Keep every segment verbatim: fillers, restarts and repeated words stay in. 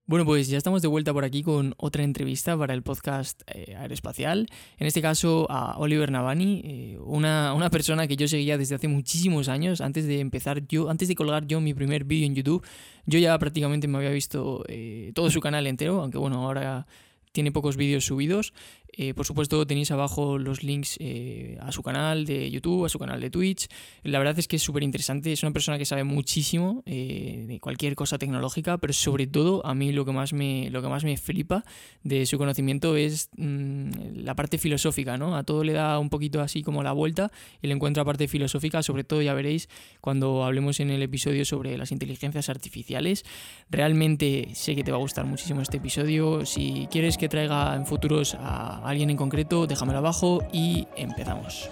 Bueno, pues ya estamos de vuelta por aquí con otra entrevista para el podcast eh, Aeroespacial. En este caso a Oliver Navani, eh, una, una persona que yo seguía desde hace muchísimos años. Antes de empezar yo, antes de colgar yo mi primer vídeo en YouTube, yo ya prácticamente me había visto eh, todo su canal entero, aunque bueno, ahora tiene pocos vídeos subidos. Eh, por supuesto tenéis abajo los links eh, a su canal de YouTube, a su canal de Twitch. La verdad es que es súper interesante, es una persona que sabe muchísimo eh, de cualquier cosa tecnológica, pero sobre todo a mí lo que más me, lo que más me flipa de su conocimiento es mmm, la parte filosófica, ¿no? A todo le da un poquito así como la vuelta y le encuentra parte filosófica, sobre todo ya veréis cuando hablemos en el episodio sobre las inteligencias artificiales. Realmente sé que te va a gustar muchísimo este episodio. Si quieres que traiga en futuros a alguien en concreto, déjamelo abajo y empezamos.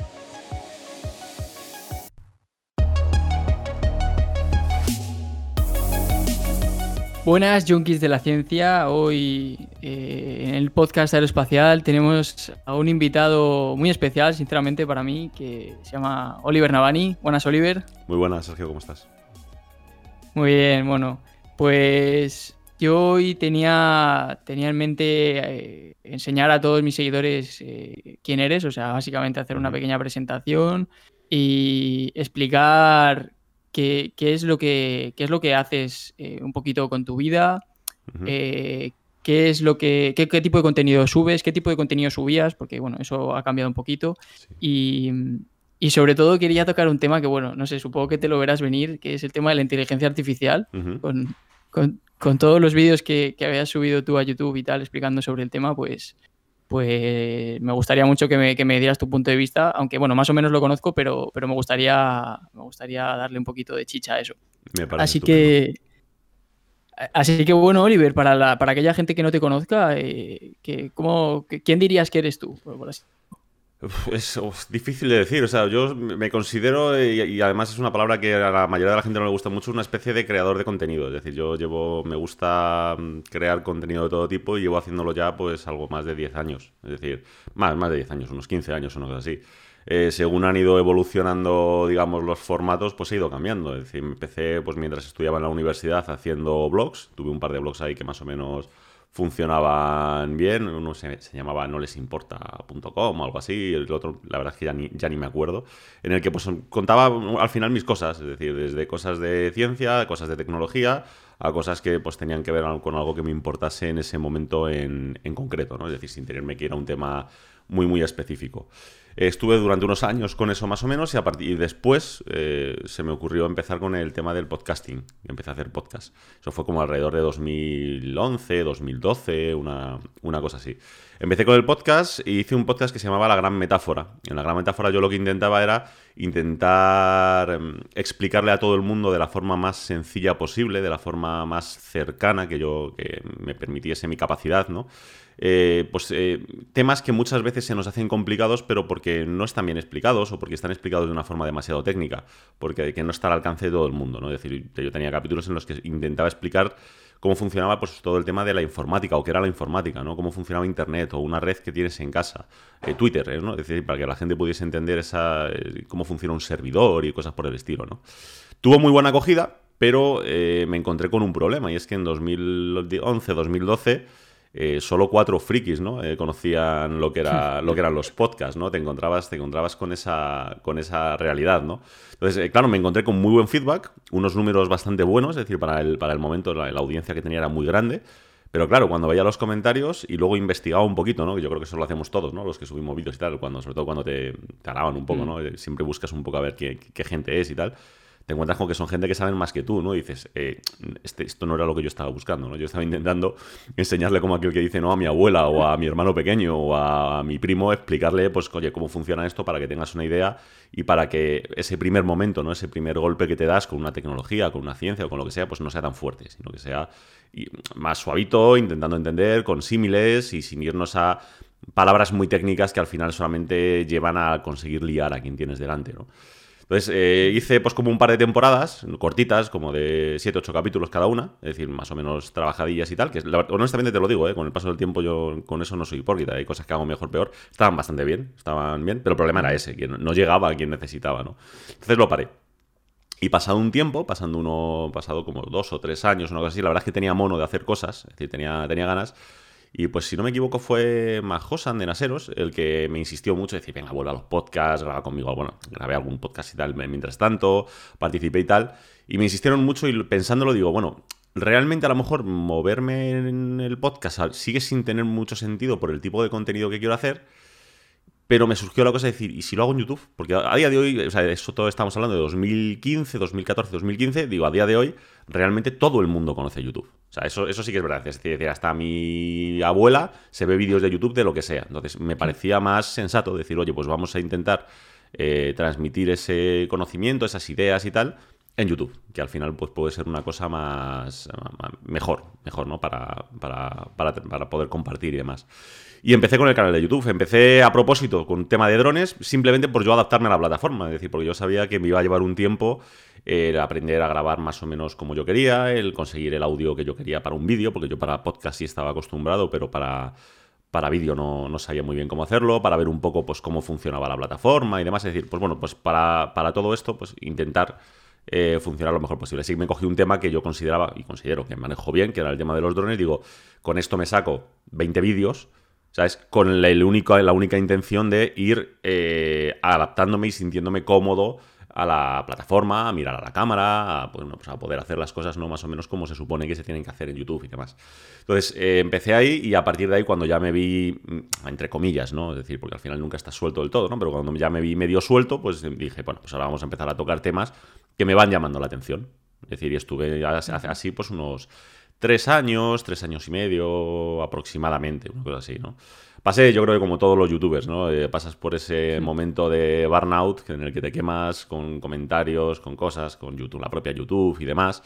Buenas, junkies de la ciencia. Hoy eh, en el podcast Aeroespacial tenemos a un invitado muy especial, sinceramente para mí, que se llama Oliver Navani. Buenas, Oliver. Muy buenas, Sergio, ¿cómo estás? Muy bien, bueno, pues yo hoy tenía, tenía en mente eh, enseñar a todos mis seguidores eh, quién eres, o sea, básicamente hacer una pequeña presentación y explicar qué, qué es lo que, qué es lo que haces eh, un poquito con tu vida, uh-huh. eh, qué es lo que, qué, qué tipo de contenido subes, qué tipo de contenido subías, porque bueno, eso ha cambiado un poquito. Sí. y... Y sobre todo quería tocar un tema que, bueno, no sé, supongo que te lo verás venir, que es el tema de la inteligencia artificial, uh-huh. con, con, con todos los vídeos que, que habías subido tú a YouTube y tal, explicando sobre el tema, pues, pues me gustaría mucho que me, que me dieras tu punto de vista, aunque, bueno, más o menos lo conozco, pero, pero me gustaría, me gustaría darle un poquito de chicha a eso. Me parece así estupendo. que, así que, bueno, Oliver, para, la, para aquella gente que no te conozca, eh, que, ¿cómo, que, ¿quién dirías que eres tú? Por así. Es uf, difícil de decir, o sea, yo me considero, y, y además es una palabra que a la mayoría de la gente no le gusta mucho, una especie de creador de contenido. Es decir, yo llevo, me gusta crear contenido de todo tipo y llevo haciéndolo ya pues algo más de diez años. Es decir, más, más de diez años, unos quince años o una cosa así. Eh, según han ido evolucionando, digamos, los formatos, pues he ido cambiando. Es decir, empecé pues mientras estudiaba en la universidad haciendo blogs, tuve un par de blogs ahí que más o menos funcionaban bien, uno se, se llamaba no les importa punto com o algo así, el otro la verdad es que ya ni, ya ni me acuerdo, en el que pues contaba al final mis cosas, es decir, desde cosas de ciencia, cosas de tecnología, a cosas que pues tenían que ver con algo que me importase en ese momento en, en concreto, ¿no? Es decir, sin tenerme que ir a un tema muy muy específico. Estuve durante unos años con eso más o menos y, a partir, y después eh, se me ocurrió empezar con el tema del podcasting. Empecé a hacer podcast. Eso fue como alrededor de dos mil once, dos mil doce, una, una cosa así. Empecé con el podcast y hice un podcast que se llamaba La Gran Metáfora. En La Gran Metáfora yo lo que intentaba era intentar eh, explicarle a todo el mundo de la forma más sencilla posible, de la forma más cercana que yo que me permitiese mi capacidad, ¿no? Eh, pues eh, temas que muchas veces se nos hacen complicados, pero porque no están bien explicados o porque están explicados de una forma demasiado técnica, porque que no está al alcance de todo el mundo, ¿no? Es decir, yo tenía capítulos en los que intentaba explicar cómo funcionaba pues todo el tema de la informática o qué era la informática, ¿no? Cómo funcionaba Internet o una red que tienes en casa, eh, Twitter, ¿eh? ¿no? Es decir, para que la gente pudiese entender esa, eh, cómo funciona un servidor y cosas por el estilo, ¿no? Tuvo muy buena acogida, pero eh, me encontré con un problema y es que en dos mil once, dos mil doce Eh, solo cuatro frikis, ¿no? Eh, conocían lo que era lo que eran los podcasts, ¿no? Te encontrabas, te encontrabas con esa, con esa realidad, ¿no? Entonces, eh, claro, me encontré con muy buen feedback, unos números bastante buenos, es decir, para el, para el momento la, la audiencia que tenía era muy grande, pero claro, cuando veía los comentarios y luego investigaba un poquito, ¿no? Que yo creo que eso lo hacemos todos, ¿no? Los que subimos vídeos y tal, cuando, sobre todo cuando te, te alaban un poco, ¿no? Siempre buscas un poco a ver qué, qué gente es y tal. Te encuentras con que son gente que saben más que tú, ¿no? Y dices, eh, este, esto no era lo que yo estaba buscando, ¿no? Yo estaba intentando enseñarle como aquel que dice, no, a mi abuela o a mi hermano pequeño o a mi primo, explicarle, pues, oye, cómo funciona esto para que tengas una idea y para que ese primer momento, ¿no? Ese primer golpe que te das con una tecnología, con una ciencia o con lo que sea, pues no sea tan fuerte, sino que sea más suavito, intentando entender, con símiles y sin irnos a palabras muy técnicas que al final solamente llevan a conseguir liar a quien tienes delante, ¿no? Entonces eh, hice pues como un par de temporadas cortitas, como de siete ocho capítulos cada una, es decir, más o menos trabajadillas y tal, que la, honestamente te lo digo, ¿eh? Con el paso del tiempo yo con eso no soy hipócrita, hay cosas que hago mejor, peor, estaban bastante bien, estaban bien, pero el problema era ese, que no, no llegaba a quien necesitaba, ¿no? Entonces lo paré. Y pasado un tiempo, pasando uno, pasado como dos o tres años, una cosa así, la verdad es que tenía mono de hacer cosas, es decir, tenía, tenía ganas. Y pues si no me equivoco fue Majosan de Naseros el que me insistió mucho, decir, venga, vuelve a los podcasts, graba conmigo, bueno, grabé algún podcast y tal mientras tanto, participé y tal. Y me insistieron mucho y pensándolo digo, bueno, realmente a lo mejor moverme en el podcast sigue sin tener mucho sentido por el tipo de contenido que quiero hacer. Pero me surgió la cosa de decir, ¿y si lo hago en YouTube? Porque a día de hoy, o sea, eso todo estamos hablando de dos mil quince, dos mil catorce, dos mil quince, digo, a día de hoy, realmente todo el mundo conoce YouTube. O sea, eso, eso sí que es verdad. Es decir, hasta mi abuela se ve vídeos de YouTube de lo que sea. Entonces, me parecía más sensato decir, oye, pues vamos a intentar eh, transmitir ese conocimiento, esas ideas y tal, en YouTube, que al final pues puede ser una cosa más, más mejor, mejor, ¿no? Para, para, para, para poder compartir y demás. Y empecé con el canal de YouTube. Empecé a propósito con un tema de drones, simplemente por yo adaptarme a la plataforma. Es decir, porque yo sabía que me iba a llevar un tiempo el aprender a grabar más o menos como yo quería, el conseguir el audio que yo quería para un vídeo, porque yo para podcast sí estaba acostumbrado, pero para, para vídeo no, no sabía muy bien cómo hacerlo, para ver un poco pues cómo funcionaba la plataforma y demás. Es decir, pues bueno, pues para, para todo esto, pues intentar eh, funcionar lo mejor posible. Así que me cogí un tema que yo consideraba y considero que manejo bien, que era el tema de los drones. Digo, con esto me saco veinte vídeos, ¿sabes? Con la, el único, la única intención de ir eh, adaptándome y sintiéndome cómodo a la plataforma, a mirar a la cámara, a, pues, pues a poder hacer las cosas no más o menos como se supone que se tienen que hacer en YouTube y demás. Entonces, eh, empecé ahí y a partir de ahí cuando ya me vi, entre comillas, ¿no? Es decir, porque al final nunca estás suelto del todo, ¿no? Pero cuando ya me vi medio suelto, pues dije, bueno, pues ahora vamos a empezar a tocar temas que me van llamando la atención. Es decir, y estuve así pues unos tres años, tres años y medio aproximadamente, una cosa así, ¿no? Pasé, yo creo que como todos los youtubers, ¿no? Eh, pasas por ese sí. momento de burnout en el que te quemas con comentarios, con cosas, con YouTube, la propia YouTube y demás.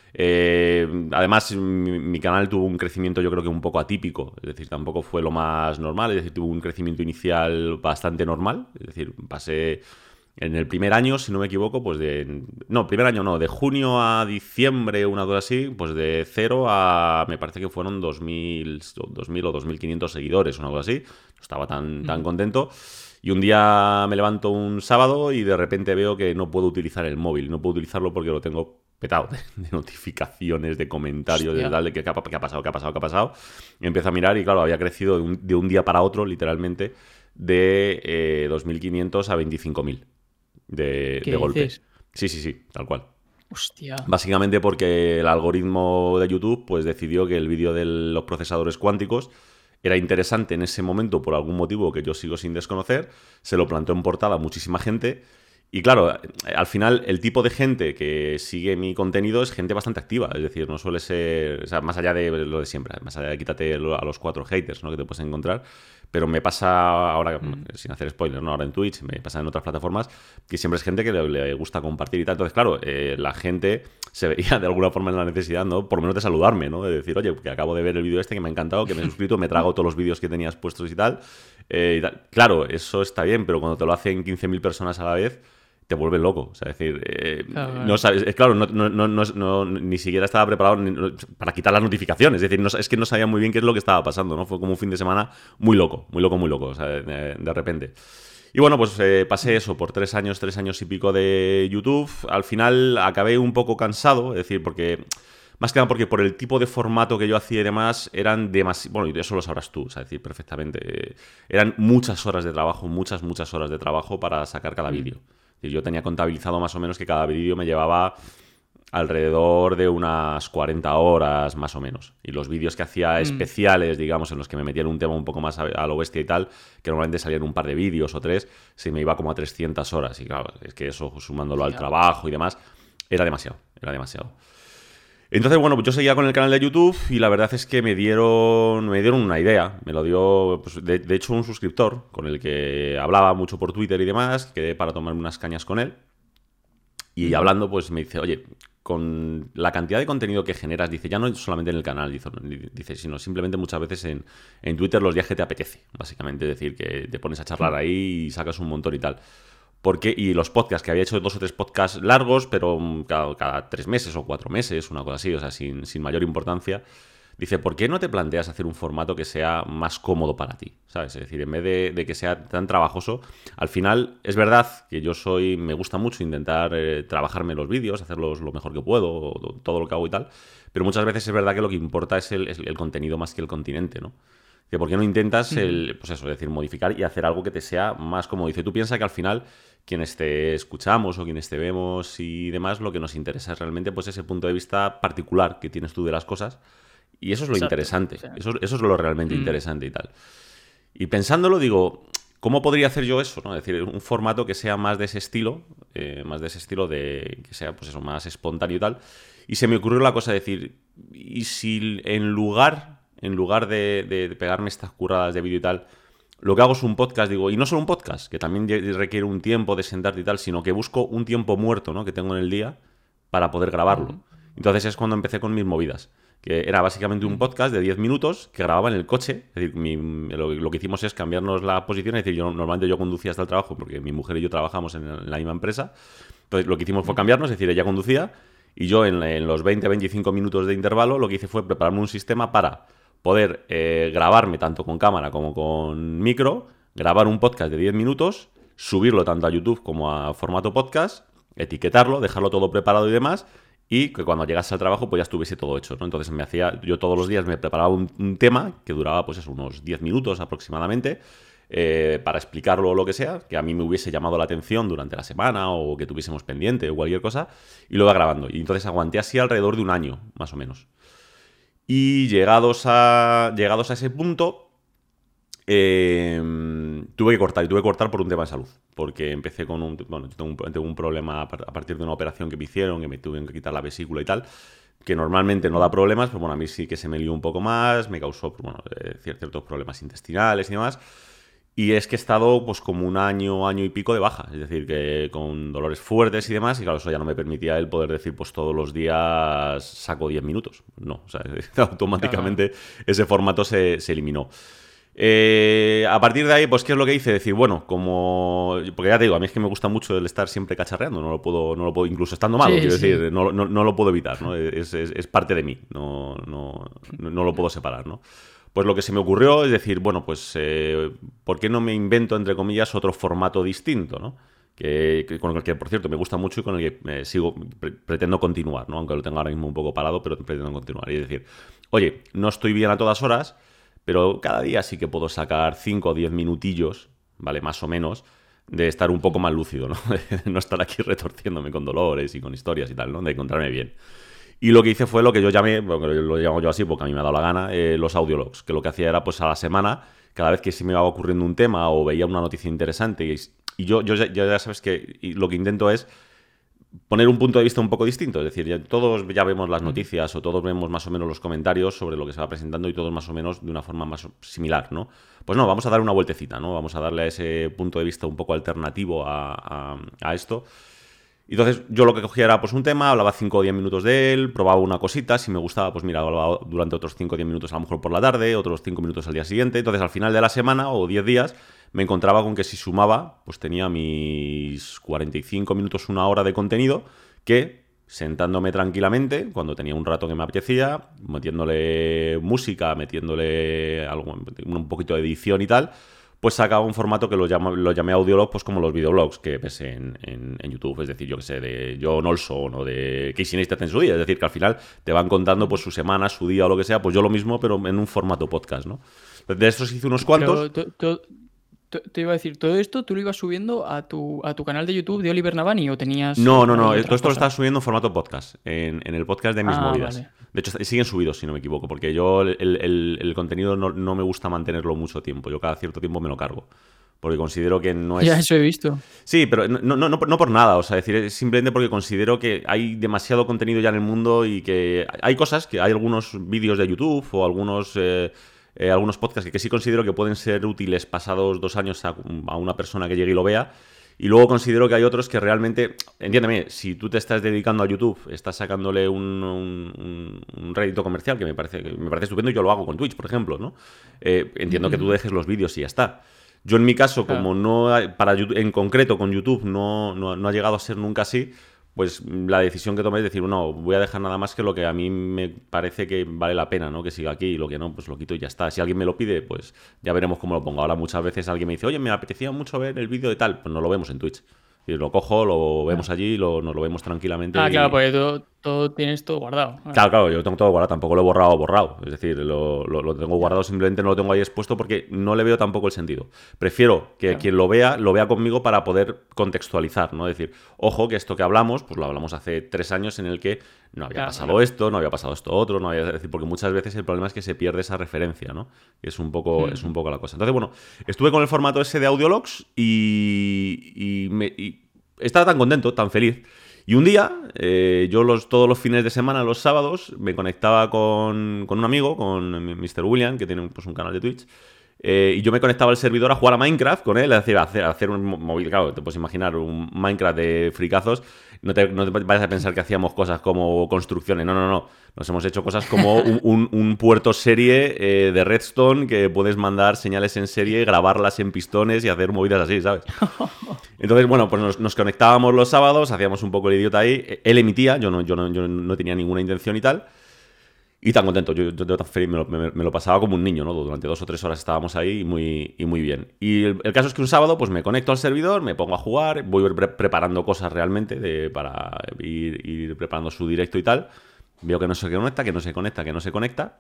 Eh, además, mi, mi canal tuvo un crecimiento yo creo que un poco atípico, es decir, tampoco fue lo más normal, es decir, tuvo un crecimiento inicial bastante normal, es decir, pasé en el primer año, si no me equivoco, pues de... No, primer año no, de junio a diciembre, una cosa así, pues de cero a... Me parece que fueron dos mil, dos mil o dos mil quinientos seguidores, una cosa así. No estaba tan, tan contento. Y un día me levanto un sábado y de repente veo que no puedo utilizar el móvil. No puedo utilizarlo porque lo tengo petado de, de notificaciones, de comentarios, Hostia. de darle, ¿qué, ¿qué ha pasado? ¿Qué ha pasado? ¿Qué ha pasado? Y empiezo a mirar y claro, había crecido de un, de un día para otro, literalmente, de eh, dos mil quinientos a veinticinco mil. De, de golpe. Sí, sí, sí, tal cual. Hostia. Básicamente porque el algoritmo de YouTube pues decidió que el vídeo de los procesadores cuánticos era interesante en ese momento por algún motivo que yo sigo sin desconocer, se lo plantó en portada a muchísima gente y claro, al final el tipo de gente que sigue mi contenido es gente bastante activa, es decir, no suele ser, o sea, más allá de lo de siempre, más allá de quítate a los cuatro haters, ¿no? que te puedes encontrar, pero me pasa ahora, mm. sin hacer spoiler, ¿no? Ahora en Twitch, me pasa en otras plataformas, que siempre es gente que le, le gusta compartir y tal. Entonces, claro, eh, la gente se veía de alguna forma en la necesidad, ¿no? Por lo menos de saludarme, ¿no? De decir, oye, que acabo de ver el vídeo este, que me ha encantado, que me he suscrito, me trago todos los vídeos que tenías puestos y tal. Eh, y tal. Claro, eso está bien, pero cuando te lo hacen quince mil personas a la vez, te vuelve loco. O sea, es decir, eh, claro, no sabes, es, claro, no, no, no, no, no, ni siquiera estaba preparado ni, no, para quitar las notificaciones. Es decir, no, es que no sabía muy bien qué es lo que estaba pasando, ¿no? Fue como un fin de semana muy loco, muy loco, muy loco, o sea, de, de repente. Y bueno, pues eh, pasé eso por tres años, tres años y pico de YouTube. Al final acabé un poco cansado, es decir, porque... Más que nada porque por el tipo de formato que yo hacía y demás, eran demasiado... Bueno, y eso lo sabrás tú, o sea, decir, perfectamente. Eh, eran muchas horas de trabajo, muchas, muchas horas de trabajo para sacar cada vídeo. Yo tenía contabilizado más o menos que cada vídeo me llevaba alrededor de unas cuarenta horas más o menos. Y los vídeos que hacía especiales, digamos, en los que me metía en un tema un poco más a, a lo bestia y tal, que normalmente salían un par de vídeos o tres, se me iba como a trescientas horas. Y claro, es que eso, sumándolo sí, al claro. trabajo y demás, era demasiado, era demasiado. Entonces, bueno, pues yo seguía con el canal de YouTube y la verdad es que me dieron, me dieron una idea. Me lo dio, pues, de, de hecho, un suscriptor con el que hablaba mucho por Twitter y demás. Quedé para tomarme unas cañas con él. Y uh-huh. hablando, pues me dice, oye, con la cantidad de contenido que generas, dice, ya no solamente en el canal, dice, dice sino simplemente muchas veces en, en Twitter los días que te apetece. Básicamente, es decir, que te pones a charlar uh-huh. ahí y sacas un montón y tal. Porque, y los podcasts, que había hecho dos o tres podcasts largos, pero cada, cada tres meses o cuatro meses, una cosa así, o sea, sin, sin mayor importancia. dice, ¿por qué no te planteas hacer un formato que sea más cómodo para ti? ¿Sabes? Es decir, en vez de, de que sea tan trabajoso, al final es verdad que yo soy, me gusta mucho intentar eh, trabajarme los vídeos, hacerlos lo mejor que puedo, todo lo que hago y tal, pero muchas veces es verdad que lo que importa es el, es el contenido más que el continente, ¿no? Que ¿por qué no intentas el, pues eso, es decir, modificar y hacer algo que te sea más cómodo? Dice, tú piensas que al final quienes te escuchamos o quienes te vemos y demás, lo que nos interesa es realmente pues ese punto de vista particular que tienes tú de las cosas, y eso es lo Exacto, interesante, o sea, eso, eso es lo realmente mm, interesante y tal. Y pensándolo, digo, ¿cómo podría hacer yo eso? ¿No? Es decir, un formato que sea más de ese estilo, eh, más de ese estilo de que sea pues eso, más espontáneo y tal. Y se me ocurrió la cosa de decir, ¿y si en lugar, en lugar de, de- de pegarme estas curradas de vídeo y tal, lo que hago es un podcast, digo, y no solo un podcast, que también ye- requiere un tiempo de sentarte y tal, sino que busco un tiempo muerto, ¿no? Que tengo en el día para poder grabarlo. ujú, Entonces es cuando empecé con mis movidas, que era básicamente un ujú, podcast de diez minutos que grababa en el coche. Es decir, mi- lo, lo que hicimos es cambiarnos la posición, es decir, yo normalmente yo conducía hasta el trabajo porque mi mujer y yo trabajamos en, en la misma empresa. Entonces lo que hicimos fue ujú. cambiarnos, es decir, ella conducía y yo en, en los veinte a veinticinco minutos de intervalo lo que hice fue prepararme un sistema para poder eh, grabarme tanto con cámara como con micro, grabar un podcast de diez minutos, subirlo tanto a YouTube como a formato podcast, etiquetarlo, dejarlo todo preparado y demás, y que cuando llegase al trabajo pues ya estuviese todo hecho, ¿no? Entonces me hacía, yo todos los días me preparaba un, un tema que duraba pues eso, unos diez minutos aproximadamente, eh, para explicarlo o lo que sea, que a mí me hubiese llamado la atención durante la semana o que tuviésemos pendiente o cualquier cosa, y lo iba grabando. Y entonces aguanté así alrededor de un año, más o menos. Y llegados a, llegados a ese punto, eh, tuve que cortar, y tuve que cortar por un tema de salud, porque empecé con un, bueno, yo tengo un, tengo un problema a par- a partir de una operación que me hicieron, que me tuvieron que quitar la vesícula y tal, que normalmente no da problemas, pero bueno, a mí sí que se me lió un poco más, me causó pues, bueno, eh, cier- ciertos problemas intestinales y demás, y es que he estado pues como un año, año y pico de baja, es decir, que con dolores fuertes y demás, y claro, eso ya no me permitía el poder decir pues todos los días saco diez minutos, no, o sea, Claro, automáticamente ese formato se, se eliminó. Eh, a partir de ahí, pues, ¿qué es lo que hice? Decir, bueno, como. Porque ya te digo, a mí es que me gusta mucho el estar siempre cacharreando, no lo puedo, no lo puedo, incluso estando malo, sí, quiero sí. decir, no, no- no lo puedo evitar, ¿no? Es, es- es parte de mí, no, no, no, no lo puedo separar, ¿no? Pues lo que se me ocurrió es decir, bueno, pues, eh, ¿por qué no me invento, entre comillas, otro formato distinto, ¿no? Que, que- con el que, por cierto, me gusta mucho y con el que eh, sigo, pre- pretendo continuar, ¿no? Aunque lo tengo ahora mismo un poco parado, pero pretendo continuar. Y es decir, oye, no estoy bien a todas horas, pero cada día sí que puedo sacar cinco o diez minutillos, ¿vale? Más o menos, de estar un poco más lúcido, ¿no? De no estar aquí retorciéndome con dolores y con historias y tal, ¿no? De encontrarme bien. Y lo que hice fue lo que yo llamé, bueno, lo llamo yo así porque a mí me ha dado la gana, eh, los audiologs, que lo que hacía era pues a la semana, cada vez que se me iba ocurriendo un tema o veía una noticia interesante, y, y yo, yo, ya, yo ya sabes que y lo que intento es poner un punto de vista un poco distinto. Es decir, ya, todos ya vemos las Ujú. noticias o todos vemos más o menos los comentarios sobre lo que se va presentando y todos más o menos de una forma más similar, ¿no? Pues no, vamos a dar una vueltecita, ¿no? Vamos a darle a ese punto de vista un poco alternativo a, a, a esto. Entonces yo lo que cogía era pues un tema, hablaba cinco o diez minutos de él, probaba una cosita, si me gustaba pues mira, hablaba durante otros cinco o diez minutos a lo mejor por la tarde, otros cinco minutos al día siguiente, entonces al final de la semana o diez días me encontraba con que si sumaba pues tenía mis cuarenta y cinco minutos, una hora de contenido que sentándome tranquilamente, cuando tenía un rato que me apetecía, metiéndole música, metiéndole algo, un poquito de edición y tal, pues sacaba un formato que lo, llamo, lo llamé audiolog, pues como los videoblogs que ves en, en, en YouTube, es decir, yo que sé, de John Olson o de Casey Neistat en su día, es decir, que al final te van contando pues su semana, su día o lo que sea, pues yo lo mismo, pero en un formato podcast, ¿no? De estos hice unos cuantos. Pero to- to- to- te iba a decir, ¿todo esto tú lo ibas subiendo a tu, a tu canal de YouTube de Oliver Navani o tenías No, eh, no, por no, ahí todo otras esto lo estaba cosas? subiendo en formato podcast, en, en el podcast de Mis Ah, Movidas. vale. De hecho, siguen subidos, si no me equivoco, porque yo el, el- el contenido no, no me gusta mantenerlo mucho tiempo, yo cada cierto tiempo me lo cargo, porque considero que no Ya es. eso he visto. Sí, pero no, no, no, no por nada, o sea, decir, es simplemente porque considero que hay demasiado contenido ya en el mundo y que hay cosas, que hay algunos vídeos de YouTube o algunos, eh, eh, algunos podcasts que, que sí considero que pueden ser útiles pasados dos años a, a una persona que llegue y lo vea. Y luego considero que hay otros que realmente, entiéndeme, si tú te estás dedicando a YouTube, estás sacándole un, un, un- un rédito comercial que me parece, que me parece estupendo, y yo lo hago con Twitch, por ejemplo, ¿no? Eh, entiendo que tú Ujú. dejes los vídeos y ya está. Yo en mi caso, Claro. como no hay- para YouTube- en concreto con YouTube no, no, no ha llegado a ser nunca así, pues la decisión que tomé es decir, no, voy a dejar nada más que lo que a mí me parece que vale la pena, ¿no? Que siga aquí, y lo que no, pues lo quito y ya está. Si alguien me lo pide, pues ya veremos cómo lo pongo. Ahora muchas veces alguien me dice, oye, me apetecía mucho ver el vídeo de tal, pues no lo vemos en Twitch. Y lo cojo, lo vemos allí, lo, nos lo vemos tranquilamente. Ah, y... claro, porque tú, tú tienes todo guardado. Claro. claro, claro, yo tengo todo guardado, tampoco lo he borrado borrado. Es decir, lo, lo, lo tengo guardado, simplemente no lo tengo ahí expuesto porque no le veo tampoco el sentido. Prefiero que claro. quien lo vea, lo vea conmigo para poder contextualizar, ¿no? Es decir, ojo, que esto que hablamos, pues lo hablamos hace tres años en el que no había claro, pasado claro. esto, no había pasado esto otro, no había... Es decir, porque muchas veces el problema es que se pierde esa referencia, ¿no? Y es un poco, mm. es un poco la cosa. Entonces, bueno, estuve con el formato ese de audiologs y... y, me, y estaba tan contento, tan feliz. Y un día, eh, yo los, todos los fines de semana, los sábados, me conectaba con, con un amigo, con mister William, que tiene pues, un canal de Twitch, eh, y yo me conectaba al servidor a jugar a Minecraft con él, es decir, a hacer, a hacer un móvil, claro, te puedes imaginar, un Minecraft de fricazos. No te, no te vayas a pensar que hacíamos cosas como construcciones, no, no, no. Nos hemos hecho cosas como un, un, un puerto serie eh, de Redstone que puedes mandar señales en serie, grabarlas en pistones y hacer movidas así, ¿sabes? Entonces, bueno, pues nos, nos conectábamos los sábados, hacíamos un poco el idiota ahí. Él emitía, yo no, yo no, yo no tenía ninguna intención y tal. Y tan contento, yo, yo, yo tan feliz, me lo, me, me lo pasaba como un niño, ¿no? Durante dos o tres horas estábamos ahí y muy, y muy bien. Y el, el caso es que un sábado pues me conecto al servidor, me pongo a jugar, voy pre preparando cosas realmente de, para ir, ir preparando su directo y tal. Veo que no se conecta, que no se conecta, que no se conecta.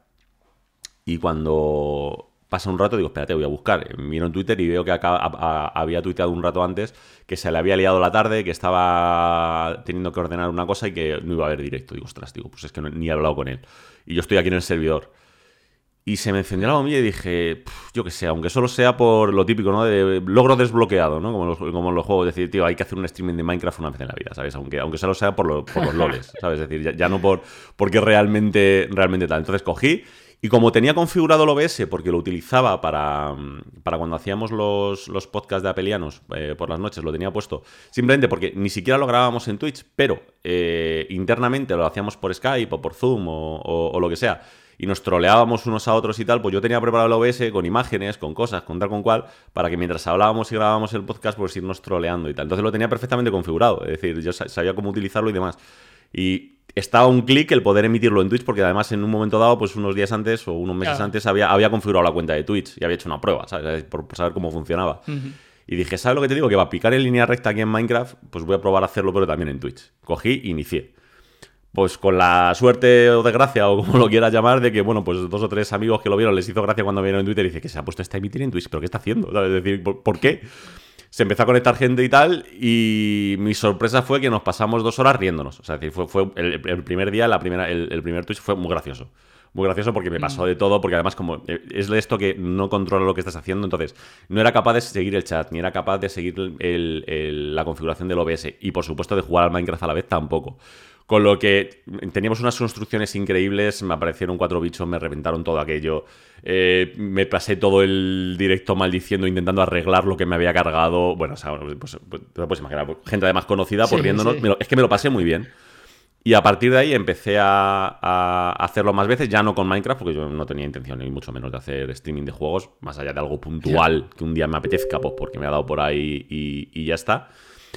Y cuando pasa un rato digo, espérate, voy a buscar. Miro en Twitter y veo que acá, a, a, había tuiteado un rato antes que se le había liado la tarde, que estaba teniendo que ordenar una cosa y que no iba a haber directo. Digo, ostras, digo, pues es que no, ni he hablado con él. Y yo estoy aquí en el servidor. Y se me encendió la bombilla y dije, yo qué sé, aunque solo sea por lo típico, ¿no? De logro desbloqueado, ¿no? Como, los, como en los juegos. Es decir, tío, hay que hacer un streaming de Minecraft una vez en la vida, ¿sabes? Aunque, aunque solo sea por, lo, por los loles, ¿sabes? Es decir, ya, ya no por porque realmente, realmente tal. Entonces cogí y como tenía configurado el O B S, porque lo utilizaba para, para cuando hacíamos los, los podcasts de Apelianos eh, por las noches, lo tenía puesto simplemente porque ni siquiera lo grabábamos en Twitch, pero eh, internamente lo hacíamos por Skype o por Zoom o, o, o lo que sea, y nos troleábamos unos a otros y tal, pues yo tenía preparado el O B S con imágenes, con cosas, con tal con cual, para que mientras hablábamos y grabábamos el podcast, pues irnos troleando y tal. Entonces lo tenía perfectamente configurado, es decir, yo sabía cómo utilizarlo y demás. Y estaba un clic el poder emitirlo en Twitch, porque además en un momento dado, pues unos días antes o unos meses claro. antes, había, había configurado la cuenta de Twitch y había hecho una prueba, ¿sabes? Por, por saber cómo funcionaba. Uh-huh. Y dije, ¿sabes lo que te digo? Que para picar en línea recta aquí en Minecraft, pues voy a probar a hacerlo, pero también en Twitch. Cogí e inicié. Pues con la suerte o desgracia, o como lo quieras llamar, de que, bueno, pues dos o tres amigos que lo vieron les hizo gracia cuando vieron en Twitter y dice que se ha puesto esta emitir en Twitch, ¿pero qué está haciendo? ¿Sabes? Es decir, ¿por, ¿por qué? Se empezó a conectar gente y tal, y mi sorpresa fue que nos pasamos dos horas riéndonos. O sea, es decir, fue, fue el, el primer día, la primera, el, el primer Twitch fue muy gracioso. Muy gracioso porque me pasó de todo, porque además como es de esto que no controla lo que estás haciendo, entonces no era capaz de seguir el chat, ni era capaz de seguir el, el, la configuración del O B S, y por supuesto de jugar al Minecraft a la vez tampoco. Con lo que teníamos unas construcciones increíbles, me aparecieron cuatro bichos, me reventaron todo aquello. Eh, me pasé todo el directo maldiciendo, intentando arreglar lo que me había cargado. Bueno, o sea, pues, pues, pues imaginar, gente además conocida, por sí, riéndonos. Sí. Me lo, es que me lo pasé muy bien. Y a partir de ahí empecé a, a hacerlo más veces, ya no con Minecraft, porque yo no tenía intención ni mucho menos de hacer streaming de juegos, más allá de algo puntual que un día me apetezca, pues porque me ha dado por ahí y, y ya está.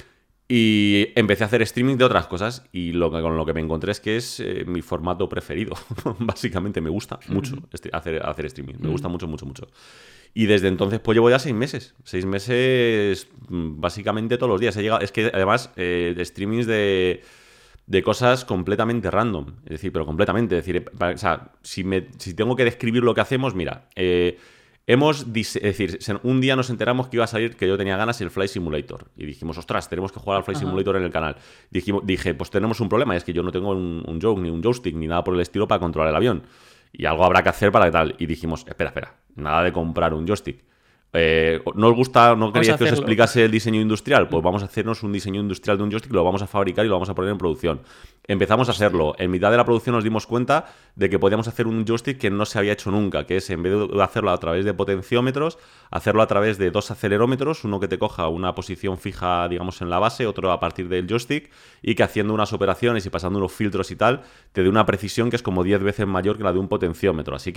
Y empecé a hacer streaming de otras cosas y lo que, con lo que me encontré es que es eh, mi formato preferido. Básicamente me gusta mucho mm-hmm. hacer, hacer streaming. Me mm-hmm. gusta mucho, mucho, mucho. Y desde entonces pues llevo ya seis meses. Seis meses básicamente todos los días. He llegado, es que además eh, de streamings de, de cosas completamente random. Es decir, pero completamente. Es decir, o sea, si, me, si tengo que describir lo que hacemos, mira... Eh, Hemos, es decir, un día nos enteramos que iba a salir, que yo tenía ganas, el Flight Simulator. Y dijimos, ostras, tenemos que jugar al Flight Ajá. Simulator en el canal. Dijimos, dije, pues tenemos un problema, y es que yo no tengo un, un joke, ni un joystick, ni nada por el estilo para controlar el avión. Y algo habrá que hacer para que tal. Y dijimos, espera, espera, nada de comprar un joystick. Eh, ¿No os gusta, no queréis que os explicase el diseño industrial? Pues vamos a hacernos un diseño industrial de un joystick, lo vamos a fabricar y lo vamos a poner en producción. Empezamos a hacerlo. En mitad de la producción nos dimos cuenta de que podíamos hacer un joystick que no se había hecho nunca, que es, en vez de hacerlo a través de potenciómetros, hacerlo a través de dos acelerómetros, uno que te coja una posición fija, digamos, en la base, otro a partir del joystick, y que haciendo unas operaciones y pasando unos filtros y tal, te dé una precisión que es como diez veces mayor que la de un potenciómetro. Así que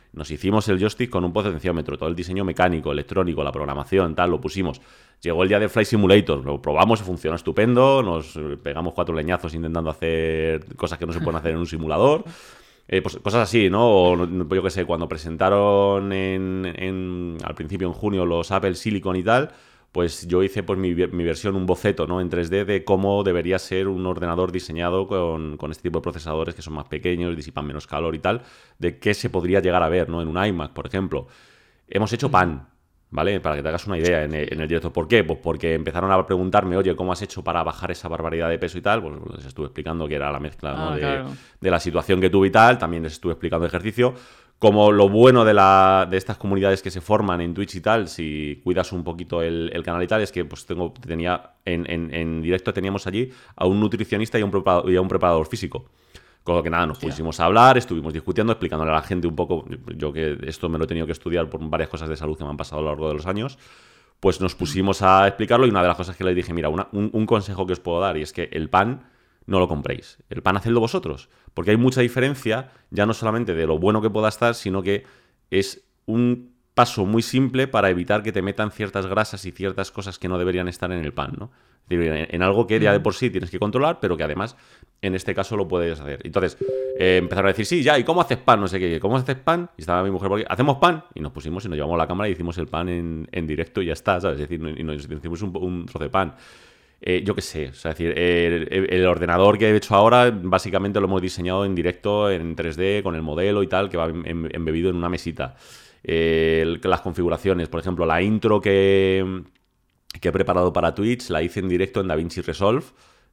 Nos hicimos el joystick con un potenciómetro, todo el diseño mecánico, electrónico, la programación, tal, lo pusimos. Llegó el día de Flight Simulator, lo probamos y funcionó estupendo, nos pegamos cuatro leñazos intentando hacer cosas que no se pueden hacer en un simulador. Eh, pues cosas así, ¿no? O yo qué sé, cuando presentaron en, en, al principio en junio los Apple Silicon y tal, pues yo hice pues mi, mi versión, un boceto, ¿no? En tres D de cómo debería ser un ordenador diseñado con, con este tipo de procesadores que son más pequeños, disipan menos calor y tal, de qué se podría llegar a ver, ¿no? En un iMac, por ejemplo. Hemos hecho pan, ¿vale? Para que te hagas una idea en el, en el directo. ¿Por qué? Pues porque empezaron a preguntarme, oye, ¿cómo has hecho para bajar esa barbaridad de peso y tal? Pues les estuve explicando que era la mezcla, ¿no? Ah, de, claro. de la situación que tuve y tal. También les estuve explicando ejercicio. Como lo bueno de, la, de estas comunidades que se forman en Twitch y tal, si cuidas un poquito el, el canal y tal, es que pues tengo, tenía en, en, en directo teníamos allí a un nutricionista y a un preparador, y a un preparador físico. Con lo que nada, nos pusimos a hablar, estuvimos discutiendo, explicándole a la gente un poco, yo que esto me lo he tenido que estudiar por varias cosas de salud que me han pasado a lo largo de los años, pues nos pusimos a explicarlo y una de las cosas que les dije, mira, una, un, un consejo que os puedo dar y es que el pan no lo compréis, el pan hacedlo vosotros, porque hay mucha diferencia ya no solamente de lo bueno que pueda estar, sino que es un paso muy simple para evitar que te metan ciertas grasas y ciertas cosas que no deberían estar en el pan, ¿no? Es decir, en, en algo que ya de por sí tienes que controlar, pero que además en este caso lo puedes hacer. Entonces eh, empezaron a decir, sí, ya, ¿y cómo haces pan? No sé qué, ¿cómo haces pan? Y estaba mi mujer por aquí, ¿hacemos pan? Y nos pusimos y nos llevamos la cámara y hicimos el pan en, en directo y ya está, ¿sabes? Es decir, y nos hicimos un, un trozo de pan. Eh, yo qué sé, o sea, es decir, el, el ordenador que he hecho ahora básicamente lo hemos diseñado en directo, en tres D, con el modelo y tal, que va embebido en una mesita. Eh, el, las configuraciones, por ejemplo, la intro que, que he preparado para Twitch la hice en directo en DaVinci Resolve.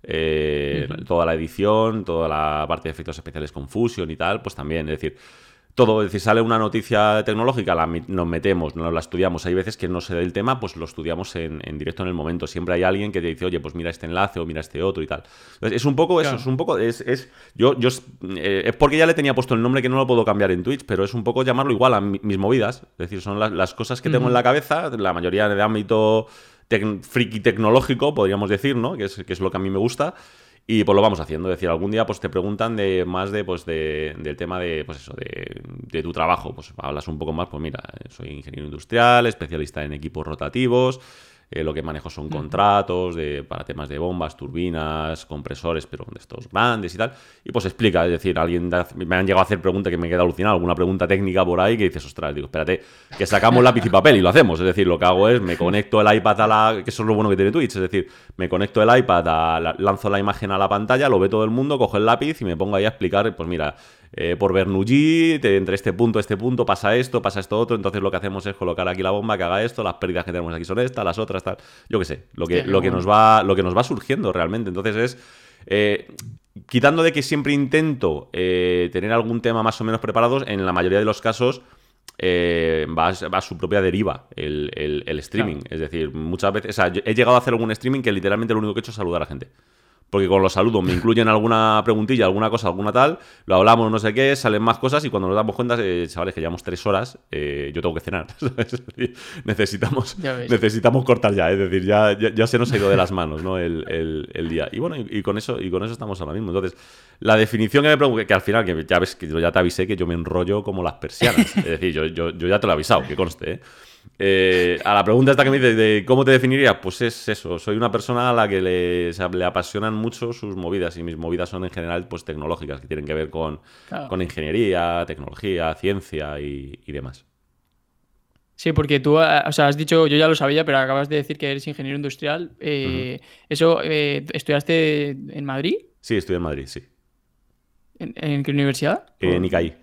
Eh, uh-huh. Toda la edición, toda la parte de efectos especiales con Fusion y tal, pues también, es decir, todo, es decir, sale una noticia tecnológica, la, nos metemos, nos la estudiamos. Hay veces que no se dé el tema, pues lo estudiamos en, en directo en el momento. Siempre hay alguien que te dice, oye, pues mira este enlace o mira este otro y tal. Entonces, es un poco claro. eso, es un poco, es, es yo, yo eh, es porque ya le tenía puesto el nombre que no lo puedo cambiar en Twitch, pero es un poco llamarlo igual a mi, mis movidas. Es decir, son las, las cosas que tengo uh-huh. en la cabeza, la mayoría de ámbito tec- friki tecnológico, podríamos decir, ¿no? Que es, que es lo que a mí me gusta. Y pues lo vamos haciendo, es decir, algún día pues te preguntan de más de pues de, del tema de pues eso, de, de tu trabajo, pues hablas un poco más, pues mira, soy ingeniero industrial, especialista en equipos rotativos, eh, lo que manejo son contratos de, para temas de bombas, turbinas, compresores, pero de estos grandes y tal, y pues explica, es decir, alguien da, me han llegado a hacer preguntas que me he quedado alucinado, alguna pregunta técnica por ahí que dices, ostras, digo, espérate, que sacamos lápiz y papel y lo hacemos, es decir, lo que hago es, me conecto el iPad a la, que eso es lo bueno que tiene Twitch, es decir, me conecto el iPad, a la, lanzo la imagen a la pantalla, lo ve todo el mundo, cojo el lápiz y me pongo ahí a explicar, pues mira, eh, por Bernoulli, te, entre este punto y este punto pasa esto, pasa esto otro, entonces lo que hacemos es colocar aquí la bomba que haga esto, las pérdidas que tenemos aquí son estas, las otras, tal, yo qué sé, lo que, sí, lo que nos va, lo que nos va surgiendo realmente, entonces es, eh, quitando de que siempre intento eh, tener algún tema más o menos preparados, en la mayoría de los casos eh, va, va a su propia deriva el, el, el streaming, claro. Es decir, muchas veces, o sea, he llegado a hacer algún streaming que literalmente lo único que he hecho es saludar a la gente. Porque con los saludos me incluyen alguna preguntilla, alguna cosa, alguna tal, lo hablamos, no sé qué, salen más cosas y cuando nos damos cuenta, eh, chavales, que llevamos tres horas, eh, yo tengo que cenar, ¿sabes? Es decir, necesitamos, necesitamos cortar ya, es decir, ya, ya, ya se nos ha ido de las manos, ¿no? el, el, el día. Y bueno, y, y, con eso, y con eso estamos ahora mismo. Entonces, la definición que me pregunto, que al final, que ya ves que yo ya te avisé que yo me enrollo como las persianas, es decir, yo, yo, yo ya te lo he avisado, que conste, ¿eh? Eh, a la pregunta esta que me dices de cómo te definirías, pues es eso, soy una persona a la que le, o sea, le apasionan mucho sus movidas y mis movidas son en general pues tecnológicas, que tienen que ver con, claro. con ingeniería, tecnología, ciencia y, y demás. Sí, porque tú, o sea, has dicho, yo ya lo sabía, pero acabas de decir que eres ingeniero industrial. Eh, uh-huh. ¿Eso eh, estudiaste en Madrid? Sí, estudié en Madrid, sí. ¿En, en qué universidad? Eh, en I C A I.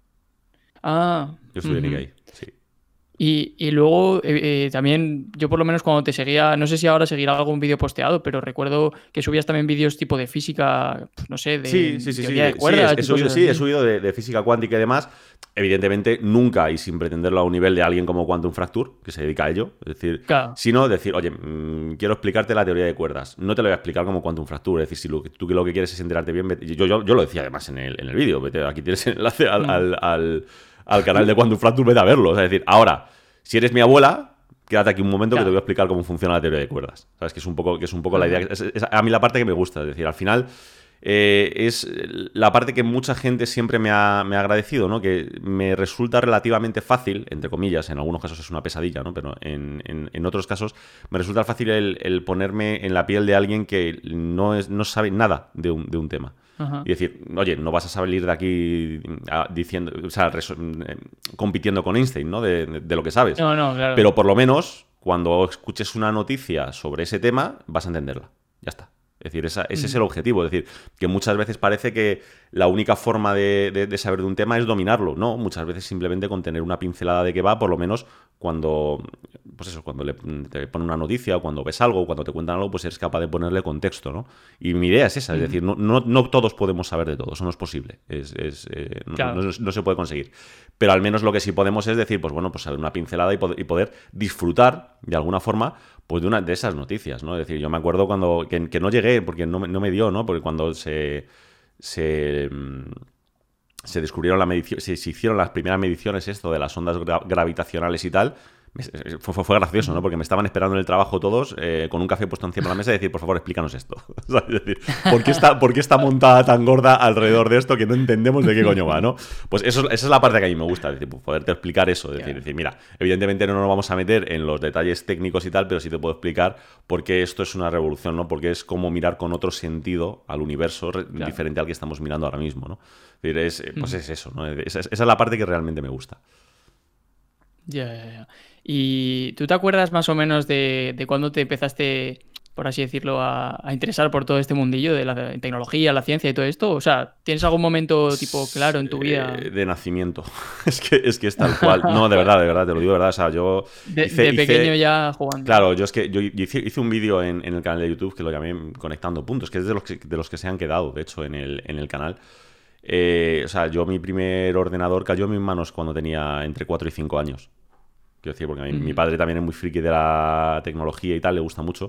Ah. Yo estudié uh-huh. en I C A I, sí. Y, y luego eh, eh, también yo por lo menos cuando te seguía, no sé si ahora seguirá algún vídeo posteado, pero recuerdo que subías también vídeos tipo de física, no sé, de sí, sí, sí, teoría sí, de cuerdas. Sí, he subido, sí, he subido de, de física cuántica y demás. Evidentemente nunca y sin pretenderlo a un nivel de alguien como Quantum Fracture, que se dedica a ello. Es decir, claro. Sino decir, oye, mmm, quiero explicarte la teoría de cuerdas. No te lo voy a explicar como Quantum Fracture. Es decir, si lo, tú lo que quieres es enterarte bien, vete, yo, yo, yo lo decía además en el, en el vídeo, vete, aquí tienes el enlace al, mm. al, al, al canal de Quantum Fracture, vete a verlo. O sea, es decir, ahora... Si eres mi abuela, quédate aquí un momento claro. que te voy a explicar cómo funciona la teoría de cuerdas. ¿Sabes? Que es un poco, que es un poco uh-huh. la idea. Es, es a mí la parte que me gusta. Es decir, al final, eh, es la parte que mucha gente siempre me ha, me ha agradecido, ¿no? Que me resulta relativamente fácil, entre comillas, en algunos casos es una pesadilla, ¿no? Pero en, en, en otros casos me resulta fácil el, el ponerme en la piel de alguien que no, es, no sabe nada de un, de un tema. Ajá. Y decir, oye, no vas a salir de aquí a, diciendo, o sea, res, compitiendo con Einstein, ¿no? De, de, de lo que sabes. No, no, claro. Pero por lo menos, cuando escuches una noticia sobre ese tema, vas a entenderla. Ya está. Es decir, esa, ese mm. es el objetivo. Es decir, que muchas veces parece que la única forma de, de, de saber de un tema es dominarlo. No, muchas veces simplemente con tener una pincelada de qué va, por lo menos cuando, pues eso, cuando le, te ponen una noticia o cuando ves algo o cuando te cuentan algo, pues eres capaz de ponerle contexto, ¿no? Y mi idea es esa, mm. es decir, no, no, no todos podemos saber de todo, eso no es posible, es, es, eh, claro. no, no, no se puede conseguir. Pero al menos lo que sí podemos es decir, pues bueno, pues saber una pincelada y poder, y poder disfrutar de alguna forma pues de una de esas noticias, ¿no? Es decir, yo me acuerdo cuando que, que no llegué porque no, no me dio, ¿no? Porque cuando se se, se descubrieron la medición, se, se hicieron las primeras mediciones esto de las ondas gra gravitacionales y tal, fue, fue, fue gracioso, ¿no? Porque me estaban esperando en el trabajo todos eh, con un café puesto encima de la mesa y decir, por favor, explícanos esto. Es decir, ¿por qué, está, ¿por qué está montada tan gorda alrededor de esto que no entendemos de qué coño va, ¿no? Pues eso, esa es la parte que a mí me gusta, es decir, pues poderte explicar eso, es decir, yeah. decir, mira, evidentemente no nos vamos a meter en los detalles técnicos y tal, pero sí te puedo explicar por qué esto es una revolución, ¿no? Porque es como mirar con otro sentido al universo yeah. diferente al que estamos mirando ahora mismo, ¿no? Es decir, es, pues mm. es eso, ¿no? Esa, esa es la parte que realmente me gusta. Ya, ya, ya. ¿Y tú te acuerdas más o menos de, de cuándo te empezaste, por así decirlo, a, a interesar por todo este mundillo de la tecnología, la ciencia y todo esto? O sea, ¿tienes algún momento tipo claro en tu vida? Eh, de nacimiento. es, que, es que es tal cual. No, de verdad, de verdad, te lo digo de verdad. O sea, yo de, hice, de pequeño hice... ya jugando. Claro, yo es que yo hice, hice un vídeo en, en el canal de YouTube que lo llamé Conectando Puntos, que es de los que, de los que se han quedado, de hecho, en el, en el canal. Eh, o sea, yo mi primer ordenador cayó en mis manos cuando tenía entre cuatro y cinco años. Quiero decir, porque a mí, mm. mi padre también es muy friki de la tecnología y tal, le gusta mucho.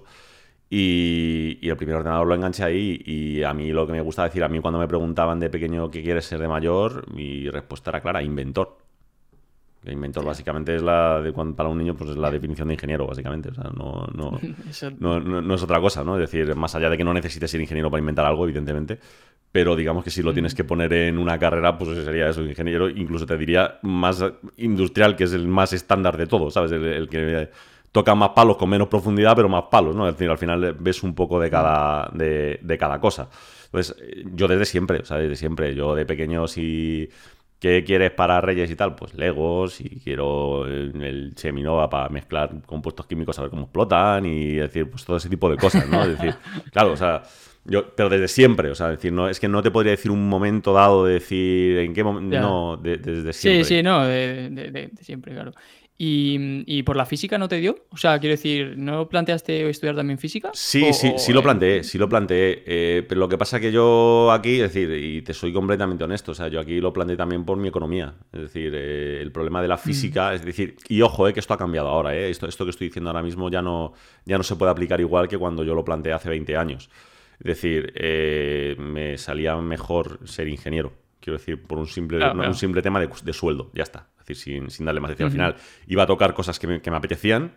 Y, y el primer ordenador lo enganché ahí. Y a mí lo que me gusta decir, a mí cuando me preguntaban de pequeño qué quieres ser de mayor, mi respuesta era clara, inventor. El inventor sí. básicamente es la de cuando, para un niño pues es la definición de ingeniero, básicamente. O sea, no, no, no, no, no es otra cosa, ¿no? Es decir, más allá de que no necesites ser ingeniero para inventar algo, evidentemente. Pero digamos que si lo tienes que poner en una carrera, pues sería eso, ingeniero, incluso te diría más industrial, que es el más estándar de todo, ¿sabes? El, el que toca más palos con menos profundidad, pero más palos, ¿no? Es decir, al final ves un poco de cada, de, de cada cosa. Entonces, yo desde siempre, o sea, desde siempre, yo de pequeño si... ¿Qué quieres para Reyes y tal? Pues Legos, y quiero el Cheminova para mezclar compuestos químicos a ver cómo explotan, y decir, pues todo ese tipo de cosas, ¿no? Es decir, claro, o sea... Yo, pero desde siempre, o sea, decir, no, es que no te podría decir un momento dado de decir en qué momento, no, de, de, desde siempre. Sí, sí, no, de, de, de, de siempre, claro. ¿Y, ¿Y por la física no te dio? O sea, quiero decir, ¿no planteaste estudiar también física? Sí, o, sí, sí lo planteé, sí lo planteé. Eh, pero lo que pasa que yo aquí, es decir, y te soy completamente honesto, o sea, yo aquí lo planteé también por mi economía. Es decir, eh, el problema de la física, mm. es decir, y ojo, eh, que esto ha cambiado ahora, eh, esto, esto que estoy diciendo ahora mismo ya no, ya no se puede aplicar igual que cuando yo lo planteé hace veinte años. Es decir, eh, me salía mejor ser ingeniero. Quiero decir, por un simple, claro, no, claro. un simple tema de, de sueldo, ya está. Es decir, sin, sin darle más decir. Uh-huh. Al final iba a tocar cosas que me, que me apetecían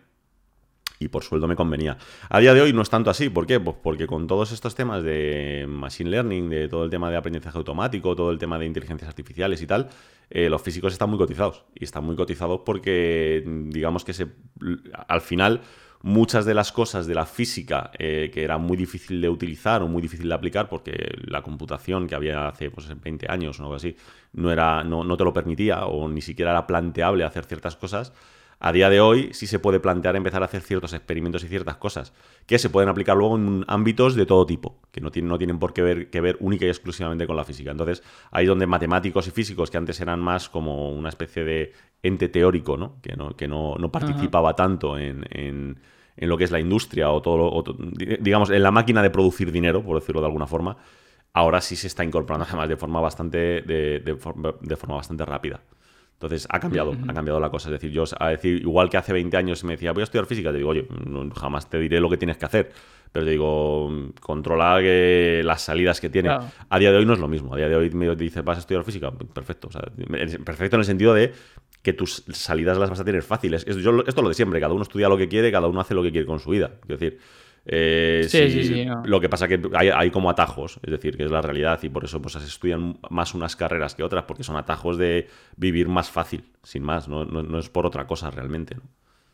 y por sueldo me convenía. A día de hoy no es tanto así. ¿Por qué? Pues porque con todos estos temas de machine learning, de todo el tema de aprendizaje automático, todo el tema de inteligencias artificiales y tal, eh, los físicos están muy cotizados. Y están muy cotizados porque, digamos que se, al final... Muchas de las cosas de la física eh, que era muy difícil de utilizar o muy difícil de aplicar porque la computación que había hace pues, veinte años o algo así no, era, no, no te lo permitía o ni siquiera era planteable hacer ciertas cosas, a día de hoy sí se puede plantear empezar a hacer ciertos experimentos y ciertas cosas que se pueden aplicar luego en ámbitos de todo tipo, que no tienen, no tienen por qué ver, que ver única y exclusivamente con la física. Entonces, ahí donde matemáticos y físicos, que antes eran más como una especie de ente teórico, ¿no? Que no, que no, no participaba uh-huh. tanto en, en, en lo que es la industria o todo, lo, o, digamos, en la máquina de producir dinero, por decirlo de alguna forma, ahora sí se está incorporando además de forma bastante, de, de, forma, de forma bastante rápida. Entonces ha cambiado, uh-huh. ha cambiado la cosa. Es decir, yo a decir, igual que hace veinte años me decía, voy a estudiar física, te digo, oye, no, jamás te diré lo que tienes que hacer. Pero te digo, controla que las salidas que tiene. Claro. A día de hoy no es lo mismo. A día de hoy me dices, ¿vas a estudiar física? Perfecto. O sea, perfecto en el sentido de que tus salidas las vas a tener fáciles. Yo, esto es lo de siempre. Cada uno estudia lo que quiere, cada uno hace lo que quiere con su vida. Quiero decir, Eh, sí, si, sí, sí, no. Lo que pasa que hay, hay como atajos, es decir, que es la realidad y por eso pues se estudian más unas carreras que otras, porque son atajos de vivir más fácil, sin más, no, no, no es por otra cosa realmente, ¿no?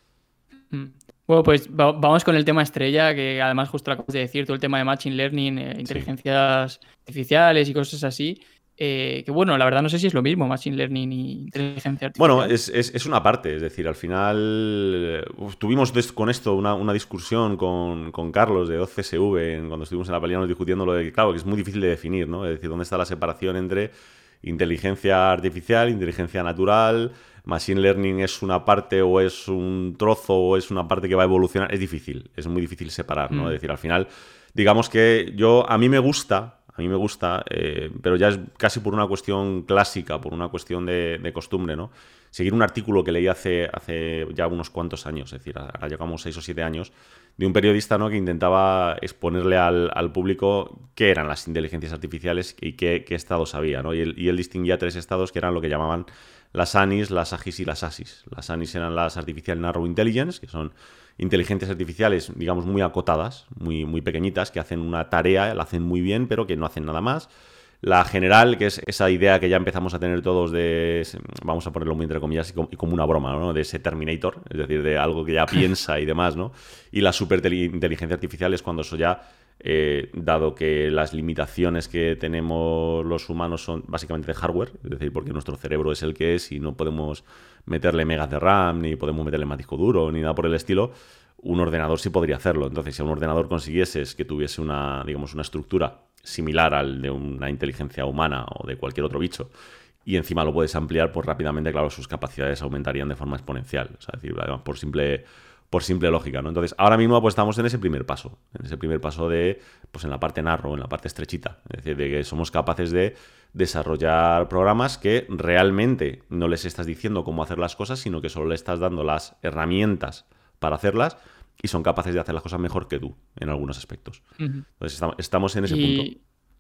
Mm. Bueno, pues va- vamos con el tema estrella, que además justo lo acabas de decir, todo el tema de Machine Learning, eh, Sí. inteligencias artificiales y cosas así. eh, que bueno, la verdad no sé si es lo mismo Machine Learning y inteligencia Bueno, artificial. es, es, es una parte, es decir, al final eh, uf, tuvimos des- con esto una, una discusión con, con Carlos de O C S V en- cuando estuvimos en la Palianos discutiendo lo de que, claro, que es muy difícil de definir, ¿no? Es decir, dónde está la separación entre inteligencia artificial, inteligencia natural, machine learning es una parte o es un trozo o es una parte que va a evolucionar, es difícil, es muy difícil separar, ¿no? Mm. Es decir, al final, digamos que yo, a mí me gusta, a mí me gusta, eh, pero ya es casi por una cuestión clásica, por una cuestión de, de costumbre, ¿no? Seguir un artículo que leí hace, hace ya unos cuantos años, es decir, ahora llevamos seis o siete años, de un periodista, ¿no?, que intentaba exponerle al, al público qué eran las inteligencias artificiales y qué, qué estados había, ¿no? Y él, y él distinguía tres estados que eran lo que llamaban las A N I S, las A G I S y las A S I S. Las A N I S eran las Artificial Narrow Intelligence, que son inteligencias artificiales, digamos, muy acotadas, muy, muy pequeñitas, que hacen una tarea, la hacen muy bien, pero que no hacen nada más. La general, que es esa idea que ya empezamos a tener todos de, vamos a ponerlo muy entre comillas, y como una broma, ¿no?, de ese Terminator, es decir, de algo que ya piensa y demás, ¿no? Y la superinteligencia artificial es cuando eso ya, eh, dado que las limitaciones que tenemos los humanos son básicamente de hardware, es decir, porque nuestro cerebro es el que es y no podemos meterle megas de RAM, ni podemos meterle más disco duro, ni nada por el estilo, un ordenador sí podría hacerlo. Entonces, si un ordenador consiguieses que tuviese una, digamos, una estructura similar al de una inteligencia humana o de cualquier otro bicho, y encima lo puedes ampliar, pues rápidamente, claro, sus capacidades aumentarían de forma exponencial. O sea, es decir, además, por simple, por simple lógica, ¿no? Entonces, ahora mismo pues estamos en ese primer paso, en ese primer paso de, pues en la parte narrow, en la parte estrechita, es decir, de que somos capaces de desarrollar programas que realmente no les estás diciendo cómo hacer las cosas, sino que solo le estás dando las herramientas para hacerlas y son capaces de hacer las cosas mejor que tú en algunos aspectos. Uh-huh. Entonces estamos en ese y, punto.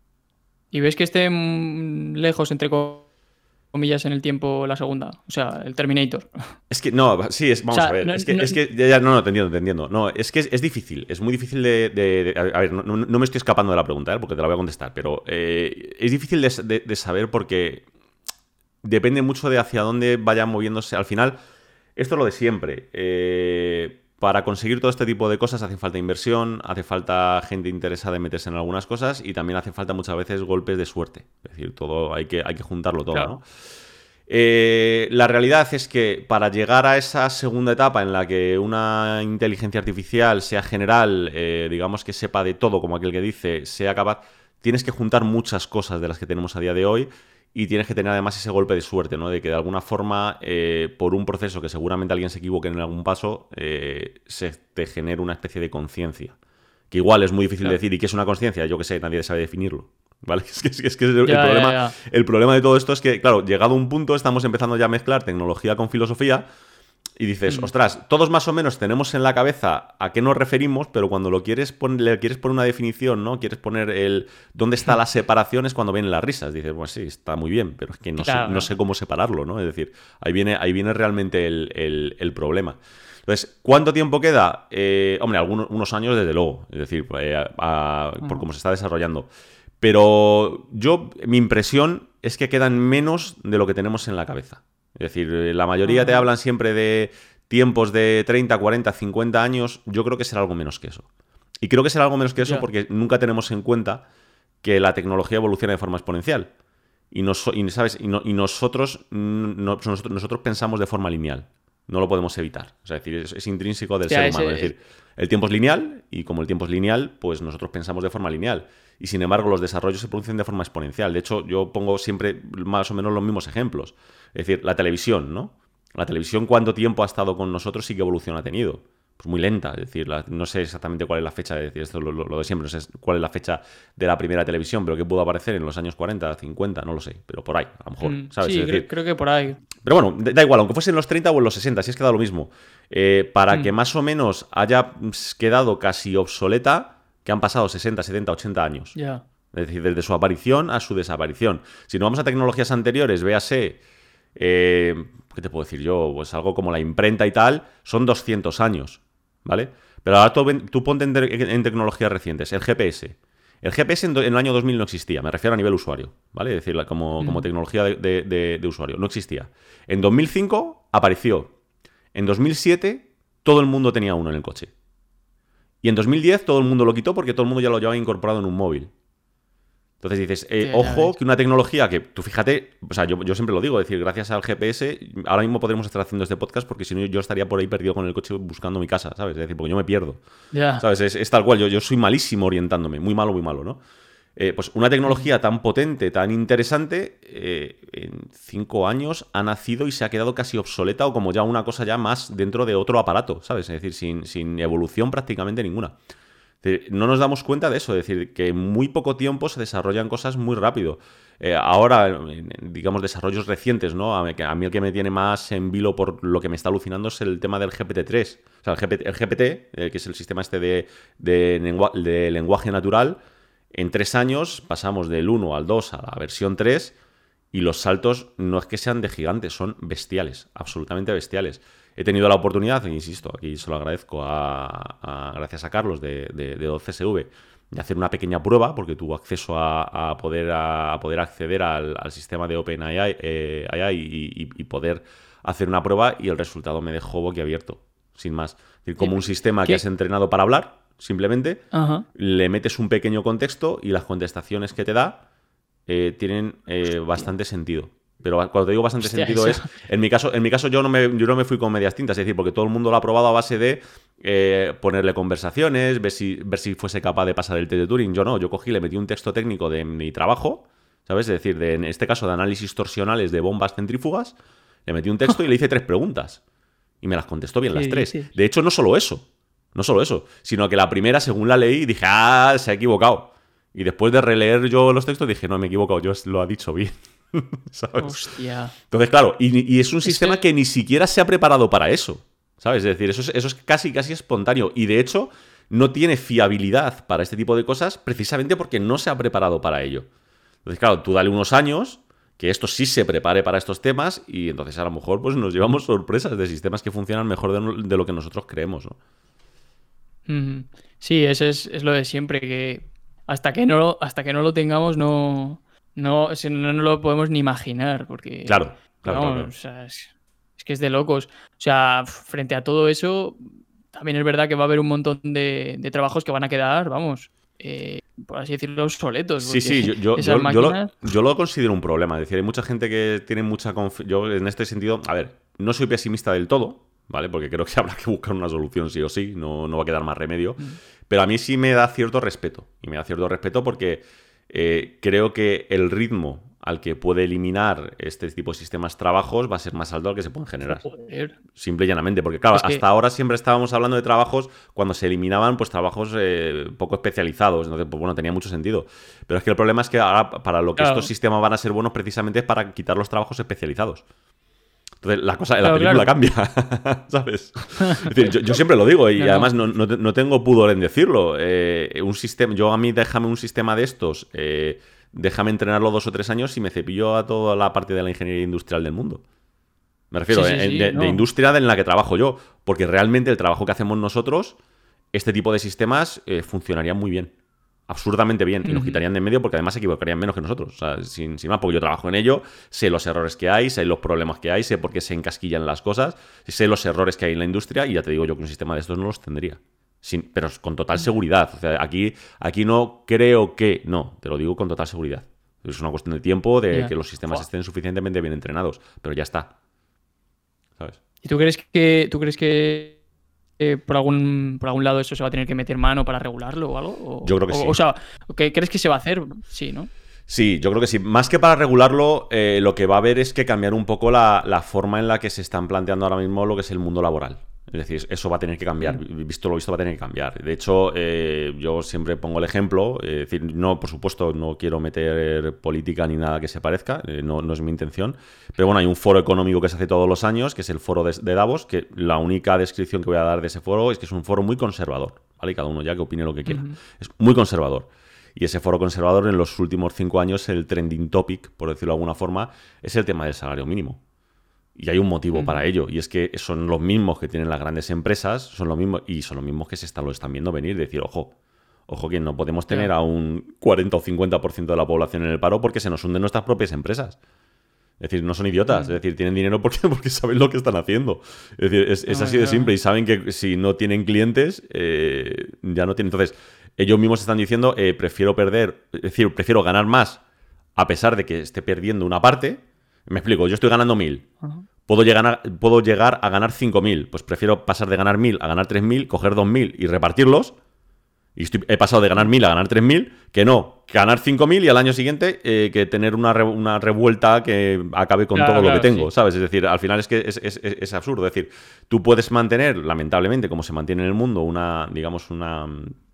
¿Y ves que esté lejos, entre comillas, en el tiempo la segunda? O sea, el Terminator. Es que, no, sí, es, vamos o sea, a ver, no, es que, no, es que ya, ya, no, no, te entiendo, te entiendo. No, es que es, es difícil, es muy difícil de... de, de a ver, no, no me estoy escapando de la pregunta, ¿eh? Porque te la voy a contestar, pero eh, es difícil de, de, de saber porque depende mucho de hacia dónde vaya moviéndose. Al final, esto es lo de siempre. Eh, para conseguir todo este tipo de cosas hace falta inversión, hace falta gente interesada en meterse en algunas cosas y también hace falta muchas veces golpes de suerte. Es decir, todo hay que, hay que juntarlo todo, claro, ¿no? Eh, la realidad es que para llegar a esa segunda etapa en la que una inteligencia artificial sea general, eh, digamos que sepa de todo, como aquel que dice, sea capaz, tienes que juntar muchas cosas de las que tenemos a día de hoy y tienes que tener además ese golpe de suerte, ¿no? De que de alguna forma, eh, por un proceso que seguramente alguien se equivoque en algún paso, eh, se te genere una especie de conciencia. Que igual es muy difícil claro. de decir, ¿y qué es una conciencia? Yo qué sé, nadie sabe definirlo. ¿Vale? Es que, es que, es que el, ya, el, problema, ya, ya. el problema de todo esto es que, claro, llegado a un punto estamos empezando ya a mezclar tecnología con filosofía y dices, mm. ostras, todos más o menos tenemos en la cabeza a qué nos referimos, pero cuando lo quieres poner, le quieres poner una definición, ¿no? Quieres poner el dónde está la separación es cuando vienen las risas. Dices, pues sí, está muy bien, pero es que no, claro. sé, no sé cómo separarlo, ¿no? Es decir, ahí viene, ahí viene realmente el, el, el problema. Entonces, ¿cuánto tiempo queda? Eh, hombre, algunos unos años desde luego, es decir, eh, a, a, uh-huh. por cómo se está desarrollando. Pero yo, mi impresión es que quedan menos de lo que tenemos en la cabeza. Es decir, la mayoría uh-huh. te hablan siempre de tiempos de treinta, cuarenta, cincuenta años. Yo creo que será algo menos que eso. Y creo que será algo menos que eso yeah. porque nunca tenemos en cuenta que la tecnología evoluciona de forma exponencial. Y, nos, y, ¿sabes? y, no, y nosotros, no, nosotros, nosotros pensamos de forma lineal. No lo podemos evitar. O sea, es, decir, es, es intrínseco del yeah, ser humano. Ese... Es decir, el tiempo es lineal y como el tiempo es lineal, pues nosotros pensamos de forma lineal. Y sin embargo, los desarrollos se producen de forma exponencial. De hecho, yo pongo siempre más o menos los mismos ejemplos. Es decir, la televisión, ¿no? La televisión, ¿cuánto tiempo ha estado con nosotros y qué evolución ha tenido? Pues muy lenta. Es decir, la, no sé exactamente cuál es la fecha, es decir, esto es lo, lo, lo de siempre, no sé cuál es la fecha de la primera televisión, pero que pudo aparecer en los años cuarenta, cincuenta, no lo sé, pero por ahí, a lo mejor, mm, ¿sabes? Sí, es decir, creo, creo que por ahí. Pero bueno, da igual, aunque fuese en los treinta o en los sesenta, si es que da lo mismo. Eh, para mm. que más o menos haya quedado casi obsoleta, que han pasado sesenta, setenta, ochenta años. Ya. Yeah. Es decir, desde su aparición a su desaparición. Si no vamos a tecnologías anteriores, véase, eh, ¿qué te puedo decir yo? Pues algo como la imprenta y tal, son doscientos años, ¿vale? Pero ahora tú, tú ponte en, en tecnologías recientes, el G P S. El G P S en, do, en el año dos mil no existía, me refiero a nivel usuario, ¿vale? Es decir, como, mm. como tecnología de, de, de, de usuario, no existía. En dos mil cinco apareció. En dos mil siete todo el mundo tenía uno en el coche. Y en dos mil diez todo el mundo lo quitó porque todo el mundo ya lo llevaba incorporado en un móvil. Entonces dices, eh, sí, ojo, que una tecnología que, tú fíjate, o sea, yo, yo siempre lo digo, es decir, gracias al G P S, ahora mismo podremos estar haciendo este podcast porque si no yo estaría por ahí perdido con el coche buscando mi casa, ¿sabes? Es decir, porque yo me pierdo, yeah. ¿sabes? Es, es tal cual, yo, yo soy malísimo orientándome, muy malo, muy malo, ¿no? Eh, pues una tecnología tan potente, tan interesante, eh, en cinco años ha nacido y se ha quedado casi obsoleta o como ya una cosa ya más dentro de otro aparato, ¿sabes? Es decir, sin, sin evolución prácticamente ninguna. No nos damos cuenta de eso, es decir, que en muy poco tiempo se desarrollan cosas muy rápido. Eh, ahora, digamos, desarrollos recientes, ¿no? A mí, a mí el que me tiene más en vilo por lo que me está alucinando es el tema del G P T tres. O sea, el G P T, el G P T eh, que es el sistema este de, de, lengua, de lenguaje natural, en tres años pasamos del uno al dos a la versión tres y los saltos no es que sean de gigantes, son bestiales, absolutamente bestiales. He tenido la oportunidad, insisto, aquí se lo agradezco a, a, gracias a Carlos de, de, de doce S V, de hacer una pequeña prueba, porque tuvo acceso a, a, poder, a, a poder acceder al, al sistema de OpenAI eh, y, y, y poder hacer una prueba y el resultado me dejó boquiabierto, sin más. Es decir, como ¿Qué? un sistema ¿Qué? que has entrenado para hablar, simplemente, uh-huh. le metes un pequeño contexto y las contestaciones que te da eh, tienen eh, bastante sentido. Pero cuando te digo bastante Hostia, sentido eso. es... En mi caso, en mi caso yo, no me, yo no me fui con medias tintas, es decir, porque todo el mundo lo ha probado a base de eh, ponerle conversaciones, ver si, ver si fuese capaz de pasar el test de Turing. Yo no, yo cogí, le metí un texto técnico de mi trabajo, ¿sabes? Es decir, de, en este caso de análisis torsionales de bombas centrífugas, le metí un texto y le hice tres preguntas. Y me las contestó bien las tres. De hecho, no solo eso, no solo eso, sino que la primera, según la leí, dije, ah, se ha equivocado. Y después de releer yo los textos dije, no, me he equivocado, yo lo ha dicho bien. ¿Sabes? Hostia. Entonces, claro, y, y es un sistema es que... que ni siquiera se ha preparado para eso, ¿sabes? Es decir, eso es, eso es casi, casi espontáneo y de hecho no tiene fiabilidad para este tipo de cosas precisamente porque no se ha preparado para ello. Entonces, claro, tú dale unos años que esto sí se prepare para estos temas y entonces a lo mejor pues nos llevamos sorpresas de sistemas que funcionan mejor de, de lo que nosotros creemos, ¿no? Mm, sí, eso es, es lo de siempre, que hasta que no, hasta que no lo tengamos no... No, no, no lo podemos ni imaginar, porque... Claro, claro, vamos, claro. O sea, es, es que es de locos. O sea, frente a todo eso, también es verdad que va a haber un montón de, de trabajos que van a quedar, vamos, eh, por así decirlo, obsoletos. Sí, sí, yo, yo, yo, máquinas... yo, lo, yo lo considero un problema. Es decir, hay mucha gente que tiene mucha confianza. Yo, en este sentido, a ver, no soy pesimista del todo, ¿vale? Porque creo que habrá que buscar una solución sí o sí, no, no va a quedar más remedio. Mm. Pero a mí sí me da cierto respeto. Y me da cierto respeto porque... Eh, creo que el ritmo al que puede eliminar este tipo de sistemas trabajos va a ser más alto al que se pueden generar. Joder. Simple y llanamente, porque claro, es que... hasta ahora siempre estábamos hablando de trabajos cuando se eliminaban pues trabajos eh, poco especializados, entonces pues bueno, tenía mucho sentido. Pero es que el problema es que ahora para lo que claro. estos sistemas van a ser buenos precisamente es para quitar los trabajos especializados. Entonces la cosa, la claro, película claro. cambia, ¿sabes? Es decir, yo, yo siempre lo digo y no, además no, no, no tengo pudor en decirlo. Eh, un sistema, yo a mí déjame un sistema de estos, eh, déjame entrenarlo dos o tres años y me cepillo a toda la parte de la ingeniería industrial del mundo. Me refiero sí, sí, sí, de, no. de industria en la que trabajo yo, porque realmente el trabajo que hacemos nosotros, este tipo de sistemas eh, funcionarían muy bien. Absurdamente bien, y nos quitarían de en medio porque además se equivocarían menos que nosotros, o sea, sin, sin más, porque yo trabajo en ello, sé los errores que hay, sé los problemas que hay, sé por qué se encasquillan las cosas, sé los errores que hay en la industria y ya te digo yo que un sistema de estos no los tendría, sin, pero con total seguridad. O sea, aquí, aquí no creo que, no, te lo digo con total seguridad. Es una cuestión de tiempo, de yeah. que los sistemas estén suficientemente bien entrenados, pero ya está, ¿sabes? ¿Y tú crees que, tú crees que Eh, por algún por algún lado eso se va a tener que meter mano para regularlo o algo? O, yo creo que o, sí. O sea, ¿qué crees que se va a hacer? Sí, ¿no? Sí, yo creo que sí. Más que para regularlo, eh, lo que va a haber es que cambiar un poco la, la forma en la que se están planteando ahora mismo lo que es el mundo laboral. Es decir, eso va a tener que cambiar. Visto lo visto, va a tener que cambiar. De hecho, eh, yo siempre pongo el ejemplo. Es decir, no, por supuesto, no quiero meter política ni nada que se parezca. Eh, no, no es mi intención. Pero bueno, hay un foro económico que se hace todos los años, que es el foro de, de Davos, que la única descripción que voy a dar de ese foro es que es un foro muy conservador. ¿Vale? Y cada uno ya que opine lo que quiera. Uh-huh. Es muy conservador. Y ese foro conservador en los últimos cinco años, el trending topic, por decirlo de alguna forma, es el tema del salario mínimo. Y hay un motivo Uh-huh. para ello, y es que son los mismos que tienen las grandes empresas, son los mismos, y son los mismos que se están, lo están viendo venir, decir, ojo, ojo que no podemos tener Yeah. a un cuarenta o cincuenta por ciento de la población en el paro porque se nos hunden nuestras propias empresas. Es decir, no son idiotas, Uh-huh. es decir, tienen dinero porque, porque saben lo que están haciendo. Es decir, es, es No, así de yeah. simple, y saben que si no tienen clientes, eh, ya no tienen. Entonces, ellos mismos están diciendo, eh, prefiero perder, es decir, prefiero ganar más a pesar de que esté perdiendo una parte. Me explico, yo estoy ganando mil. Uh-huh. Puedo llegar, a, puedo llegar a ganar cinco mil. Pues prefiero pasar de ganar mil a ganar tres mil, coger dos mil y repartirlos. Y estoy, he pasado de ganar mil a ganar tres mil, que no, ganar cinco mil y al año siguiente eh, que tener una, re, una revuelta que acabe con Claro, todo claro, lo que tengo, sí. ¿sabes? Es decir, al final es que es, es, es, es absurdo. Es decir, tú puedes mantener, lamentablemente, como se mantiene en el mundo, una, digamos, una,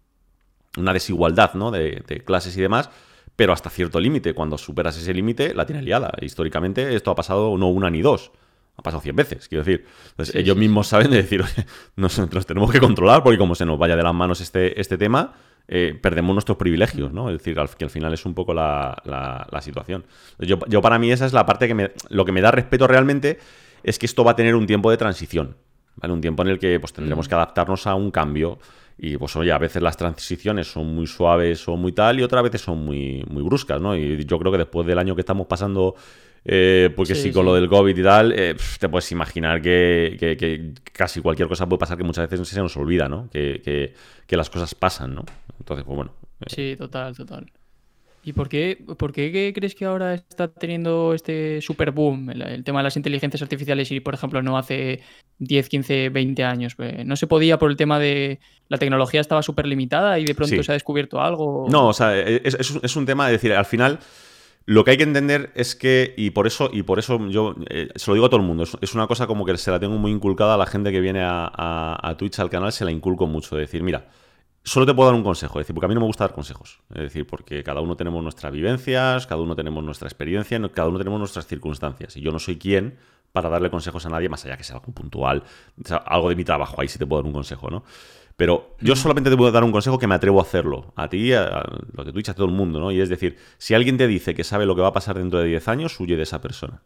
una desigualdad, ¿no? de, de clases y demás, pero hasta cierto límite. Cuando superas ese límite, la tienes liada. Históricamente esto ha pasado no una ni dos, ha pasado cien veces, quiero decir. Entonces, Sí, ellos sí, mismos saben de decir, oye, nosotros tenemos que controlar porque como se nos vaya de las manos este, este tema, eh, perdemos nuestros privilegios, ¿no? Es decir, al, que al final es un poco la, la, la situación. Yo, yo para mí esa es la parte que me, lo que me da respeto realmente es que esto va a tener un tiempo de transición, ¿vale? Un tiempo en el que pues tendremos que adaptarnos a un cambio. Y pues oye, a veces las transiciones son muy suaves o muy tal, y otras veces son muy, muy bruscas, ¿no? Y yo creo que después del año que estamos pasando, eh, porque sí, Sí, con sí. lo del COVID y tal, eh, te puedes imaginar que, que, que casi cualquier cosa puede pasar, que muchas veces se nos olvida, ¿no? Que, que, que las cosas pasan, ¿no? Entonces, pues bueno. eh, Sí, total, total. ¿Y por qué, por qué qué crees que ahora está teniendo este super boom el, el tema de las inteligencias artificiales y, por ejemplo, no hace diez, quince, veinte años? Pues, ¿no se podía por el tema de la tecnología estaba súper limitada y de pronto sí. se ha descubierto algo? No, o sea, es, es, es un tema de decir, al final, lo que hay que entender es que, y por eso, y por eso yo eh, se lo digo a todo el mundo, es, es una cosa como que se la tengo muy inculcada a la gente que viene a, a, a Twitch, al canal, se la inculco mucho, de decir, mira, solo te puedo dar un consejo, es decir, porque a mí no me gusta dar consejos, es decir, porque cada uno tenemos nuestras vivencias, cada uno tenemos nuestra experiencia, cada uno tenemos nuestras circunstancias, y yo no soy quien para darle consejos a nadie, más allá que sea algo puntual, o sea, algo de mi trabajo, ahí sí te puedo dar un consejo, ¿no? Pero yo solamente te puedo dar un consejo que me atrevo a hacerlo, a ti, a los de Twitch, a todo el mundo, ¿no? Y es decir, si alguien te dice que sabe lo que va a pasar dentro de diez años, huye de esa persona.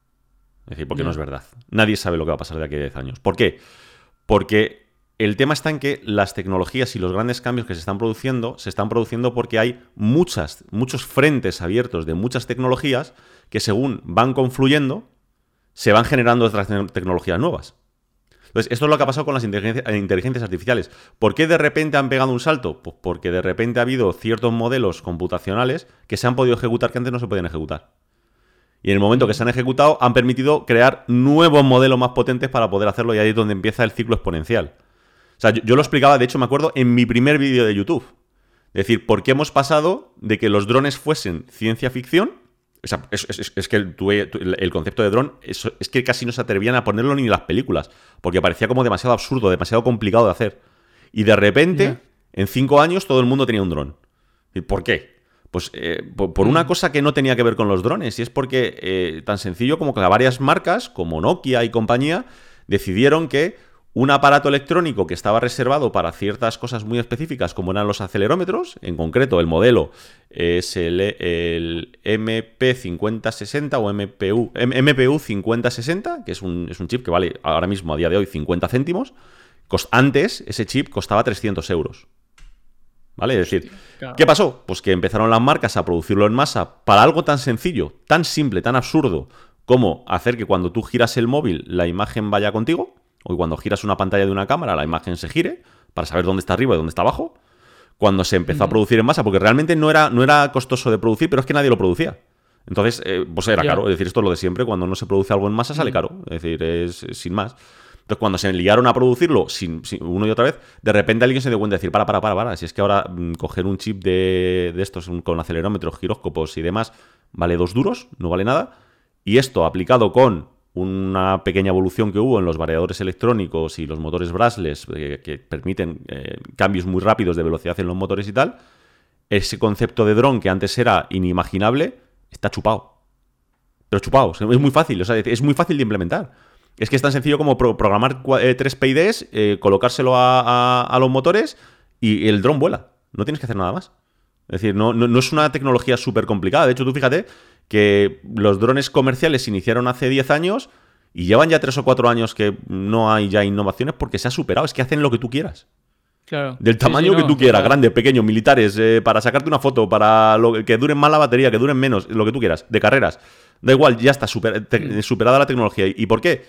Es decir, porque Ya. no es verdad. Nadie sabe lo que va a pasar de aquí a diez años. ¿Por qué? Porque el tema está en que las tecnologías y los grandes cambios que se están produciendo se están produciendo porque hay muchas, muchos frentes abiertos de muchas tecnologías que según van confluyendo se van generando otras te- tecnologías nuevas. Entonces, esto es lo que ha pasado con las inteligencia- inteligencias artificiales. ¿Por qué de repente han pegado un salto? Pues porque de repente ha habido ciertos modelos computacionales que se han podido ejecutar que antes no se podían ejecutar. Y en el momento que se han ejecutado, han permitido crear nuevos modelos más potentes para poder hacerlo, y ahí es donde empieza el ciclo exponencial. O sea, yo, yo lo explicaba, de hecho, me acuerdo, en mi primer vídeo de YouTube. Es decir, ¿por qué hemos pasado de que los drones fuesen ciencia ficción? O sea, es, es, es que tú, el concepto de dron es, es que casi no se atrevían a ponerlo ni en las películas, porque parecía como demasiado absurdo, demasiado complicado de hacer. Y de repente, Ya. en cinco años, todo el mundo tenía un dron. ¿Y por qué? Pues eh, por, por una Mm. cosa que no tenía que ver con los drones, y es porque eh, tan sencillo como que varias marcas, como Nokia y compañía, decidieron que un aparato electrónico que estaba reservado para ciertas cosas muy específicas, como eran los acelerómetros, en concreto el modelo es el, el M P cincuenta sesenta o M P U, M P U cincuenta sesenta, que es un, es un chip que vale ahora mismo, a día de hoy, cincuenta céntimos. Cost- Antes ese chip costaba trescientos euros. ¿Vale? Es decir, Claro. ¿qué pasó? Pues que empezaron las marcas a producirlo en masa para algo tan sencillo, tan simple, tan absurdo, como hacer que cuando tú giras el móvil la imagen vaya contigo, o que cuando giras una pantalla de una cámara la imagen se gire, para saber dónde está arriba y dónde está abajo. Cuando se empezó a Ujú. producir en masa, porque realmente no era, no era costoso de producir, pero es que nadie lo producía. Entonces, eh, pues era Ya. caro. Es decir, esto es lo de siempre. Cuando no se produce algo en masa, sale Mm. caro. Es decir, es, es sin más. Entonces, cuando se liaron a producirlo sin, sin- uno y otra vez, de repente alguien se dio cuenta de decir, para, para, para, para. Si es que ahora mm, coger un chip de, de estos un- con acelerómetros, giróscopos y demás, vale dos duros, no vale nada. Y esto aplicado con una pequeña evolución que hubo en los variadores electrónicos y los motores brushless, eh, que permiten eh, cambios muy rápidos de velocidad en los motores y tal, ese concepto de dron que antes era inimaginable, está chupado. Pero chupado, es muy fácil, o sea, es muy fácil de implementar. Es que es tan sencillo como pro- programar cua- eh, tres P I Ds, eh, colocárselo a, a- a los motores y el dron vuela. No tienes que hacer nada más. Es decir, no, no, no es una tecnología súper complicada. De hecho, tú fíjate que los drones comerciales se iniciaron hace diez años Y llevan ya tres o cuatro años que no hay ya innovaciones porque se ha superado. Es que hacen lo que tú quieras. Claro. Del tamaño sí, sí, que no, tú quieras, total. grande, pequeño, militares, eh, para sacarte una foto, para lo, que duren más la batería, que duren menos, lo que tú quieras, de carreras. Da igual, ya está super, te, Mm. superada la tecnología. ¿Y por qué?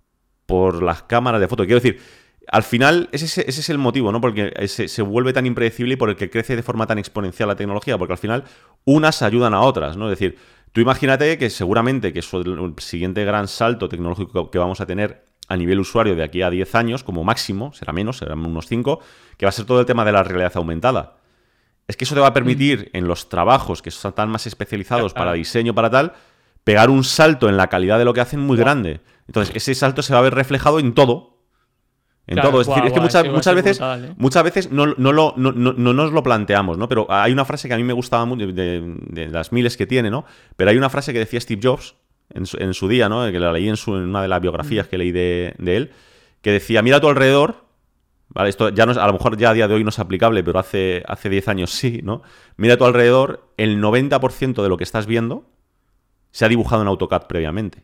Por las cámaras de foto. Quiero decir, al final, ese, ese es el motivo, ¿no? Porque se, se vuelve tan impredecible y por el que crece de forma tan exponencial la tecnología, porque al final unas ayudan a otras, ¿no? Es decir, tú imagínate que seguramente que eso, el siguiente gran salto tecnológico que vamos a tener a nivel usuario de aquí a diez años, como máximo, será menos, serán unos cinco, que va a ser todo el tema de la realidad aumentada. Es que eso te va a permitir, en los trabajos que están más especializados Claro. para diseño, para tal, pegar un salto en la calidad de lo que hacen muy grande. Entonces, ese salto se va a ver reflejado en todo. En Claro, todo. Es decir, guau, es que guau, muchas, eso va a muchas ser veces, brutal, ¿eh? muchas veces no, no, lo, no, no, no nos lo planteamos, ¿no? Pero hay una frase que a mí me gustaba mucho, de, de las miles que tiene, ¿no? Pero hay una frase que decía Steve Jobs en su, en su día, ¿no? Que la leí en, su, en una de las biografías que leí de, de él, que decía, mira a tu alrededor, ¿vale? Esto ya no es, a lo mejor ya a día de hoy no es aplicable, pero hace, hace diez años sí, ¿no? Mira a tu alrededor, el noventa por ciento de lo que estás viendo se ha dibujado en AutoCAD previamente.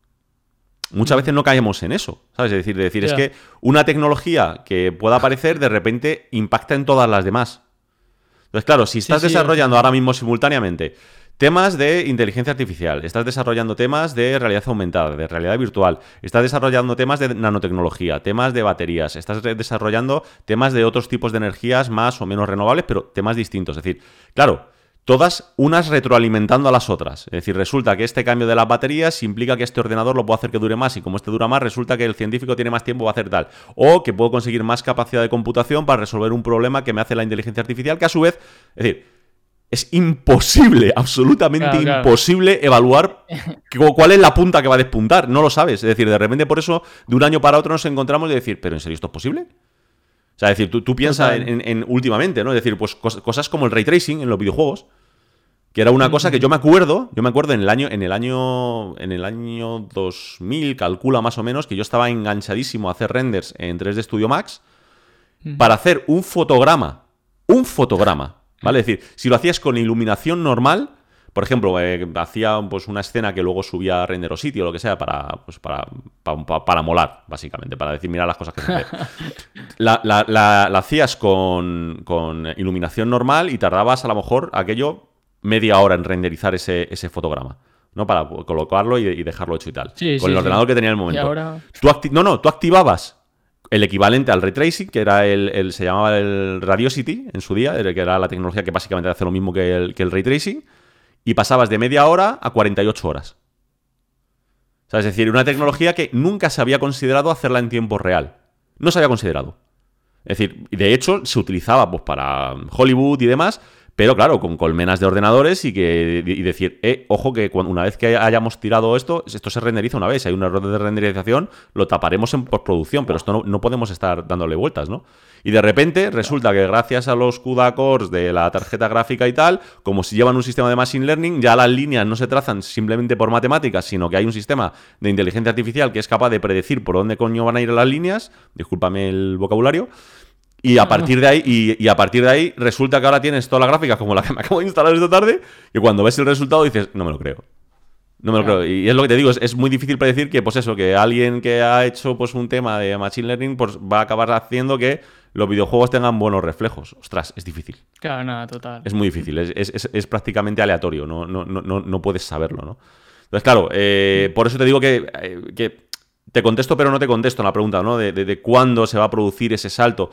Muchas veces no caemos en eso, ¿sabes? Es decir, de decir, Ya. es que una tecnología que pueda aparecer de repente impacta en todas las demás. Entonces, claro, si estás Sí, sí, o desarrollando sea, ahora mismo simultáneamente temas de inteligencia artificial, estás desarrollando temas de realidad aumentada, de realidad virtual, estás desarrollando temas de nanotecnología, temas de baterías, estás de- desarrollando temas de otros tipos de energías más o menos renovables, pero temas distintos. Es decir, claro, todas unas retroalimentando a las otras. Es decir, resulta que este cambio de las baterías implica que este ordenador lo puedo hacer que dure más y como este dura más, resulta que el científico tiene más tiempo para hacer tal. O que puedo conseguir más capacidad de computación para resolver un problema que me hace la inteligencia artificial, que a su vez, es decir, es imposible, absolutamente claro, claro. imposible evaluar cu- cuál es la punta que va a despuntar. No lo sabes. Es decir, de repente por eso, de un año para otro nos encontramos y decir, ¿pero en serio esto es posible? O sea, es decir, tú, tú piensas en, Total. en- en últimamente, ¿no? Es decir, pues cos- cosas como el ray tracing en los videojuegos, que era una cosa que Ujú. yo me acuerdo, yo me acuerdo en el año, en el año, en el año dos mil, calcula más o menos, que yo estaba enganchadísimo a hacer renders en tres D Studio Max para hacer un fotograma, un fotograma, ¿vale? Es decir, si lo hacías con iluminación normal, por ejemplo, eh, hacía pues, una escena que luego subía a Renderosity o lo que sea para, pues, para, pa- pa- para molar, básicamente, para decir, mira las cosas que se hace. La, la- la- la hacías con, con iluminación normal y tardabas a lo mejor aquello media hora en renderizar ese, ese fotograma, ¿no? Para colocarlo y, y dejarlo hecho y tal. Sí, Con sí, el sí. ordenador que tenía en el Y momento. ahora. Tú acti- no, no, tú activabas el equivalente al ray tracing, que era el, el- se llamaba el Radiosity en su día, que era la tecnología que básicamente hace lo mismo que el, que el ray tracing, y pasabas de media hora a cuarenta y ocho horas. O sea, es decir, una tecnología que nunca se había considerado hacerla en tiempo real. No se había considerado. Es decir, de hecho, se utilizaba pues, para Hollywood y demás, pero claro, con colmenas de ordenadores y que y decir, eh, ojo que cuando, una vez que hayamos tirado esto, esto se renderiza una vez. Si hay un error de renderización, lo taparemos en postproducción, pero esto no, no podemos estar dándole vueltas, ¿no? Y de repente resulta que gracias a los CUDA cores de la tarjeta gráfica y tal, como si llevan un sistema de machine learning, ya las líneas no se trazan simplemente por matemáticas, sino que hay un sistema de inteligencia artificial que es capaz de predecir por dónde coño van a ir las líneas, discúlpame el vocabulario. Y a partir de ahí, y, y a partir de ahí, resulta que ahora tienes todas las gráficas como la que me acabo de instalar esta tarde, y cuando ves el resultado dices, no me lo creo. No me lo Claro. creo. Y es lo que te digo, es, es muy difícil predecir que, pues eso, que alguien que ha hecho pues un tema de Machine Learning, pues va a acabar haciendo que los videojuegos tengan buenos reflejos. Ostras, es difícil. Claro, nada, total. Es muy difícil. Es, es- es- es prácticamente aleatorio. No, no, no, no, no puedes saberlo, ¿no? Entonces, claro, eh, por eso te digo que, eh, que te contesto, pero no te contesto en la pregunta, ¿no? De, de- de cuándo se va a producir ese salto.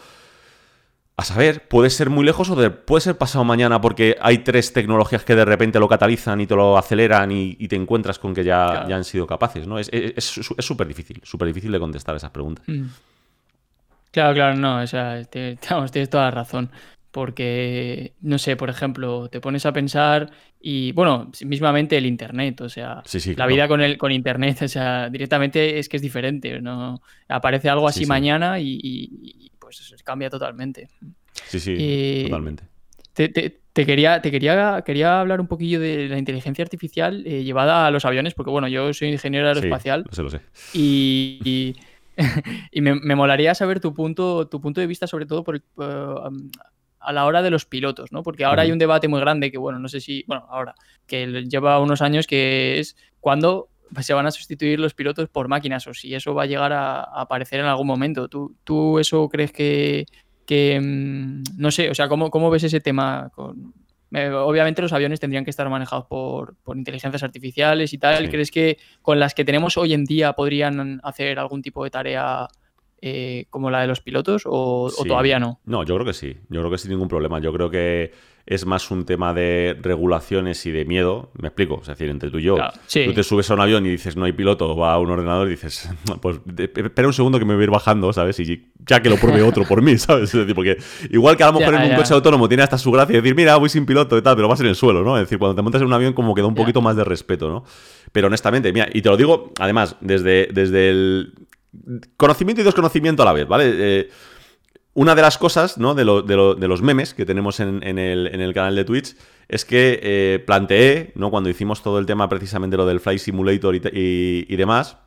A saber, puede ser muy lejos o de- puede ser pasado mañana porque hay tres tecnologías que de repente lo catalizan y te lo aceleran y, y te encuentras con que ya, Claro. ya han sido capaces, ¿no? Es es súper difícil, súper difícil de contestar esas preguntas. Mm. Claro, claro, no, o sea, te- vamos, tienes toda la razón. Porque, no sé, por ejemplo, te pones a pensar y, bueno, sí, mismamente el Internet, o sea, Sí, sí, la claro. vida con el con Internet, o sea, directamente es que es diferente, ¿no? Aparece algo Sí, así sí. mañana y, y- y, pues cambia totalmente. Sí, sí, Eh, totalmente. Te, te- te quería, te quería, quería hablar un poquillo de la inteligencia artificial eh, llevada a los aviones, porque bueno, yo soy ingeniero Sí, aeroespacial lo sé, lo sé. y, y, y me, me molaría saber tu punto, tu punto de vista, sobre todo por, el- eh, um, a la hora de los pilotos, ¿no? Porque ahora hay Ujú. un debate muy grande que, bueno, no sé si, bueno, ahora, que lleva unos años que es cuando se van a sustituir los pilotos por máquinas, o si eso va a llegar a, a aparecer en algún momento. ¿Tú, tú eso crees que, que no sé, o sea, ¿cómo, cómo ves ese tema? Con, eh, obviamente los aviones tendrían que estar manejados por, por inteligencias artificiales y tal. Sí. ¿Crees que con las que tenemos hoy en día podrían hacer algún tipo de tarea eh, como la de los pilotos o, sí. o todavía no? No, yo creo que sí. Yo creo que sin ningún problema. Yo creo que es más un tema de regulaciones y de miedo. Me explico. Es decir, entre tú y yo, claro, sí. tú te subes a un avión y dices no hay piloto, va a un ordenador y dices, pues espera un segundo que me voy a ir bajando, ¿sabes? Y ya que lo pruebe otro por mí, ¿sabes? Es decir, porque igual que a lo mejor ya, en un ya. coche autónomo tiene hasta su gracia decir, mira, voy sin piloto y tal, pero vas en el suelo, ¿no? Es decir, cuando te montas en un avión como que da un poquito ya. más de respeto, ¿no? Pero honestamente, mira, y te lo digo, además, desde, desde el conocimiento y desconocimiento a la vez, ¿vale? Eh, Una de las cosas, ¿no? de, lo, de, lo, de los memes que tenemos en, en, el, en el canal de Twitch es que eh, planteé, ¿no? Cuando hicimos todo el tema precisamente lo del Flight Simulator y, y, y demás,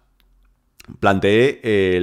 planteé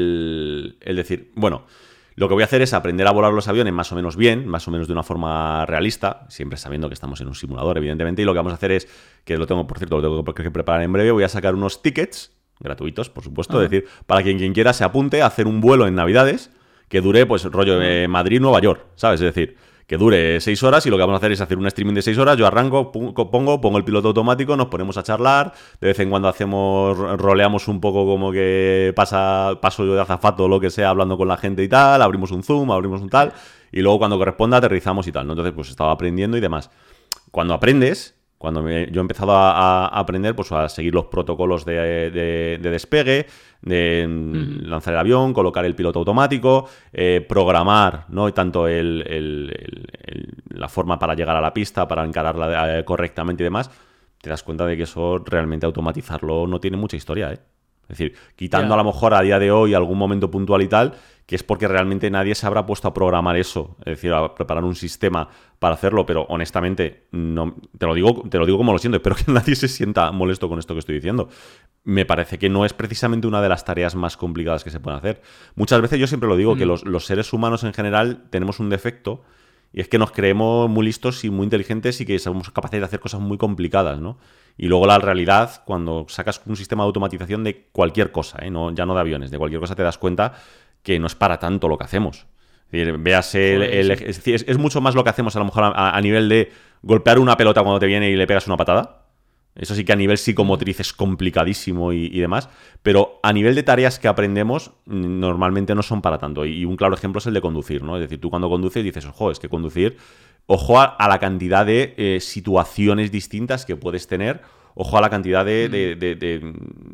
el, el decir, bueno, lo que voy a hacer es aprender a volar los aviones más o menos bien, más o menos de una forma realista, siempre sabiendo que estamos en un simulador, evidentemente, y lo que vamos a hacer es, que lo tengo, por cierto, lo tengo que preparar en breve, voy a sacar unos tickets gratuitos, por supuesto, uh-huh. es decir, para quien, quien quiera se apunte a hacer un vuelo en Navidades, que dure, pues, rollo eh, Madrid-Nueva York, ¿sabes? Es decir, que dure seis horas y lo que vamos a hacer es hacer un streaming de seis horas, yo arranco, pongo, pongo el piloto automático, nos ponemos a charlar, de vez en cuando hacemos, roleamos un poco como que pasa, paso yo de azafato o lo que sea, hablando con la gente y tal, abrimos un Zoom, abrimos un tal, y luego cuando corresponda aterrizamos y tal, ¿no? Entonces, pues estaba aprendiendo y demás. Cuando aprendes... Cuando me, yo he empezado a, a aprender pues, a seguir los protocolos de, de, de despegue, de uh-huh. lanzar el avión, colocar el piloto automático, eh, programar, ¿no? tanto el, el, el, el, la forma para llegar a la pista, para encararla eh, correctamente y demás, te das cuenta de que eso realmente automatizarlo no tiene mucha historia, ¿eh? Es decir, quitando yeah. a lo mejor a día de hoy algún momento puntual y tal, que es porque realmente nadie se habrá puesto a programar eso, es decir, a preparar un sistema para hacerlo, pero honestamente, no, te lo digo, te lo digo como lo siento, espero que nadie se sienta molesto con esto que estoy diciendo. Me parece que no es precisamente una de las tareas más complicadas que se pueden hacer. Muchas veces yo siempre lo digo, mm. que los, los seres humanos en general tenemos un defecto, y es que nos creemos muy listos y muy inteligentes y que somos capaces de hacer cosas muy complicadas, ¿no? Y luego la realidad, cuando sacas un sistema de automatización de cualquier cosa, ¿eh? no, ya no de aviones, de cualquier cosa te das cuenta que no es para tanto lo que hacemos. Es decir, veas el, el, es, decir, es, es mucho más lo que hacemos a lo mejor a, a nivel de golpear una pelota cuando te viene y le pegas una patada. Eso sí que a nivel psicomotriz es complicadísimo y, y demás, pero a nivel de tareas que aprendemos normalmente no son para tanto. Y un claro ejemplo es el de conducir, ¿no? Es decir, tú cuando conduces dices, ojo, es que conducir, ojo a, a la cantidad de eh, situaciones distintas que puedes tener, ojo a la cantidad de, de, de, de,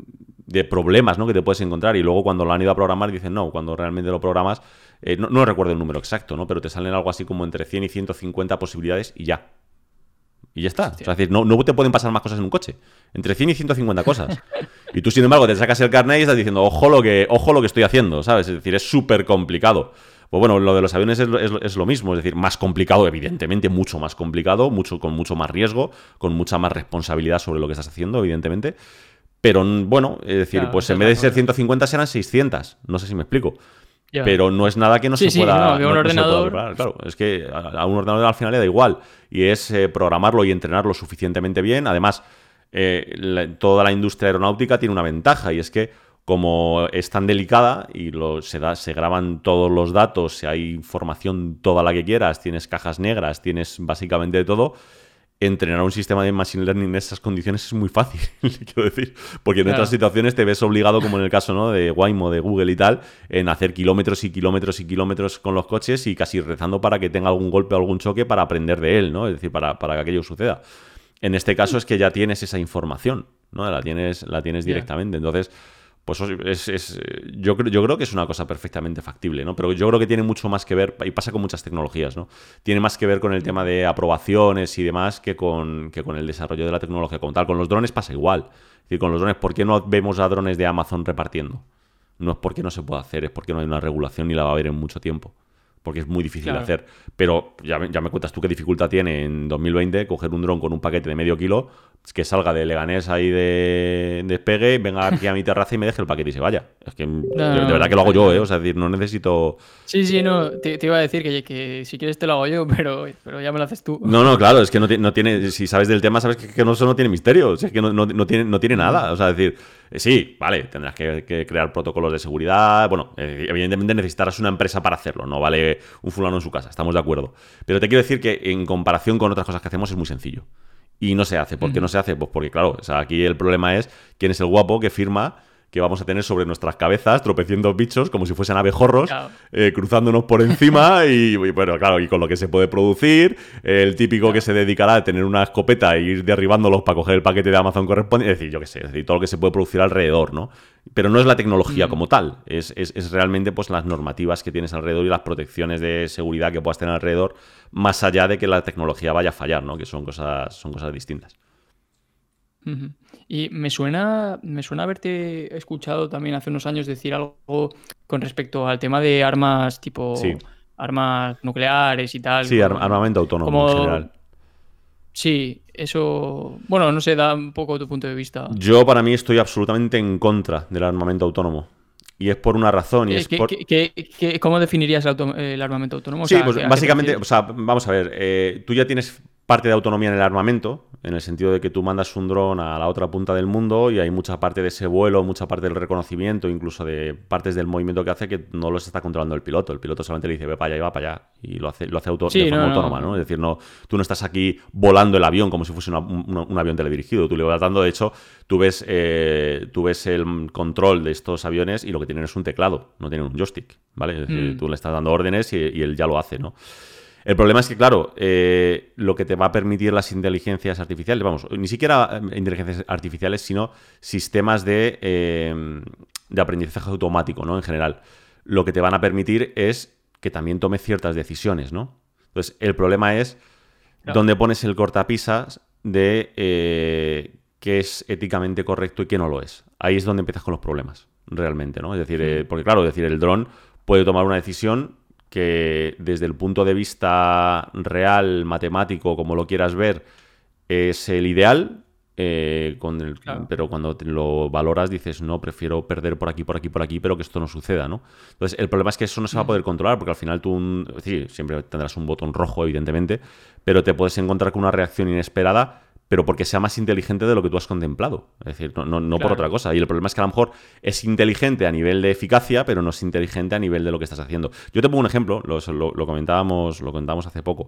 de problemas, ¿no? que te puedes encontrar. Y luego cuando lo han ido a programar dicen, no, cuando realmente lo programas, eh, no, no recuerdo el número exacto, ¿no? pero te salen algo así como entre cien y ciento cincuenta posibilidades y ya. Y ya está. O sea, es decir, no, no te pueden pasar más cosas en un coche. Entre cien y ciento cincuenta cosas. Y tú, sin embargo, te sacas el carnet y estás diciendo, ojo lo que, ojo lo que estoy haciendo, ¿sabes? Es decir, es súper complicado. Pues bueno, lo de los aviones es, es, es lo mismo. Es decir, más complicado, evidentemente, mucho más complicado, mucho, con mucho más riesgo, con mucha más responsabilidad sobre lo que estás haciendo, evidentemente. Pero bueno, es decir, claro, pues en vez de ser ciento cincuenta serán seiscientas. No sé si me explico. Yeah. Pero no es nada que no sí, se pueda... Sí, no, que un no, ordenador... No claro, es que a, a un ordenador al final le da igual. Y es eh, programarlo y entrenarlo suficientemente bien. Además, eh, la, toda la industria aeronáutica tiene una ventaja y es que como es tan delicada y lo, se, da, se graban todos los datos, si hay información toda la que quieras, tienes cajas negras, tienes básicamente de todo... Entrenar un sistema de machine learning en esas condiciones es muy fácil, quiero decir, porque en claro. otras situaciones te ves obligado, como en el caso, ¿no? de Waymo, de Google y tal, en hacer kilómetros y kilómetros y kilómetros con los coches y casi rezando para que tenga algún golpe o algún choque para aprender de él, ¿no? Es decir, para, para que aquello suceda. En este caso es que ya tienes esa información, ¿no? La tienes, la tienes directamente, yeah. entonces... Pues es, es, yo, creo, yo creo que es una cosa perfectamente factible, ¿no? Pero yo creo que tiene mucho más que ver, y pasa con muchas tecnologías, ¿no? Tiene más que ver con el tema de aprobaciones y demás que con, que con el desarrollo de la tecnología como tal. Con los drones pasa igual. Es decir, con los drones, ¿por qué no vemos a drones de Amazon repartiendo? No es porque no se pueda hacer, es porque no hay una regulación ni la va a haber en mucho tiempo. porque es muy difícil Claro. de hacer. Pero ya, me- ya me cuentas tú qué dificultad tiene en dos mil veinte coger un dron con un paquete de medio kilo que salga de Leganés ahí de despegue, venga aquí a mi terraza y me deje el paquete y se vaya. Es que de, no, de verdad que lo hago yo, ¿eh? O sea, es decir, no necesito... Sí, sí, no, te, te iba a decir que, que si quieres te lo hago yo, pero, pero ya me lo haces tú. No, no, claro, es que no, ti- no tiene, si sabes del tema, sabes que, que no, eso no tiene misterio, o sea, es que no, no, no tiene, no tiene nada, o sea, es decir, eh, sí, vale, tendrás que, que crear protocolos de seguridad, bueno, eh, evidentemente necesitarás una empresa para hacerlo, no vale un fulano en su casa, estamos de acuerdo, pero te quiero decir que en comparación con otras cosas que hacemos es muy sencillo, y no se hace. ¿Por qué no se hace? Pues porque, claro, o sea, aquí el problema es quién es el guapo que firma que vamos a tener sobre nuestras cabezas tropecientos bichos como si fuesen abejorros, Claro. eh, cruzándonos por encima y, y, bueno, claro, y con lo que se puede producir, el típico Claro. que se dedicará a tener una escopeta e ir derribándolos para coger el paquete de Amazon correspondiente, es decir, yo qué sé, es decir, todo lo que se puede producir alrededor, ¿no? Pero no es la tecnología Mm. como tal, es, es, es realmente pues las normativas que tienes alrededor y las protecciones de seguridad que puedas tener alrededor, más allá de que la tecnología vaya a fallar, ¿no? Que son cosas, son cosas distintas. Ujú. Y me suena, me suena haberte escuchado también hace unos años decir algo con respecto al tema de armas tipo Sí. armas nucleares y tal. Sí, ar- con- armamento autónomo como- en general. Sí, eso. Bueno, no sé, da un poco tu punto de vista. Yo, para mí, estoy absolutamente en contra del armamento autónomo. Y es por una razón, y Eh, es ¿qué- por... qué- qué- qué- ¿Cómo definirías el, auto- el armamento autónomo? O Sí, sea, pues ¿a qué te básicamente, o refieres? sea, vamos a ver, eh, tú ya tienes parte de autonomía en el armamento, en el sentido de que tú mandas un dron a la otra punta del mundo y hay mucha parte de ese vuelo, mucha parte del reconocimiento, incluso de partes del movimiento que hace que no los está controlando el piloto. El piloto solamente le dice, ve para allá y va para allá. Y lo hace, lo hace auto- Sí, de forma no, no, autónoma, ¿no? no. Es decir, no, tú no estás aquí volando el avión como si fuese una- un, un avión teledirigido. Tú le vas dando, de hecho, tú ves, eh, tú ves el control de estos aviones y lo que tienen es un teclado, no tienen un joystick, ¿vale? Es decir, Mm. tú le estás dando órdenes y, y él ya lo hace, ¿no? El problema es que, claro, eh, lo que te va a permitir las inteligencias artificiales, vamos, ni siquiera eh, inteligencias artificiales, sino sistemas de, eh, de aprendizaje automático, ¿no? En general, lo que te van a permitir es que también tomes ciertas decisiones, ¿no? Entonces, el problema es Claro. dónde pones el cortapisas de eh, qué es éticamente correcto y qué no lo es. Ahí es donde empiezas con los problemas, realmente, ¿no? Es decir, eh, porque claro, es decir, el dron puede tomar una decisión que desde el punto de vista real, matemático, como lo quieras ver, es el ideal, eh, con el- Claro. pero cuando te lo valoras dices, no, prefiero perder por aquí, por aquí, por aquí, pero que esto no suceda, ¿no? Entonces, el problema es que eso no se va a poder controlar, porque al final tú, un- sí, siempre tendrás un botón rojo, evidentemente, pero te puedes encontrar con una reacción inesperada, pero porque sea más inteligente de lo que tú has contemplado. Es decir, no, no, no por Claro. otra cosa. Y el problema es que a lo mejor es inteligente a nivel de eficacia, pero no es inteligente a nivel de lo que estás haciendo. Yo te pongo un ejemplo, lo, lo- lo comentábamos, lo comentábamos hace poco.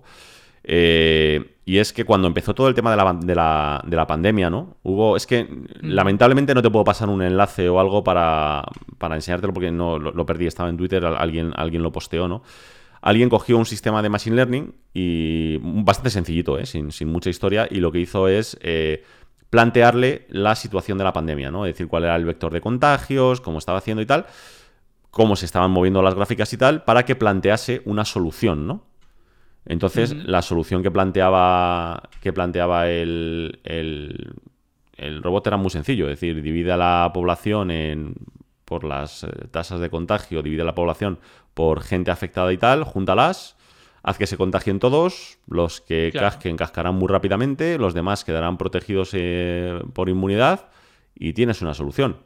Eh, y es que cuando empezó todo el tema de la, de la, de la pandemia, ¿no? Hubo. Es que lamentablemente no te puedo pasar un enlace o algo para, para enseñártelo porque no lo, lo perdí, estaba en Twitter, al- alguien, alguien lo posteó, ¿no? Alguien cogió un sistema de Machine Learning y bastante sencillito, ¿eh? sin, sin mucha historia, y lo que hizo es eh, plantearle la situación de la pandemia, ¿no? Es decir, cuál era el vector de contagios, cómo estaba haciendo y tal, cómo se estaban moviendo las gráficas y tal, para que plantease una solución, ¿no? Entonces, Ujú. la solución que planteaba, que planteaba el, el, el robot era muy sencillo, es decir, divide a la población en, por las eh, tasas de contagio, divide a la población por gente afectada y tal, júntalas, haz que se contagien todos, los que Claro. casquen cascarán muy rápidamente, los demás quedarán protegidos eh, por inmunidad y tienes una solución.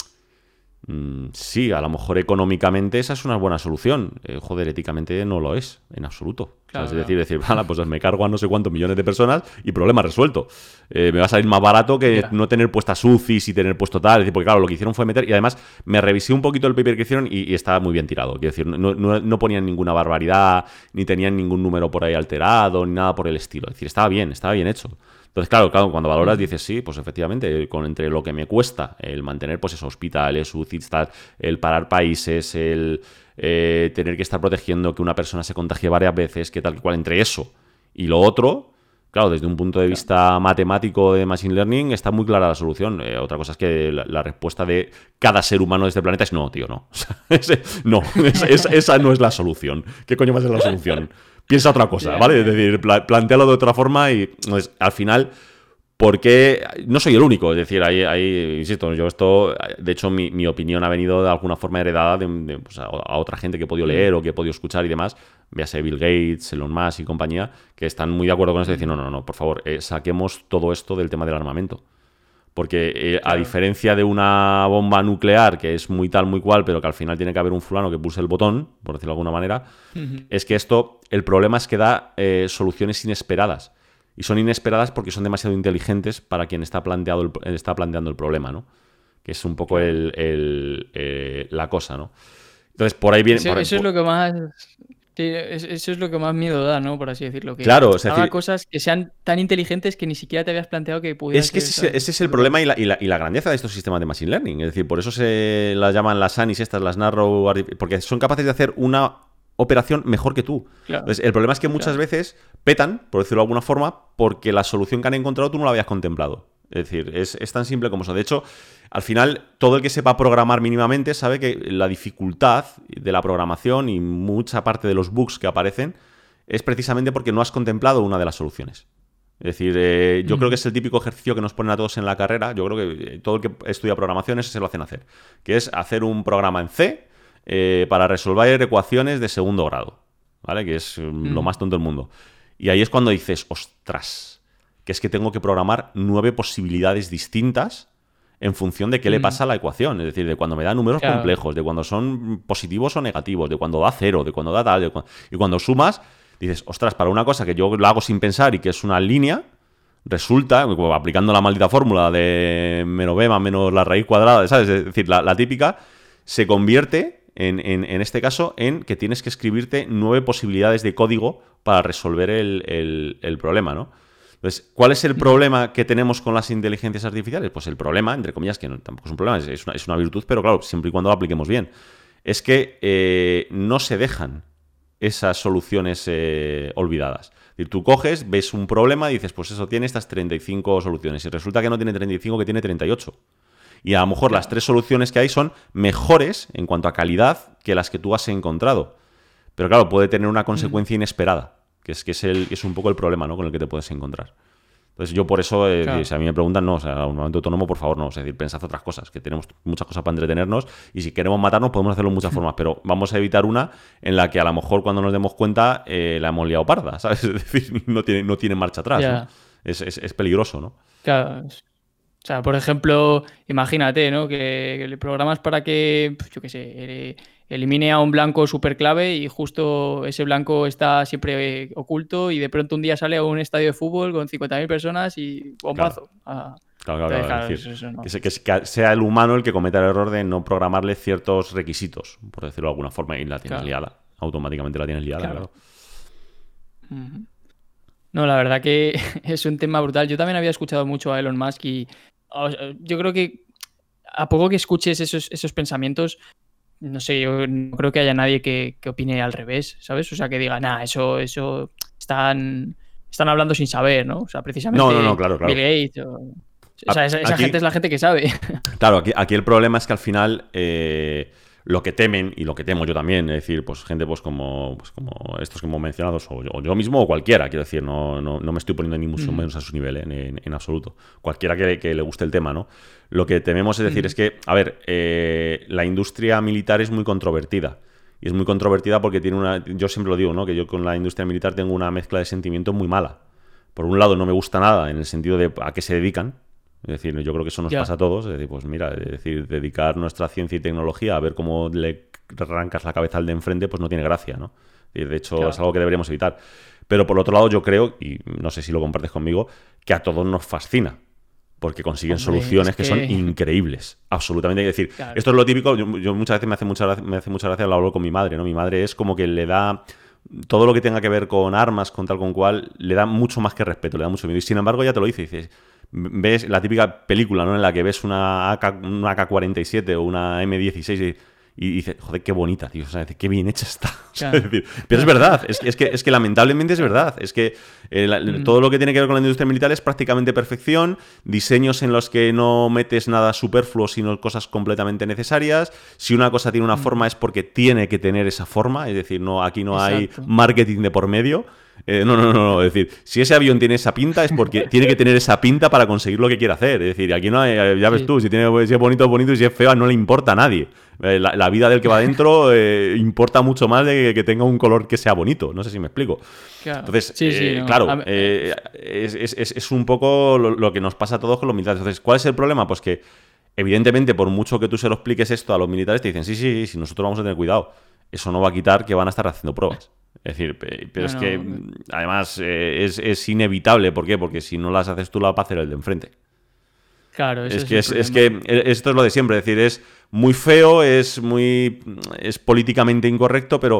Mm, sí, a lo mejor económicamente esa es una buena solución. Eh, joder, éticamente no lo es, en absoluto. Claro, O sea, es claro. decir, decir, "Vale, pues me cargo a no sé cuántos millones de personas y problema resuelto. Eh, me va a salir más barato que Ya. no tener puestas U C Is y tener puesto tal. Es decir, porque claro, lo que hicieron fue meter. Y además, me revisé un poquito el paper que hicieron y, y estaba muy bien tirado. Quiero decir, no, no, no ponían ninguna barbaridad, ni tenían ningún número por ahí alterado, ni nada por el estilo. Es decir, estaba bien, estaba bien hecho. Entonces, claro, claro, cuando valoras dices, sí, pues efectivamente, con entre lo que me cuesta el mantener pues esos hospitales, U C Is, tal, el parar países, el eh, tener que estar protegiendo que una persona se contagie varias veces, que tal que cual, entre eso y lo otro, claro, desde un punto de vista matemático de Machine Learning está muy clara la solución. Eh, otra cosa es que la, la respuesta de cada ser humano de este planeta es no, tío, no. O sea, ese- no, es- es- esa no es la solución. ¿Qué coño va a ser la solución? Piensa otra cosa, ¿vale? Es decir, pla- plantéalo de otra forma y entonces, al final, Porque no soy el único, es decir, hay, hay insisto, yo esto, de hecho, mi, mi opinión ha venido de alguna forma heredada de, de, pues, a, a otra gente que he podido leer o que he podido escuchar y demás, véase Bill Gates, Elon Musk y compañía, que están muy de acuerdo con esto y dicen, no, no, no, por favor, eh, saquemos todo esto del tema del armamento. Porque eh, claro. a diferencia de una bomba nuclear, que es muy tal, muy cual, pero que al final tiene que haber un fulano que pulse el botón, por decirlo de alguna manera, uh-huh. es que esto, el problema es que da eh, soluciones inesperadas. Y son inesperadas porque son demasiado inteligentes para quien está, planteado el, está planteando el problema, ¿no? Que es un poco claro. el, el, eh, la cosa, ¿no? Entonces, por ahí viene... Eso, por, eso es lo que más... Sí, eso es lo que más miedo da, ¿no? Por así decirlo. Que claro, es haga decir, cosas que sean tan inteligentes que ni siquiera te habías planteado que pudieran Es que ser, ese, ese es el problema y la, y, la, y la grandeza de estos sistemas de Machine Learning. Es decir, por eso se las llaman las A N I S estas, las Narrow... Porque son capaces de hacer una operación mejor que tú. Claro. Entonces, el problema es que muchas claro. veces petan, por decirlo de alguna forma, porque la solución que han encontrado tú no la habías contemplado. Es decir, es, es tan simple como eso. De hecho, al final, todo el que sepa programar mínimamente sabe que la dificultad de la programación y mucha parte de los bugs que aparecen es precisamente porque no has contemplado una de las soluciones. Es decir, eh, yo mm. creo que es el típico ejercicio que nos ponen a todos en la carrera. Yo creo que todo el que estudia programación ese se lo hacen hacer. Que es hacer un programa en C eh, para resolver ecuaciones de segundo grado. ¿Vale? Que es mm. lo más tonto del mundo. Y ahí es cuando dices, ostras, que es que tengo que programar nueve posibilidades distintas en función de qué mm. le pasa a la ecuación. Es decir, de cuando me da números claro. complejos, de cuando son positivos o negativos, de cuando da cero, de cuando da tal. De cuando... Y cuando sumas, dices, ostras, para una cosa que yo lo hago sin pensar y que es una línea, resulta, aplicando la maldita fórmula de menos b más menos la raíz cuadrada, ¿sabes? Es decir, la, la típica, se convierte, en, en, en este caso, en que tienes que escribirte nueve posibilidades de código para resolver el, el, el problema, ¿no? Entonces, ¿cuál es el problema que tenemos con las inteligencias artificiales? Pues el problema, entre comillas, que no, tampoco es un problema, es una, es una virtud, pero claro, siempre y cuando lo apliquemos bien, es que eh, no se dejan esas soluciones eh, olvidadas. Es decir, tú coges, ves un problema y dices, pues eso tiene estas treinta y cinco soluciones. Y resulta que no tiene treinta y cinco, que tiene treinta y ocho. Y a lo mejor las tres soluciones que hay son mejores en cuanto a calidad que las que tú has encontrado. Pero claro, puede tener una consecuencia inesperada, que es, que es, el, es un poco el problema, ¿no?, con el que te puedes encontrar. Entonces yo por eso, eh, claro. si a mí me preguntan, no, o sea, a un momento autónomo, por favor, no. Es decir, pensad otras cosas, que tenemos muchas cosas para entretenernos y si queremos matarnos podemos hacerlo de muchas formas, pero vamos a evitar una en la que a lo mejor cuando nos demos cuenta eh, la hemos liado parda, ¿sabes? Es decir, no tiene, no tiene marcha atrás, yeah. ¿no? Es, es, es peligroso, ¿no? Claro. O sea, por ejemplo, imagínate, ¿no?, que, que le programas para que, yo qué sé, elimine a un blanco súper clave y justo ese blanco está siempre oculto y de pronto un día sale a un estadio de fútbol con cincuenta mil personas y bombazo. Claro. Ah, claro, claro, claro. Es decir, eso, eso no. que, se, que sea el humano el que cometa el error de no programarle ciertos requisitos, por decirlo de alguna forma, y la tienes claro. liada. Automáticamente la tienes liada, claro. claro. Uh-huh. No, la verdad que es un tema brutal. Yo también había escuchado mucho a Elon Musk y yo creo que a poco que escuches esos, esos pensamientos, no sé, yo no creo que haya nadie que, que opine al revés, ¿sabes? O sea, que diga, nah, eso, eso están, están hablando sin saber, ¿no? O sea, precisamente no, no, no, claro, claro. Bill Gates o... O sea, esa, esa aquí, gente es la gente que sabe. Claro, aquí, aquí el problema es que al final eh, lo que temen, y lo que temo yo también, es decir, pues gente pues como, pues como estos que hemos mencionado, o yo, o yo mismo o cualquiera, quiero decir, no, no, no me estoy poniendo ni mucho menos a su nivel, ¿eh? en, en, en absoluto. Cualquiera que, que le guste el tema, ¿no? Lo que tememos es decir, mm. es que, a ver, eh, la industria militar es muy controvertida. Y es muy controvertida porque tiene una... Yo siempre lo digo, ¿no?, que yo con la industria militar tengo una mezcla de sentimientos muy mala. Por un lado, no me gusta nada en el sentido de a qué se dedican. Es decir, yo creo que eso nos yeah. pasa a todos. Es decir, pues mira, es decir, dedicar nuestra ciencia y tecnología a ver cómo le arrancas la cabeza al de enfrente, pues no tiene gracia, ¿no? Y de hecho, claro. es algo que deberíamos evitar. Pero por otro lado, yo creo, y no sé si lo compartes conmigo, que a todos nos fascina. Porque consiguen Hombre, soluciones es que... que son increíbles. Absolutamente. Es decir, claro. esto es lo típico. Yo, yo muchas veces me hace mucha gracia, me hace mucha gracia lo hablo con mi madre, ¿no? Mi madre es como que le da... Todo lo que tenga que ver con armas, con tal con cual, le da mucho más que respeto, le da mucho miedo. Y sin embargo, ya te lo dice, dices... Ves la típica película, ¿no?, en la que ves una A K, una A K cuarenta y siete o una eme dieciséis y, y dices, joder, qué bonita, tío, o sea, qué bien hecha está. Claro. O sea, es decir, pero es verdad, es, es, que, es que lamentablemente es verdad. Es que eh, la, mm. todo lo que tiene que ver con la industria militar es prácticamente perfección, diseños en los que no metes nada superfluo, sino cosas completamente necesarias. Si una cosa tiene una mm. forma es porque tiene que tener esa forma, es decir, no aquí no Exacto. hay marketing de por medio. Eh, no, no, no, no. Es decir, si ese avión tiene esa pinta es porque tiene que tener esa pinta para conseguir lo que quiere hacer. Es decir, aquí no hay, ya ves sí. tú, si, tiene, si es bonito, es bonito, y si es feo, no le importa a nadie. Eh, la, la vida del que va adentro eh, importa mucho más de que, que tenga un color que sea bonito. No sé si me explico. Claro. Entonces, sí, sí, eh, no. claro, eh, es, es, es un poco lo, lo que nos pasa a todos con los militares. Entonces, ¿cuál es el problema? Pues que, evidentemente, por mucho que tú se lo expliques esto a los militares, te dicen, sí, sí, sí, nosotros vamos a tener cuidado. Eso no va a quitar que van a estar haciendo pruebas. Es decir, pero no, es que, no. además, eh, es, es inevitable. ¿Por qué? Porque si no las haces tú, la va a hacer el de enfrente. Claro, eso es, es que es, es que esto es lo de siempre. Es decir, es muy feo, es muy es políticamente incorrecto, pero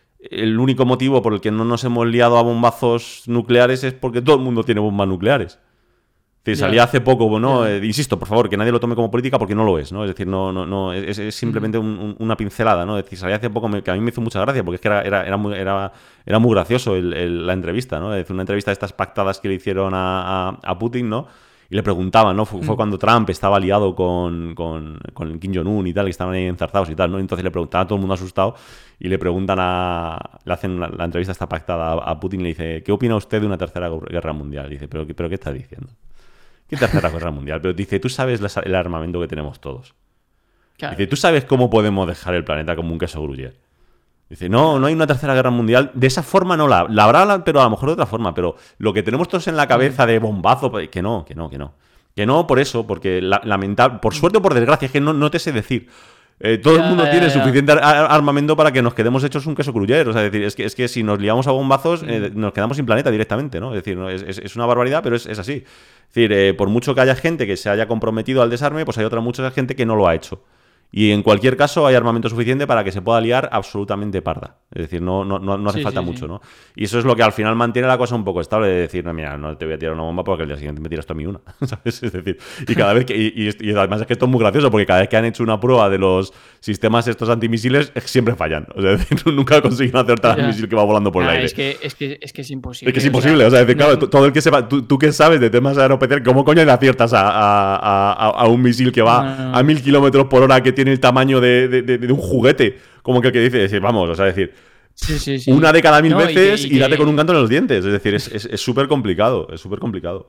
el único motivo por el que no nos hemos liado a bombazos nucleares es porque todo el mundo tiene bombas nucleares. Es decir, salía hace poco, ¿no? Eh, insisto, por favor, que nadie lo tome como política porque no lo es, ¿no? Es decir, no, no, no es, es simplemente un, un, una pincelada, ¿no? Es decir, salía hace poco que a mí me hizo mucha gracia porque es que era, era, era, muy, era, era muy gracioso el, el, la entrevista, ¿no? Es decir, una entrevista de estas pactadas que le hicieron a, a, a Putin, ¿no? Y le preguntaban, ¿no? Fue, fue cuando Trump estaba liado con, con, con Kim Jong-un y tal, que estaban ahí enzarzados y tal, ¿no? Entonces le preguntaba a todo el mundo asustado y le preguntan a... Le hacen la, la entrevista esta pactada a, a Putin y le dice, ¿qué opina usted de una tercera guerra mundial? Y dice, ¿pero, pero qué está diciendo? ¿Qué tercera guerra mundial? Pero dice, tú sabes la, el armamento que tenemos todos. Claro. Dice, ¿tú sabes cómo podemos dejar el planeta como un queso gruyere? Dice, no, no hay una tercera guerra mundial. De esa forma no la, la habrá, pero a lo mejor de otra forma. Pero lo que tenemos todos en la cabeza de bombazo, que no, que no, que no. Que no por eso, porque la, lamentable, por suerte o por desgracia, es que no, no te sé decir. Eh, todo ya, el mundo ya, tiene ya. suficiente ar armamento para que nos quedemos hechos un queso gruyere. O sea, es decir, es que, es que si nos liamos a bombazos, eh, nos quedamos sin planeta directamente, ¿no? Es decir, no, es, es, es una barbaridad, pero es, es así. Es decir, eh, por mucho que haya gente que se haya comprometido al desarme, pues hay otra mucha gente que no lo ha hecho. Y en cualquier caso hay armamento suficiente para que se pueda liar absolutamente parda. Es decir, no, no, no, no hace sí, falta sí, mucho, sí. ¿no? Y eso es lo que al final mantiene la cosa un poco estable, de decir, no, mira, no te voy a tirar una bomba porque el día siguiente me tiras tú a mí una, ¿sabes? Es decir, y cada vez que... Y, y, y además es que esto es muy gracioso porque cada vez que han hecho una prueba de los sistemas estos antimisiles, siempre fallan. O sea, es decir, nunca consiguen acertar al misil que va volando por nah, el aire. Es que, es, que, es que es imposible. Es que es imposible. O sea, es decir, claro, no. todo el que sepa... Tú, tú que sabes de temas aeroespaciales, ¿cómo coño le aciertas a, a, a, a un misil que va no, no, no. a mil kilómetros por hora, que tiene el tamaño de De, de, de un juguete, como que el que dice, decir, vamos, o sea, decir, sí, sí, sí. una de cada mil no, veces y, que, y, y date que... con un canto en los dientes. Es decir, es súper complicado, es súper complicado.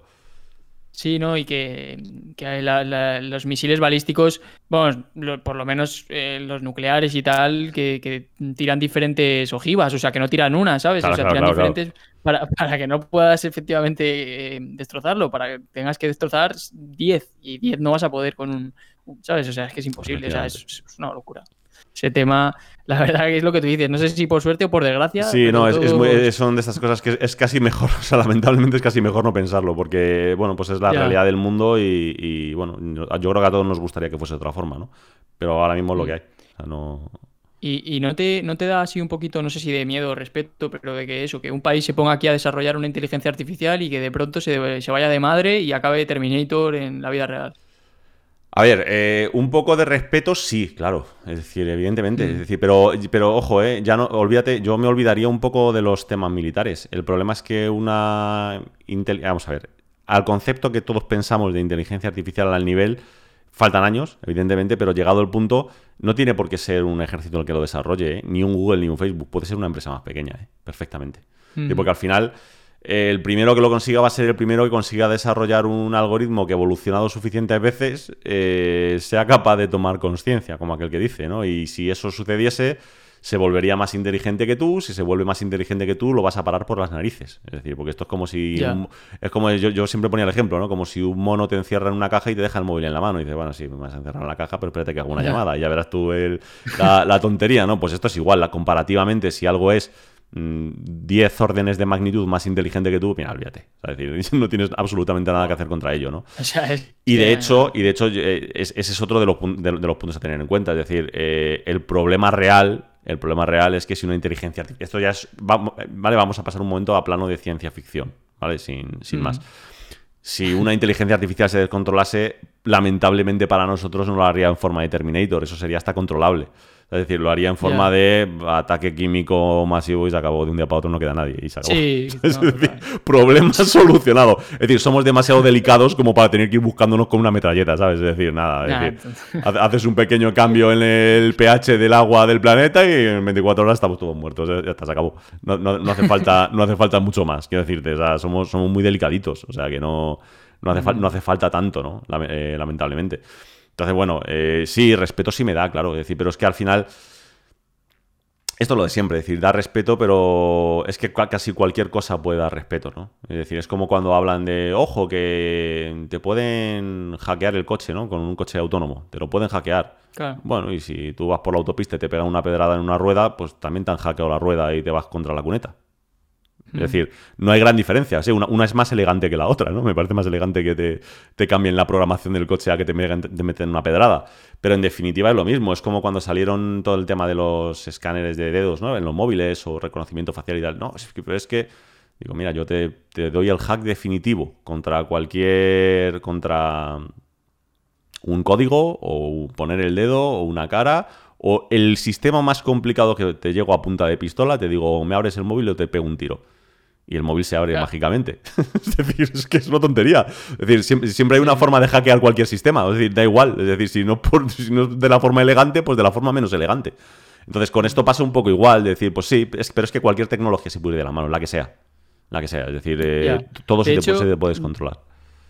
Sí, ¿no? Y que, que la, la, los misiles balísticos, bueno, lo, por lo menos eh, los nucleares y tal, que, que tiran diferentes ojivas, o sea, que no tiran una, ¿sabes? Claro, o sea, claro, tiran claro, diferentes claro. Para, para que no puedas efectivamente eh, destrozarlo, para que tengas que destrozar diez, y diez no vas a poder con un, ¿sabes? O sea, es que es imposible, o sea, es, es una locura. Ese tema, la verdad que es lo que tú dices, no sé si por suerte o por desgracia. Sí, no, es, es muy, son de estas cosas que es casi mejor, o sea, lamentablemente es casi mejor no pensarlo, porque, bueno, pues es la ya. realidad del mundo y, y, bueno, yo creo que a todos nos gustaría que fuese de otra forma, ¿no? Pero ahora mismo es lo que hay, o sea, no... Y, y no, te, no te da así un poquito, no sé si de miedo o respeto, pero de que eso, que un país se ponga aquí a desarrollar una inteligencia artificial y que de pronto se, se vaya de madre y acabe Terminator en la vida real. A ver, eh, un poco de respeto sí, claro, es decir, evidentemente, mm. es decir, pero, pero ojo, eh, ya no, olvídate, yo me olvidaría un poco de los temas militares. El problema es que una, vamos a ver, al concepto que todos pensamos de inteligencia artificial al nivel, faltan años, evidentemente, pero llegado el punto, no tiene por qué ser un ejército el que lo desarrolle, ¿eh? Ni un Google ni un Facebook, puede ser una empresa más pequeña, ¿eh? Perfectamente. Mm. Porque al final... El primero que lo consiga va a ser el primero que consiga desarrollar un algoritmo que evolucionado suficientes veces eh, sea capaz de tomar conciencia, como aquel que dice, ¿no? Y si eso sucediese, se volvería más inteligente que tú. Si se vuelve más inteligente que tú, lo vas a parar por las narices. Es decir, porque esto es como si... Yeah. Un, es como yo, yo siempre ponía el ejemplo, ¿no? Como si un mono te encierra en una caja y te deja el móvil en la mano. Y dices, bueno, sí, me vas a encerrar en la caja, pero espérate que hago una yeah. llamada y ya verás tú el, la, la tontería, ¿no? Pues esto es igual. La, comparativamente, si algo es... diez órdenes de magnitud más inteligente que tú, mira, olvídate. O sea, es decir, no tienes absolutamente nada que hacer contra ello, ¿no? O sea, es... Y de hecho, y de hecho eh, es, ese es otro de los, de, de los puntos a tener en cuenta. Es decir, eh, el problema real, el problema real es que si una inteligencia artificial... Esto ya es... Va, vale, vamos a pasar un momento a plano de ciencia ficción, ¿vale? Sin, sin mm. más. Si una inteligencia artificial se descontrolase, lamentablemente para nosotros no lo haría en forma de Terminator. Eso sería hasta controlable. Es decir, lo haría en forma yeah. de ataque químico masivo y se acabó. De un día para otro no queda nadie y se acabó. Sí, es no, decir, problema solucionado. Es decir, somos demasiado delicados como para tener que ir buscándonos con una metralleta, ¿sabes? Es decir, nada. Es nah, decir, entonces... haces un pequeño cambio en el pH del agua del planeta y en veinticuatro horas estamos todos muertos. Ya está, se acabó. No, no, no, hace, falta, no hace falta mucho más, quiero decirte. O sea, somos, somos muy delicaditos. O sea, que no, no, hace, mm. no hace falta tanto, ¿no? Lamentablemente. Entonces, bueno, eh, sí, respeto sí me da, claro. Es decir, pero es que al final... Esto es lo de siempre, es decir, da respeto, pero es que casi cualquier cosa puede dar respeto, ¿no? Es decir, es como cuando hablan de, ojo, que te pueden hackear el coche, ¿no? Con un coche autónomo, te lo pueden hackear. Claro. Bueno, y si tú vas por la autopista y te pegan una pedrada en una rueda, pues también te han hackeado la rueda y te vas contra la cuneta. Es decir, no hay gran diferencia. ¿Sí? Una, una es más elegante que la otra, ¿no? Me parece más elegante que te, te cambien la programación del coche a que te, me, te meten una pedrada. Pero en definitiva es lo mismo. Es como cuando salieron todo el tema de los escáneres de dedos, ¿no? En los móviles o reconocimiento facial y tal. No, es que, pero es que... Digo, mira, yo te, te doy el hack definitivo contra cualquier... Contra un código o poner el dedo o una cara... O el sistema más complicado que te llego a punta de pistola, te digo, me abres el móvil o te pego un tiro. Y el móvil se abre claro. mágicamente. Es decir, es que es una tontería. Es decir, siempre, siempre hay una forma de hackear cualquier sistema. Es decir, da igual. Es decir, si no, por, si no de la forma elegante, pues de la forma menos elegante. Entonces, con esto pasa un poco igual. De decir, pues sí, es, pero es que cualquier tecnología se puede ir de la mano, la que sea. La que sea. Es decir, eh, yeah. todo se, hecho, te, se te puede descontrolar.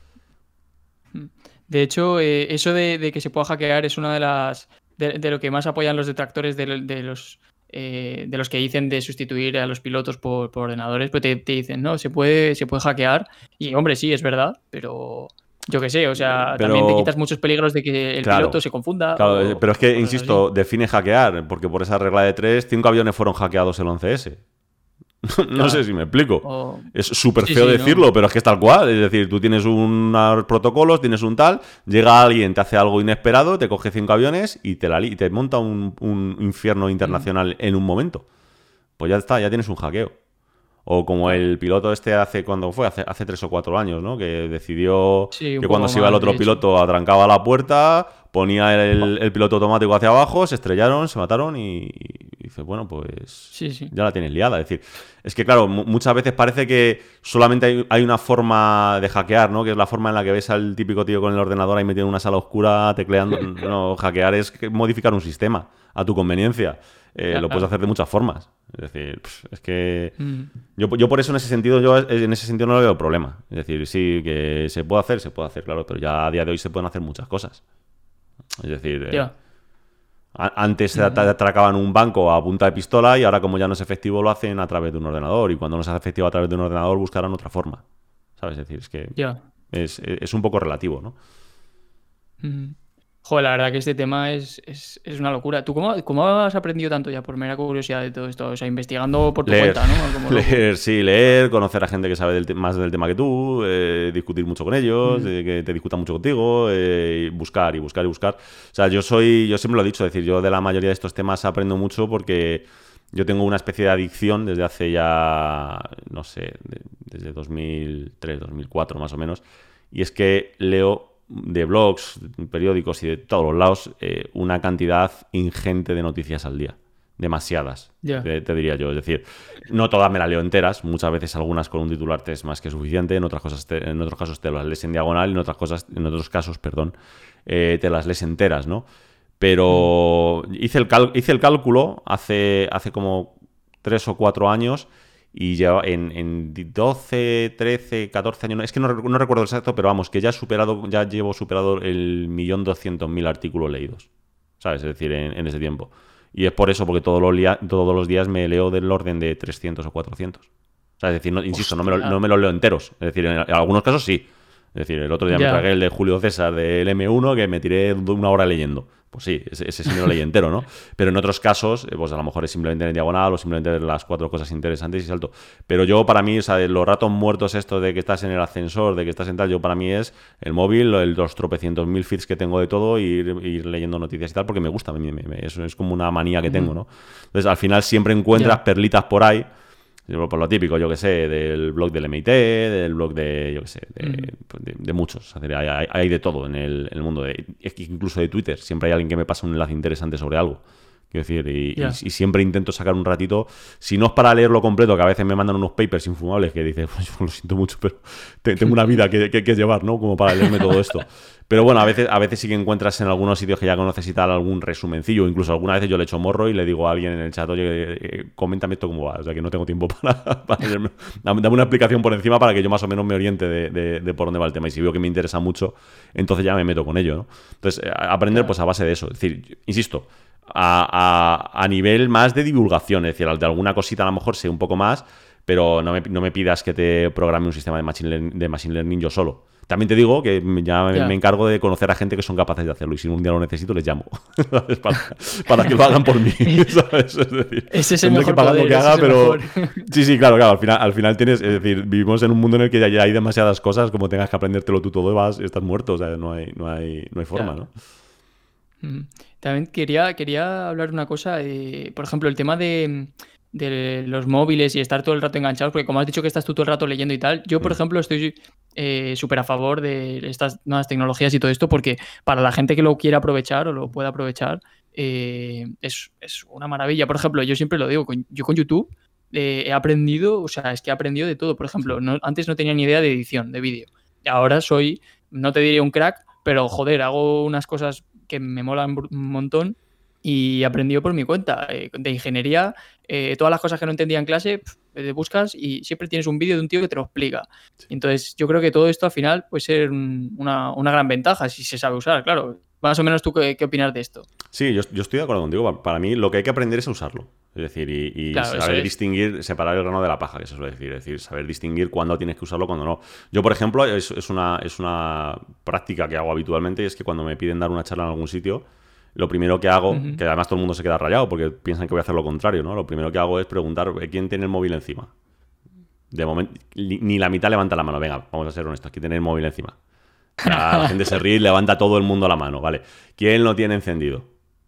De hecho, eh, eso de, de que se pueda hackear es una de las... De, de lo que más apoyan los detractores de, de los eh, de los que dicen de sustituir a los pilotos por, por ordenadores, pues te, te dicen, no, se puede, se puede hackear. Y hombre, sí, es verdad, pero yo qué sé, o sea, pero, también te quitas muchos peligros de que el claro, piloto se confunda. Claro, o, pero es que, insisto, así. Define hackear, porque por esa regla de tres, cinco aviones fueron hackeados el once ese. No claro. sé si me explico. O... Es súper sí, feo sí, decirlo, ¿no? Pero es que es tal cual. Es decir, tú tienes unos protocolos, tienes un tal, llega alguien, te hace algo inesperado, te coge cinco aviones y te, la li- te monta un, un infierno internacional mm. en un momento. Pues ya está, ya tienes un hackeo. O como el piloto este hace, ¿cuándo fue? Hace, hace tres o cuatro años, ¿no? Que decidió sí, que cuando se iba el otro piloto atrancaba la puerta, ponía el, el piloto automático hacia abajo, se estrellaron, se mataron y, y dice, bueno, pues sí, sí. ya la tienes liada. Es decir, es que claro, m- muchas veces parece que solamente hay, hay una forma de hackear, ¿no? Que es la forma en la que ves al típico tío con el ordenador ahí metido en una sala oscura tecleando. No, hackear es modificar un sistema a tu conveniencia. Eh, claro. Lo puedes hacer de muchas formas. Es decir, es que... Mm. Yo, yo por eso en ese sentido yo en ese sentido no le veo problema. Es decir, sí, que se puede hacer, se puede hacer, claro, pero ya a día de hoy se pueden hacer muchas cosas. Es decir, eh, a, antes mm. te atracaban un banco a punta de pistola y ahora como ya no es efectivo lo hacen a través de un ordenador y cuando no es efectivo a través de un ordenador buscarán otra forma. ¿Sabes? Es decir, es que yeah. es, es un poco relativo, ¿no? Mm. Joder, la verdad que este tema es, es, es una locura. ¿Tú cómo, cómo has aprendido tanto ya por mera curiosidad de todo esto? O sea, investigando por tu leer, cuenta, ¿no? Como leer, loco. Sí, leer, conocer a gente que sabe del te- más del tema que tú, eh, discutir mucho con ellos, mm. eh, que te discutan mucho contigo, eh, buscar y buscar y buscar. O sea, yo soy, yo siempre lo he dicho, es decir, yo de la mayoría de estos temas aprendo mucho porque yo tengo una especie de adicción desde hace ya, no sé, de, desde dos mil tres, dos mil cuatro más o menos, y es que leo de blogs, periódicos y de todos los lados, eh, una cantidad ingente de noticias al día. Demasiadas, yeah. te, te diría yo. Es decir, no todas me las leo enteras. Muchas veces algunas con un titular te es más que suficiente. En otras cosas te, en otros casos te las lees en diagonal y en otras cosas, en otros casos, perdón, eh, te las lees enteras, ¿no? Pero mm. hice, el cal, hice el cálculo hace, hace como tres o cuatro años. Y ya en, en doce, trece, catorce años, es que no, no recuerdo exacto, pero vamos, que ya he superado, ya llevo superado el millón doscientos mil artículos leídos, ¿sabes? Es decir, en, en ese tiempo. Y es por eso, porque todos los, lia, todos los días me leo del orden de trescientos o cuatrocientos. O sea, es decir, no, insisto, no me, lo, no me los leo enteros. Es decir, en, en algunos casos sí. Es decir, el otro día yeah. me tragué el de Julio César del eme uno que me tiré una hora leyendo. Pues sí, ese, ese sí me lo leí entero, ¿no? Pero en otros casos, pues a lo mejor es simplemente en diagonal o simplemente ver las cuatro cosas interesantes y salto. Pero yo, para mí, o sea, los ratos muertos estos de que estás en el ascensor, de que estás en tal, yo para mí es el móvil, el, los tropecientos mil feeds que tengo de todo y ir, ir leyendo noticias y tal, porque me gusta, me, me, me, eso es como una manía que tengo, ¿no? Entonces, al final siempre encuentras yeah. perlitas por ahí. Por lo típico, yo que sé, del blog del eme i te, del blog de, yo que sé, de, mm. de, de muchos. Hay, hay, hay de todo en el, en el mundo. De, incluso de Twitter. Siempre hay alguien que me pasa un enlace interesante sobre algo. Quiero decir, y, yeah. y, y siempre intento sacar un ratito, si no es para leerlo completo, que a veces me mandan unos papers infumables que dices, pues lo siento mucho, pero te, tengo una vida que, que, que llevar, ¿no? Como para leerme todo esto. Pero bueno, a veces, a veces sí que encuentras en algunos sitios que ya conoces y tal algún resumencillo, incluso algunas veces yo le echo morro y le digo a alguien en el chat, oye, eh, coméntame esto cómo va, o sea que no tengo tiempo para, para leerme. Dame una explicación por encima para que yo más o menos me oriente de, de, de por dónde va el tema, y si veo que me interesa mucho, entonces ya me meto con ello, ¿no? Entonces, aprender pues a base de eso, es decir, insisto, A, a, a nivel más de divulgación, es decir, de alguna cosita a lo mejor sé un poco más, pero no me, no me pidas que te programe un sistema de machine learning, de machine learning yo solo. También te digo que ya yeah. me encargo de conocer a gente que son capaces de hacerlo, y si un día lo necesito les llamo ¿sabes? Para, para que lo hagan por mí, ¿sabes? Es decir, ese es el mejor que pagar poder, lo que haga, pero mejor. sí, sí, claro, claro, al final, al final tienes, es decir, vivimos en un mundo en el que ya, ya hay demasiadas cosas, como tengas que aprendértelo tú todo, vas, estás muerto, o sea, no hay, no hay, no hay forma, yeah. ¿no? También quería, quería hablar una cosa, eh, por ejemplo, el tema de, de los móviles y estar todo el rato enganchados, porque como has dicho que estás tú todo el rato leyendo y tal, yo, por mm. ejemplo, estoy eh, súper a favor de estas nuevas tecnologías y todo esto, porque para la gente que lo quiera aprovechar o lo pueda aprovechar, eh, es, es una maravilla. Por ejemplo, yo siempre lo digo, con, yo con YouTube eh, he aprendido, o sea, es que he aprendido de todo. Por ejemplo, no, antes no tenía ni idea de edición de vídeo. Ahora soy, no te diría un crack, pero joder, hago unas cosas que me molan un montón y he aprendido por mi cuenta. Eh, de ingeniería, eh, todas las cosas que no entendía en clase, pff, te buscas y siempre tienes un vídeo de un tío que te lo explica. Sí. Entonces, yo creo que todo esto al final puede ser un, una, una gran ventaja si se sabe usar, claro. Más o menos tú, ¿qué, qué opinas de esto? Sí, yo, yo estoy de acuerdo contigo. Para mí lo que hay que aprender es a usarlo. Es decir, y, y claro, saber distinguir, separar el grano de la paja, que se suele decir. Es decir, saber distinguir cuándo tienes que usarlo, cuándo no. Yo, por ejemplo, es, es, una, es una práctica que hago habitualmente, y es que cuando me piden dar una charla en algún sitio, lo primero que hago, uh-huh. que además todo el mundo se queda rayado porque piensan que voy a hacer lo contrario, ¿no? Lo primero que hago es preguntar quién tiene el móvil encima. De momento, ni la mitad levanta la mano. Venga, vamos a ser honestos, ¿quién tiene el móvil encima? Ya, la gente se ríe y levanta todo el mundo la mano, ¿vale? ¿Quién lo tiene encendido?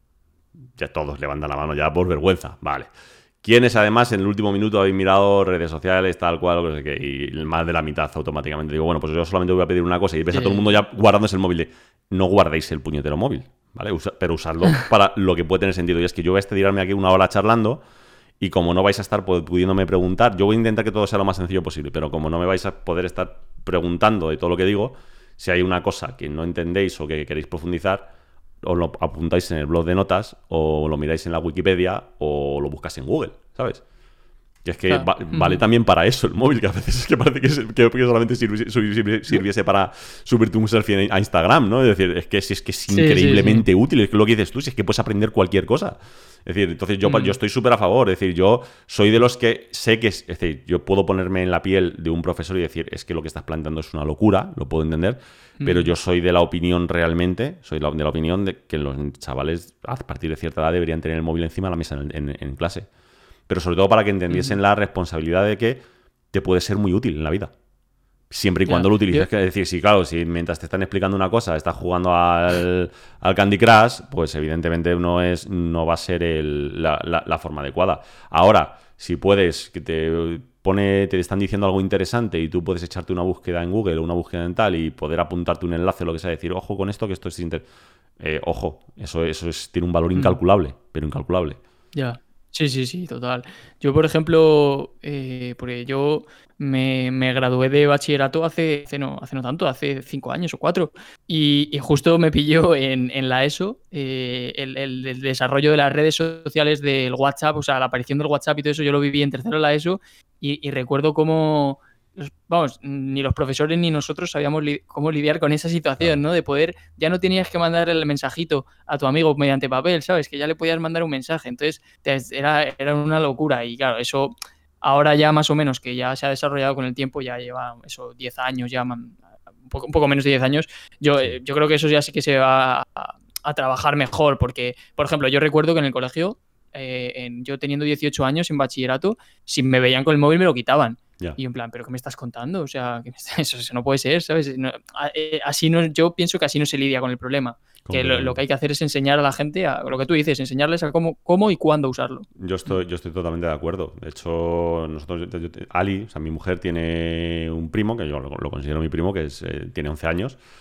Ya todos levantan la mano, ya por vergüenza, vale. ¿Quiénes además en el último minuto habéis mirado redes sociales, tal cual, no sé qué? Y más de la mitad automáticamente. Digo, bueno, pues yo solamente voy a pedir una cosa, y ves a todo el mundo ya guardándose el móvil. De, no guardéis el puñetero móvil, ¿vale? Usa, pero usadlo para lo que puede tener sentido. Y es que yo voy a estirarme aquí una hora charlando, y como no vais a estar pudiéndome preguntar, yo voy a intentar que todo sea lo más sencillo posible, pero como no me vais a poder estar preguntando de todo lo que digo, si hay una cosa que no entendéis o que queréis profundizar, os lo apuntáis en el blog de notas, o lo miráis en la Wikipedia, o lo buscas en Google, ¿sabes? Que es que claro. va, vale mm. también para eso el móvil, que a veces es que parece que, que, que solamente sirviese, sirviese, sirviese para subirte un selfie a Instagram, ¿no? Es decir, es que, si es, que es increíblemente sí, sí, sí. útil, es lo que dices tú, si es que puedes aprender cualquier cosa. Es decir, entonces yo, mm. yo estoy súper a favor, es decir, yo soy de los que sé que, es, es decir, yo puedo ponerme en la piel de un profesor y decir, es que lo que estás planteando es una locura, lo puedo entender, mm. pero yo soy de la opinión realmente, soy de la opinión de que los chavales a partir de cierta edad deberían tener el móvil encima de la mesa en, en, en clase. Pero sobre todo para que entendiesen mm. la responsabilidad de que te puede ser muy útil en la vida. Siempre y cuando yeah. lo utilices. Yeah. Es decir, si claro, si mientras te están explicando una cosa estás jugando al, al Candy Crush, pues evidentemente no es no va a ser el, la, la, la forma adecuada. Ahora, si puedes, que te pone, te están diciendo algo interesante y tú puedes echarte una búsqueda en Google o una búsqueda en tal y poder apuntarte un enlace o lo que sea, decir, ojo con esto, que esto es inter... eh, ojo, eso, eso es, tiene un valor incalculable, mm. pero incalculable. Ya. Yeah. Sí, sí, sí, total. Yo, por ejemplo, eh, porque yo me, me gradué de bachillerato hace, hace, no, hace no tanto, hace cinco años o cuatro, y, y justo me pilló en, en la ESO eh, el, el, el desarrollo de las redes sociales del WhatsApp, o sea, la aparición del WhatsApp y todo eso, yo lo viví en tercero de la ESO, y, y recuerdo cómo... Vamos, ni los profesores ni nosotros sabíamos li- cómo lidiar con esa situación, ¿no? De poder, ya no tenías que mandar el mensajito a tu amigo mediante papel, ¿sabes? Que ya le podías mandar un mensaje. Entonces, te, era, era una locura. Y claro, eso ahora ya más o menos, que ya se ha desarrollado con el tiempo, ya lleva eso diez años, ya un poco, un poco menos de diez años. Yo, yo creo que eso ya sí que se va a, a trabajar mejor, porque, por ejemplo, yo recuerdo que en el colegio, eh, en, yo teniendo dieciocho años en bachillerato, si me veían con el móvil me lo quitaban. Yeah. Y en plan, ¿pero qué me estás contando? O sea, eso, eso no puede ser, ¿sabes? No, así no, yo pienso que así no se lidia con el problema. Que lo, lo que hay que hacer es enseñar a la gente a lo que tú dices, enseñarles a cómo, cómo y cuándo usarlo. Yo estoy, yo estoy totalmente de acuerdo. De hecho, nosotros, yo, yo, Ali, o sea, mi mujer tiene un primo, que yo lo, lo considero mi primo, que es, eh, tiene once años.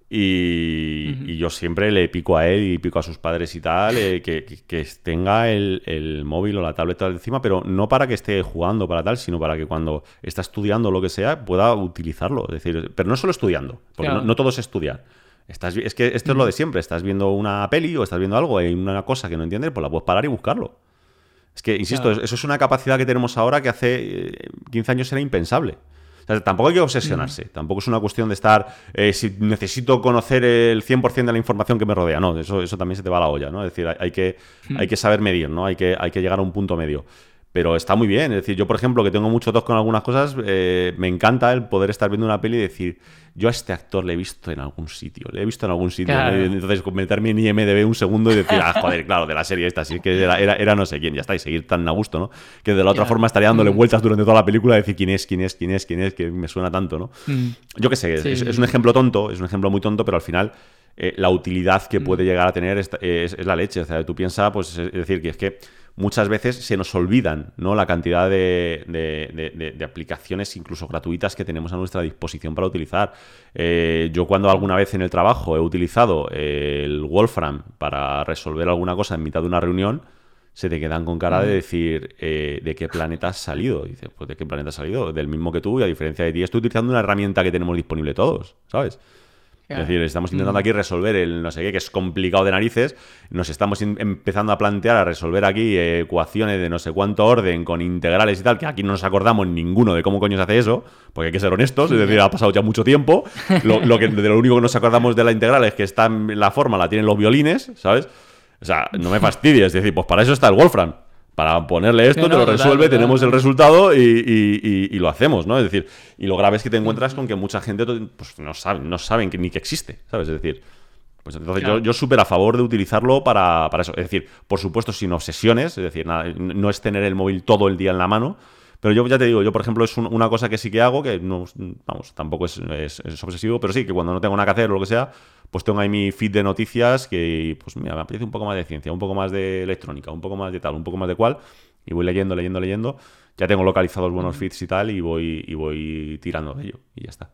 Y, uh-huh. y yo siempre le pico a él y pico a sus padres y tal, eh, que, que, que tenga el, el móvil o la tableta encima, pero no para que esté jugando para tal, sino para que cuando está estudiando o lo que sea pueda utilizarlo. Es decir, pero no solo estudiando, porque claro. no, no todo es estudiar. Estás, es que esto uh-huh. es lo de siempre, estás viendo una peli o estás viendo algo y una cosa que no entiendes, pues la puedes parar y buscarlo. Es que, insisto, claro. eso es una capacidad que tenemos ahora que hace quince años era impensable. O sea, tampoco hay que obsesionarse, mm. tampoco es una cuestión de estar, eh, si necesito conocer el cien por ciento de la información que me rodea, no, eso, eso también se te va a la olla, ¿no? Es decir, hay, hay, que, mm. hay que saber medir, ¿no? Hay que, hay que llegar a un punto medio. Pero está muy bien, es decir, yo por ejemplo, que tengo mucho tos con algunas cosas, eh, me encanta el poder estar viendo una peli y decir, yo a este actor le he visto en algún sitio, le he visto en algún sitio, claro. ¿no? Entonces meterme en I M D B un segundo y decir, ah, joder, claro, de la serie esta, sí que era, era, era no sé quién, ya está, y seguir tan a gusto, ¿no? Que de la otra claro. forma estaría dándole mm. vueltas durante toda la película y decir quién es, quién es, quién es, quién es, que me suena tanto, ¿no? Mm. Yo qué sé, sí, es, sí. es un ejemplo tonto, es un ejemplo muy tonto, pero al final eh, la utilidad que mm. puede llegar a tener es, es, es la leche, o sea, tú piensas, pues es decir, que es que muchas veces se nos olvidan, ¿no? La cantidad de, de, de, de, de aplicaciones, incluso gratuitas, que tenemos a nuestra disposición para utilizar. Eh, yo cuando alguna vez en el trabajo he utilizado el Wolfram para resolver alguna cosa en mitad de una reunión, se te quedan con cara de decir, eh, ¿de qué planeta has salido? Y dices, pues ¿de qué planeta has salido? Del mismo que tú, y a diferencia de ti, estoy utilizando una herramienta que tenemos disponible todos, ¿sabes? Es decir, estamos intentando aquí resolver el no sé qué, que es complicado de narices. Nos estamos in- empezando a plantear, a resolver aquí eh, ecuaciones de no sé cuánto orden con integrales y tal, que aquí no nos acordamos ninguno de cómo coño se hace eso, porque hay que ser honestos, es decir, ha pasado ya mucho tiempo. Lo, lo que, de lo único que nos acordamos de la integral es que está en la forma, la tienen los violines, ¿sabes? O sea, no me fastidies, es decir, pues para eso está el Wolfram. Para ponerle esto, sí, no, te lo resuelve, total, total, tenemos total. el resultado y, y, y, y lo hacemos, ¿no? Es decir, y lo grave es que te encuentras con que mucha gente pues, no saben, no saben que, ni que existe, ¿sabes? Es decir, pues entonces claro. yo, yo súper a favor de utilizarlo para, para eso. Es decir, por supuesto, sin obsesiones, es decir, nada, no es tener el móvil todo el día en la mano, pero yo ya te digo, yo por ejemplo es un, una cosa que sí que hago, que no, vamos, tampoco es, es, es obsesivo, pero sí, que cuando no tengo nada que hacer o lo que sea, pues tengo ahí mi feed de noticias que, pues mira, me apetece un poco más de ciencia, un poco más de electrónica, un poco más de tal, un poco más de cual, y voy leyendo, leyendo, leyendo. Ya tengo localizados buenos feeds y tal, y voy, y voy tirando de ello, y ya está.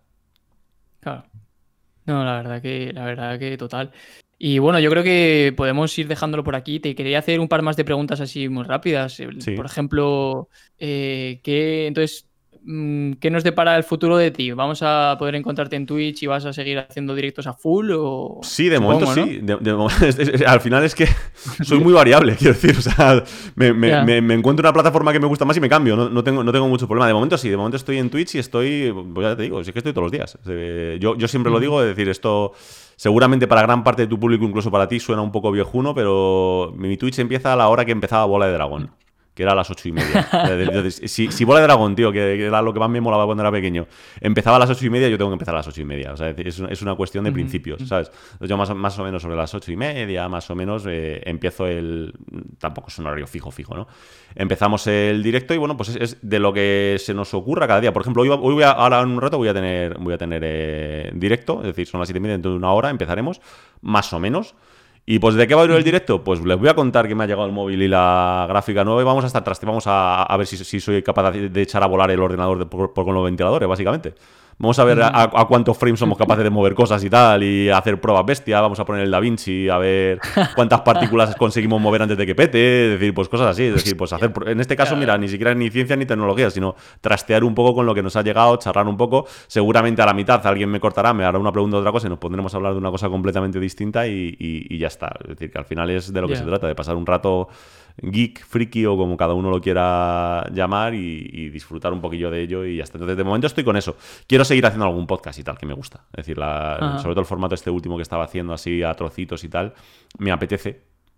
Claro. No, la verdad que, la verdad que total. Y bueno, yo creo que podemos ir dejándolo por aquí. Te quería hacer un par más de preguntas así muy rápidas. Sí. Por ejemplo, eh, ¿qué, entonces, ¿qué nos depara el futuro de ti? ¿Vamos a poder encontrarte en Twitch y vas a seguir haciendo directos a full? O... Sí, de Supongo, momento ¿no? sí. De, de, es, es, al final es que soy muy variable, quiero decir. O sea, me, me, yeah. me, me encuentro una plataforma que me gusta más y me cambio. No, no, tengo, no tengo mucho problema. De momento sí, de momento estoy en Twitch y estoy, pues ya te digo, sí que estoy todos los días. Yo, yo siempre mm. lo digo, es decir, esto seguramente para gran parte de tu público, incluso para ti, suena un poco viejuno, pero mi Twitch empieza a la hora que empezaba Bola de Dragón, que era a las ocho y media. si, si Bola de Dragón, tío, que era lo que más me molaba cuando era pequeño, empezaba a las ocho y media, yo tengo que empezar a las ocho y media. O sea, es, es una cuestión de uh-huh. principios, ¿sabes? Entonces yo más, más o menos sobre las ocho y media, más o menos, eh, empiezo el... Tampoco es un horario fijo, fijo, ¿no? Empezamos el directo y, bueno, pues es, es de lo que se nos ocurra cada día. Por ejemplo, hoy, hoy voy a, ahora en un rato voy a tener, voy a tener eh, directo, es decir, son las siete y media, dentro de una hora empezaremos, más o menos. ¿Y pues de qué va a ir el directo? Pues les voy a contar que me ha llegado el móvil y la gráfica nueva y vamos a estar traste, vamos a, a ver si, si soy capaz de, de echar a volar el ordenador de, por, por, con los ventiladores, básicamente. Vamos a ver a, a cuántos frames somos capaces de mover cosas y tal, y hacer pruebas bestia. Vamos a poner el DaVinci a ver cuántas partículas conseguimos mover antes de que pete. Es decir, pues cosas así. Es decir, pues hacer. En este caso, mira, ni siquiera ni ciencia ni tecnología, sino trastear un poco con lo que nos ha llegado, charlar un poco. Seguramente a la mitad alguien me cortará, me hará una pregunta de otra cosa y nos pondremos a hablar de una cosa completamente distinta y, y, y ya está. Es decir, que al final es de lo que yeah. se trata, de pasar un rato geek, friki o como cada uno lo quiera llamar y, y disfrutar un poquillo de ello y ya está. Entonces, de momento estoy con eso. Quiero seguir haciendo algún podcast y tal, que me gusta. Es decir, la, sobre todo el formato este último que estaba haciendo así a trocitos y tal, me apetece.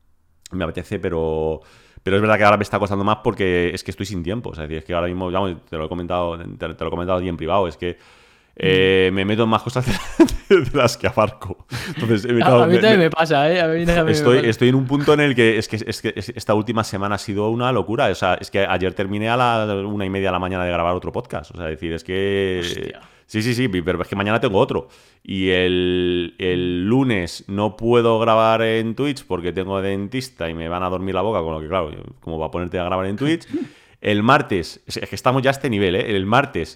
Me apetece, pero... Pero es verdad que ahora me está costando más porque es que estoy sin tiempo. O sea, es decir, es que ahora mismo, ya te lo he comentado, te, te lo he comentado allí en privado, es que Eh, me meto en más cosas de, de las que abarco. Entonces, he metido, a, a mí también me, me pasa, ¿eh? A mí también estoy, me pasa. estoy en un punto en el que es, que es que esta última semana ha sido una locura. O sea, es que ayer terminé a la una y media de la mañana de grabar otro podcast. O sea, es decir, es que... Hostia. Sí, sí, sí, pero es que mañana tengo otro. Y el, el lunes no puedo grabar en Twitch porque tengo dentista y me van a dormir la boca, con lo que, claro, como va a ponerte a grabar en Twitch. El martes, es que estamos ya a este nivel, ¿eh? El martes...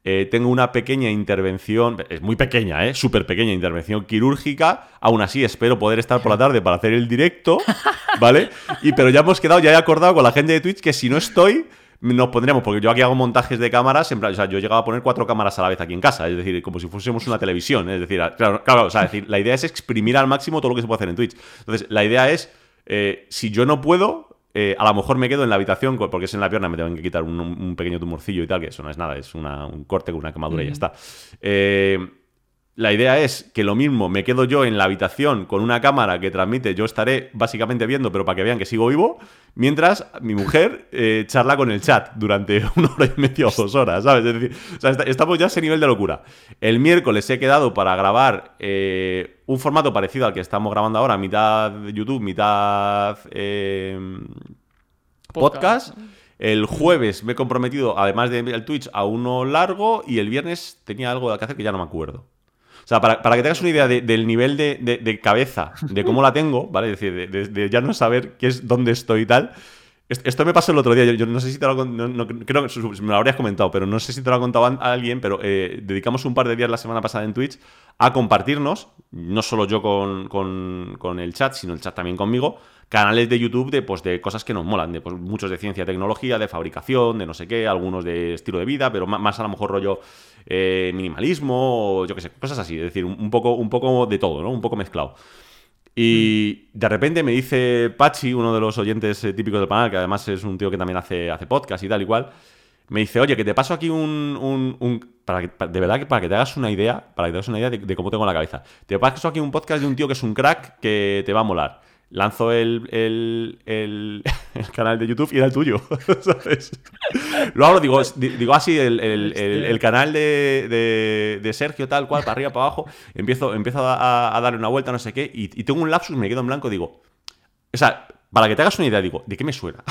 eh, tengo una pequeña intervención, es muy pequeña, ¿eh? Súper pequeña intervención quirúrgica, aún así espero poder estar por la tarde para hacer el directo, ¿vale? Y, pero ya hemos quedado, ya he acordado con la gente de Twitch que si no estoy... nos pondremos, porque yo aquí hago montajes de cámaras, en plan, o sea, yo he llegado a poner cuatro cámaras a la vez aquí en casa, es decir, como si fuésemos una televisión, es decir, claro, claro, o sea, es decir, la idea es exprimir al máximo todo lo que se puede hacer en Twitch. Entonces, la idea es, eh, si yo no puedo, eh, a lo mejor me quedo en la habitación, porque es en la pierna, me tengo que quitar un, un pequeño tumorcillo y tal, que eso no es nada, es una, un corte con una quemadura mm. y ya está. Eh... La idea es que lo mismo, me quedo yo en la habitación con una cámara que transmite, yo estaré básicamente viendo, pero para que vean que sigo vivo, mientras mi mujer eh, charla con el chat durante una hora y media o dos horas, ¿sabes? Es decir, o sea, estamos ya a ese nivel de locura. El miércoles he quedado para grabar eh, un formato parecido al que estamos grabando ahora, mitad YouTube, mitad eh, podcast. podcast. El jueves me he comprometido, además del Twitch, a uno largo, y el viernes tenía algo que hacer que ya no me acuerdo. O sea, para, para que tengas una idea de, del nivel de, de, de cabeza, de cómo la tengo, ¿vale? Es decir, de, de, de ya no saber qué es, dónde estoy y tal. Esto me pasó el otro día. Yo, yo no sé si te lo no, no, creo que me lo habrías comentado, pero no sé si te lo ha contado a alguien, pero eh, dedicamos un par de días la semana pasada en Twitch a compartirnos, no solo yo con, con, con el chat, sino el chat también conmigo, canales de YouTube de, pues, de cosas que nos molan, de, pues, muchos de ciencia y tecnología, de fabricación, de no sé qué, algunos de estilo de vida, pero más, más a lo mejor rollo eh, minimalismo, o yo qué sé, cosas así. Es decir, un poco, un poco de todo, ¿no? Un poco mezclado. Y de repente me dice Pachi, uno de los oyentes eh, típicos del canal, que además es un tío que también hace, hace podcast y tal y cual, me dice, oye, que te paso aquí un... un, un para que, para, de verdad que para que te hagas una idea, para que te hagas una idea de, de cómo tengo la cabeza. Te paso aquí un podcast de un tío que es un crack que te va a molar. Lanzo el, el, el, el canal de YouTube y era el tuyo, ¿sabes? Lo abro, digo, digo así, el, el, el, el canal de, de, de Sergio, tal cual, para arriba, para abajo. Empiezo, empiezo a, a darle una vuelta, no sé qué, y, y tengo un lapsus, me quedo en blanco, digo... O sea, para que te hagas una idea, digo, ¿de qué me suena?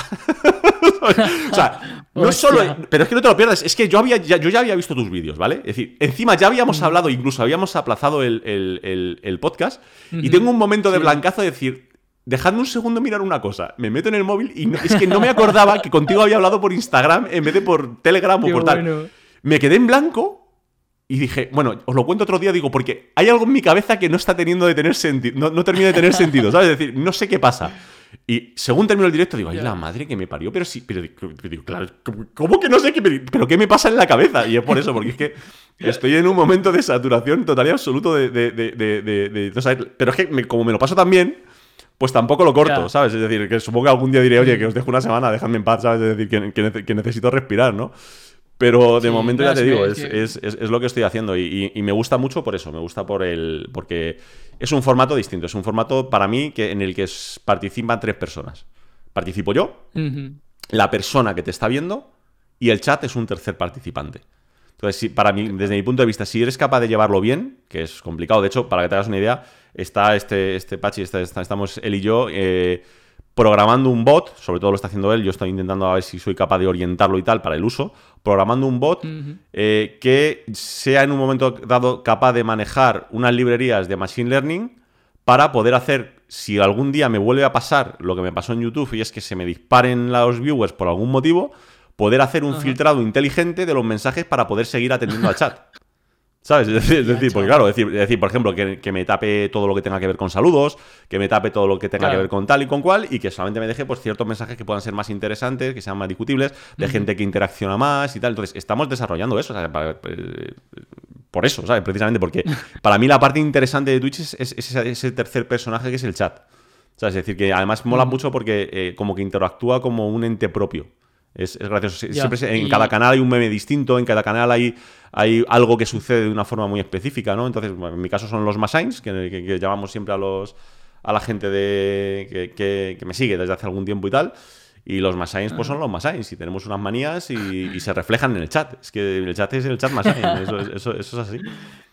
O sea, no Hostia. solo... Pero es que no te lo pierdas, es que yo, había, ya, yo ya había visto tus vídeos, ¿vale? Es decir, encima ya habíamos hablado, incluso habíamos aplazado el, el, el, el podcast, uh-huh. y tengo un momento de sí. blancazo de decir... Dejadme un segundo mirar una cosa. Me meto en el móvil y no, es que no me acordaba que contigo había hablado por Instagram en vez de por Telegram o Qué por tal. Bueno. Me quedé en blanco y dije, bueno, os lo cuento otro día, digo, porque hay algo en mi cabeza que no está teniendo de tener sentido, no, no termina de tener sentido, ¿sabes? Es decir, no sé qué pasa. Y según termino el directo, digo, ay, la madre que me parió, pero sí, pero digo, claro, ¿cómo que no sé qué? Pero ¿qué me pasa en la cabeza? Y es por eso, porque es que estoy en un momento de saturación total y absoluto de... de, de, de, de, de, de ¿sabes? Pero es que me, como me lo paso tan bien... pues tampoco lo corto, yeah. ¿sabes? Es decir, que supongo que algún día diré, oye, que os dejo una semana, dejadme en paz, ¿sabes? Es decir, que, que, que necesito respirar, ¿no? Pero de sí, momento ya te digo, es, es, es, es lo que estoy haciendo y, y, y me gusta mucho por eso, me gusta por el porque es un formato distinto, es un formato para mí que, en el que es, participan tres personas. Participo yo, uh-huh. la persona que te está viendo y el chat es un tercer participante. Entonces, si, para mí, desde mi punto de vista, si eres capaz de llevarlo bien, que es complicado, de hecho, para que te hagas una idea, está este, este Pachi, está, está, estamos él y yo eh, programando un bot, sobre todo lo está haciendo él, yo estoy intentando a ver si soy capaz de orientarlo y tal para el uso, programando un bot uh-huh. eh, que sea en un momento dado capaz de manejar unas librerías de Machine Learning para poder hacer, si algún día me vuelve a pasar lo que me pasó en YouTube y es que se me disparen los viewers por algún motivo, poder hacer un uh-huh. filtrado inteligente de los mensajes para poder seguir atendiendo al chat. ¿Sabes? Es decir, es decir porque claro, es decir, es decir por ejemplo, que, que me tape todo lo que tenga que ver con saludos, que me tape todo lo que tenga claro. que ver con tal y con cual, y que solamente me deje pues ciertos mensajes que puedan ser más interesantes, que sean más discutibles, de uh-huh. gente que interacciona más y tal. Entonces, estamos desarrollando eso, ¿sabes? Para, eh, por eso, ¿sabes? Precisamente porque para mí la parte interesante de Twitch es, es, es ese, ese tercer personaje que es el chat. ¿Sabes? Es decir, que además mola uh-huh. mucho porque eh, como que interactúa como un ente propio. Es, es gracioso. Ya, Siempre en y... cada canal hay un meme distinto, en cada canal hay, hay algo que sucede de una forma muy específica, ¿no? Entonces, bueno, en mi caso son los Machines, que, que, que llamamos siempre a los a la gente de que, que, que me sigue desde hace algún tiempo y tal. Y los Machines, pues son los Machines. Y tenemos unas manías y, y se reflejan en el chat. Es que el chat es el chat Machine. Eso, eso, eso es así.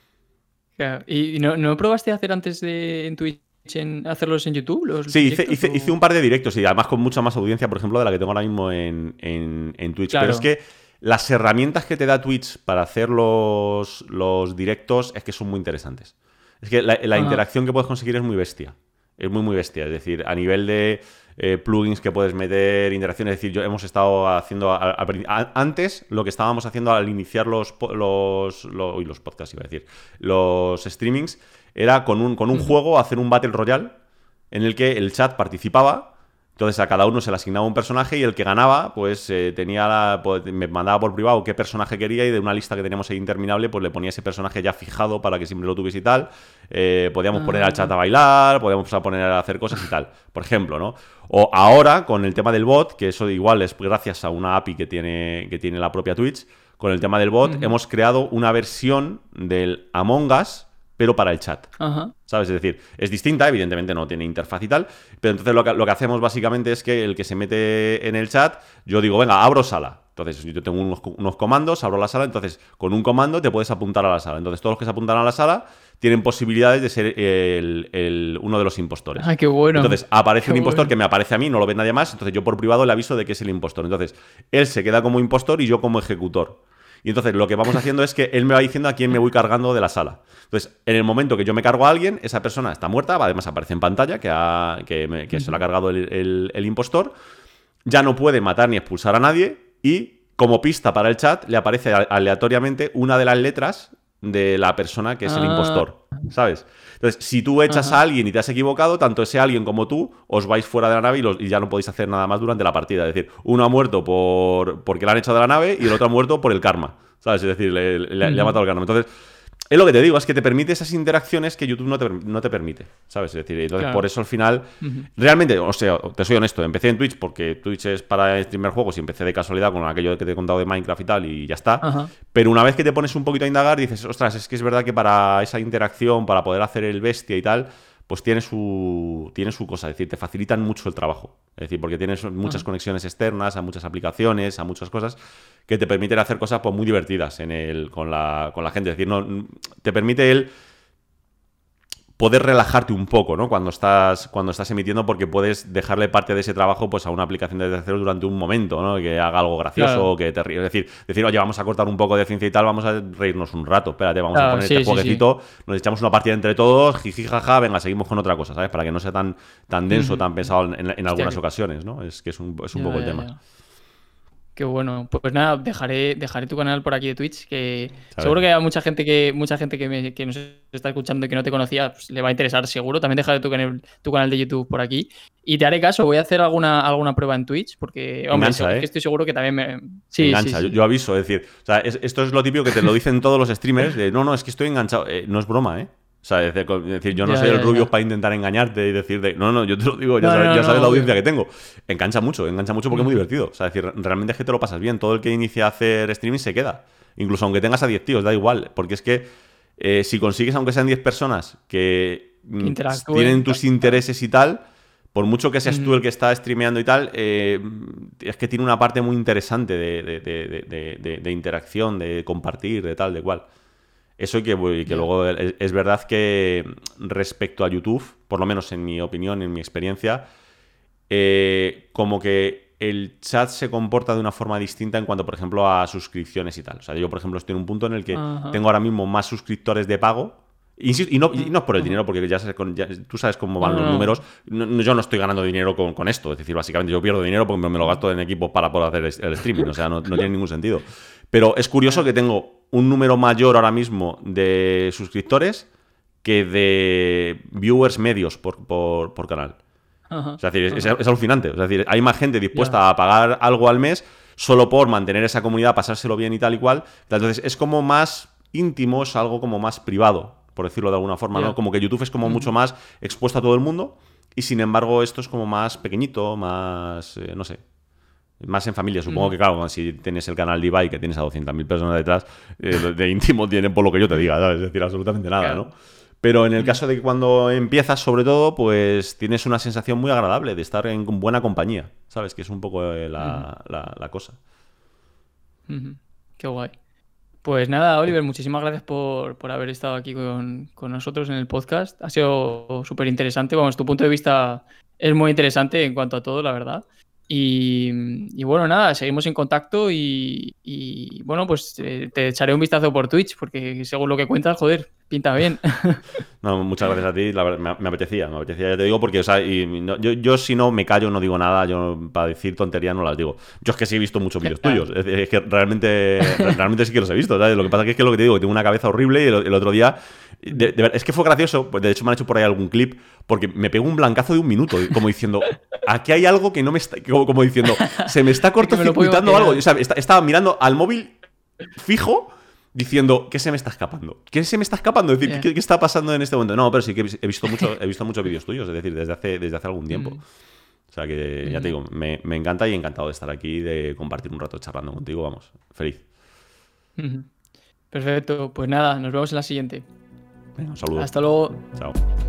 Claro. ¿Y no, no probaste hacer antes de en Twitch? En hacerlos en YouTube? Los sí, hice, hice, hice un par de directos y además con mucha más audiencia, por ejemplo, de la que tengo ahora mismo en, en, en Twitch. Claro. Pero es que las herramientas que te da Twitch para hacer los, los directos es que son muy interesantes. Es que la, la interacción que puedes conseguir es muy bestia. Es muy, muy bestia. Es decir, a nivel de... eh, plugins que puedes meter, interacciones. Es decir, yo hemos estado haciendo a, a, a, antes lo que estábamos haciendo al iniciar los, los, los, uy, los podcasts, iba a decir, los streamings, era con un, con un uh-huh. juego hacer un Battle Royale en el que el chat participaba. Entonces a cada uno se le asignaba un personaje y el que ganaba, pues eh, tenía la, pues, me mandaba por privado qué personaje quería y de una lista que teníamos ahí interminable, pues le ponía ese personaje ya fijado para que siempre lo tuviese y tal. Eh, podíamos ah. poner al chat a bailar, podíamos poner a hacer cosas y tal, por ejemplo, ¿no? O ahora, con el tema del bot, que eso igual es gracias a una A P I que tiene, que tiene la propia Twitch, con el tema del bot uh-huh. hemos creado una versión del Among Us, pero para el chat, uh-huh. ¿sabes? Es decir, es distinta, evidentemente no tiene interfaz y tal, pero entonces lo que, lo que hacemos básicamente es que el que se mete en el chat, yo digo, venga, abro sala. Entonces yo tengo unos, unos comandos, abro la sala, entonces con un comando te puedes apuntar a la sala. Entonces todos los que se apuntan a la sala tienen posibilidades de ser el, el, uno de los impostores. ¡Ay, qué bueno! Entonces aparece qué un impostor bueno. que me aparece a mí, no lo ve nadie más, entonces yo por privado le aviso de que es el impostor. Entonces él se queda como impostor y yo como ejecutor. Y entonces lo que vamos haciendo es que él me va diciendo a quién me voy cargando de la sala. Entonces, en el momento que yo me cargo a alguien, esa persona está muerta, además aparece en pantalla que, ha, que, me, que uh-huh. se lo ha cargado el, el, el impostor, ya no puede matar ni expulsar a nadie y como pista para el chat le aparece aleatoriamente una de las letras de la persona que es ah. el impostor, ¿sabes? Entonces, si tú echas Ajá. a alguien y te has equivocado, tanto ese alguien como tú os vais fuera de la nave y, los, y ya no podéis hacer nada más durante la partida. Es decir, uno ha muerto por porque le han echado de la nave y el otro ha muerto por el karma, ¿sabes? Es decir, le, le, uh-huh. le ha matado el karma. Entonces, es lo que te digo, es que te permite esas interacciones que YouTube no te, no te permite, ¿sabes? Es decir, entonces claro. por eso al final, uh-huh. realmente, o sea, te soy honesto, empecé en Twitch porque Twitch es para streamer juegos y empecé de casualidad con aquello que te he contado de Minecraft y tal y ya está. Uh-huh. Pero una vez que te pones un poquito a indagar, dices, ostras, es que es verdad que para esa interacción, para poder hacer el bestia y tal, pues tiene su, tiene su cosa, es decir, te facilitan mucho el trabajo. Es decir, porque tienes muchas uh-huh. conexiones externas a muchas aplicaciones, a muchas cosas que te permiten hacer cosas pues, muy divertidas en el, con, la, con la gente. Es decir, no, te permite el poder relajarte un poco, ¿no? Cuando estás, cuando estás emitiendo, porque puedes dejarle parte de ese trabajo pues, a una aplicación de terceros durante un momento, ¿no? Que haga algo gracioso, claro. que te ríe. Es decir, decir, oye, vamos a cortar un poco de ciencia y tal, vamos a reírnos un rato, espérate, vamos claro, a poner sí, este sí, jueguecito, sí. nos echamos una partida entre todos, jiji, jaja, venga, seguimos con otra cosa, ¿sabes? Para que no sea tan, tan denso, uh-huh. tan pesado en, en, en algunas Hostia, ocasiones, ¿no? Es que es un, es un ya, poco ya, el tema. Ya. Qué bueno. Pues nada, dejaré, dejaré tu canal por aquí de Twitch, que ¿sabes? Seguro que a mucha gente que mucha gente que, me, que nos está escuchando y que no te conocía, pues, le va a interesar seguro. También dejaré tu canal, tu canal de YouTube por aquí. Y te haré caso, voy a hacer alguna, alguna prueba en Twitch, porque, hombre, engancha, ¿eh? que estoy seguro que también me... Sí, engancha, sí, sí. Yo, yo aviso, es decir, o sea, es, esto es lo típico que te lo dicen todos los streamers, de no, no, es que estoy enganchado. Eh, no es broma, ¿eh? O sea, es decir, yo no ya, soy el rubio para intentar engañarte y decir de, no, no, yo te lo digo, ya no, sabes, no, ya sabes no, la audiencia no. que tengo. Engancha mucho, engancha mucho porque mm. es muy divertido. O sea, es decir, realmente es que te lo pasas bien. Todo el que inicia a hacer streaming se queda. Incluso aunque tengas a diez tíos, da igual. Porque es que eh, si consigues, aunque sean diez personas que mm, tienen tus intereses y tal, por mucho que seas mm. tú el que está streameando y tal, eh, es que tiene una parte muy interesante de, de, de, de, de, de interacción, de compartir, de tal, de cual. Eso y que, y que luego es, es verdad que respecto a YouTube, por lo menos en mi opinión, en mi experiencia, eh, como que el chat se comporta de una forma distinta en cuanto, por ejemplo, a suscripciones y tal. O sea, yo, por ejemplo, estoy en un punto en el que Ajá. tengo ahora mismo más suscriptores de pago. Insisto, y, no, y no es por el dinero, porque ya, sabes, ya tú sabes cómo van no, los no. números. No, yo no estoy ganando dinero con, con esto. Es decir, básicamente yo pierdo dinero porque me, me lo gasto en equipo para poder hacer el streaming. O sea, no, no tiene ningún sentido. Pero es curioso que tengo un número mayor ahora mismo de suscriptores que de viewers medios por, por, por canal. Ajá, o sea, es, decir, es, es alucinante. O sea, es decir, hay más gente dispuesta yeah. a pagar algo al mes solo por mantener esa comunidad, pasárselo bien y tal y cual. Entonces, es como más íntimo, es algo como más privado, por decirlo de alguna forma, yeah. ¿no? Como que YouTube es como mm. mucho más expuesto a todo el mundo y, sin embargo, esto es como más pequeñito, más, eh, no sé, más en familia. Supongo mm. que, claro, si tienes el canal de Ibai, que tienes a doscientas mil personas detrás, eh, de íntimo tienen por lo que yo te diga, ¿sabes? Es decir, absolutamente nada, claro. ¿no? Pero en el caso de que cuando empiezas, sobre todo, pues tienes una sensación muy agradable de estar en buena compañía, ¿sabes? Que es un poco la, mm. la, la cosa. Mm-hmm. Qué guay. Pues nada, Oliver, muchísimas gracias por, por haber estado aquí con, con nosotros en el podcast. Ha sido súper interesante. Vamos, tu punto de vista es muy interesante en cuanto a todo, la verdad. Y, y bueno, nada, seguimos en contacto y, y bueno, pues eh, te echaré un vistazo por Twitch, porque según lo que cuentas, joder, pinta bien. No, muchas gracias a ti, la verdad, me, me apetecía, me apetecía, ya te digo, porque, o sea, y no, yo, yo si no me callo, no digo nada, yo para decir tonterías no las digo. Yo es que sí he visto muchos vídeos Claro. tuyos, es, es que realmente, realmente sí que los he visto, ¿sabes? Lo que pasa es que, es que lo que te digo, que tengo una cabeza horrible y el, el otro día, de, de, es que fue gracioso, pues de hecho me han hecho por ahí algún clip, porque me pegó un blancazo de un minuto, como diciendo, aquí hay algo que no me está, como, como diciendo, se me está cortocircuitando algo, o sea, está, estaba mirando al móvil fijo, diciendo, ¿qué se me está escapando? ¿Qué se me está escapando? Es decir, yeah. ¿qué, ¿qué está pasando en este momento? No, pero sí que he visto mucho, he visto muchos vídeos tuyos, es decir, desde hace, desde hace algún tiempo. Mm. O sea que, mm. ya te digo, me, me encanta y encantado de estar aquí, de compartir un rato charlando contigo, vamos, feliz. Perfecto, pues nada, nos vemos en la siguiente. Venga, un saludo. Hasta luego. Chao.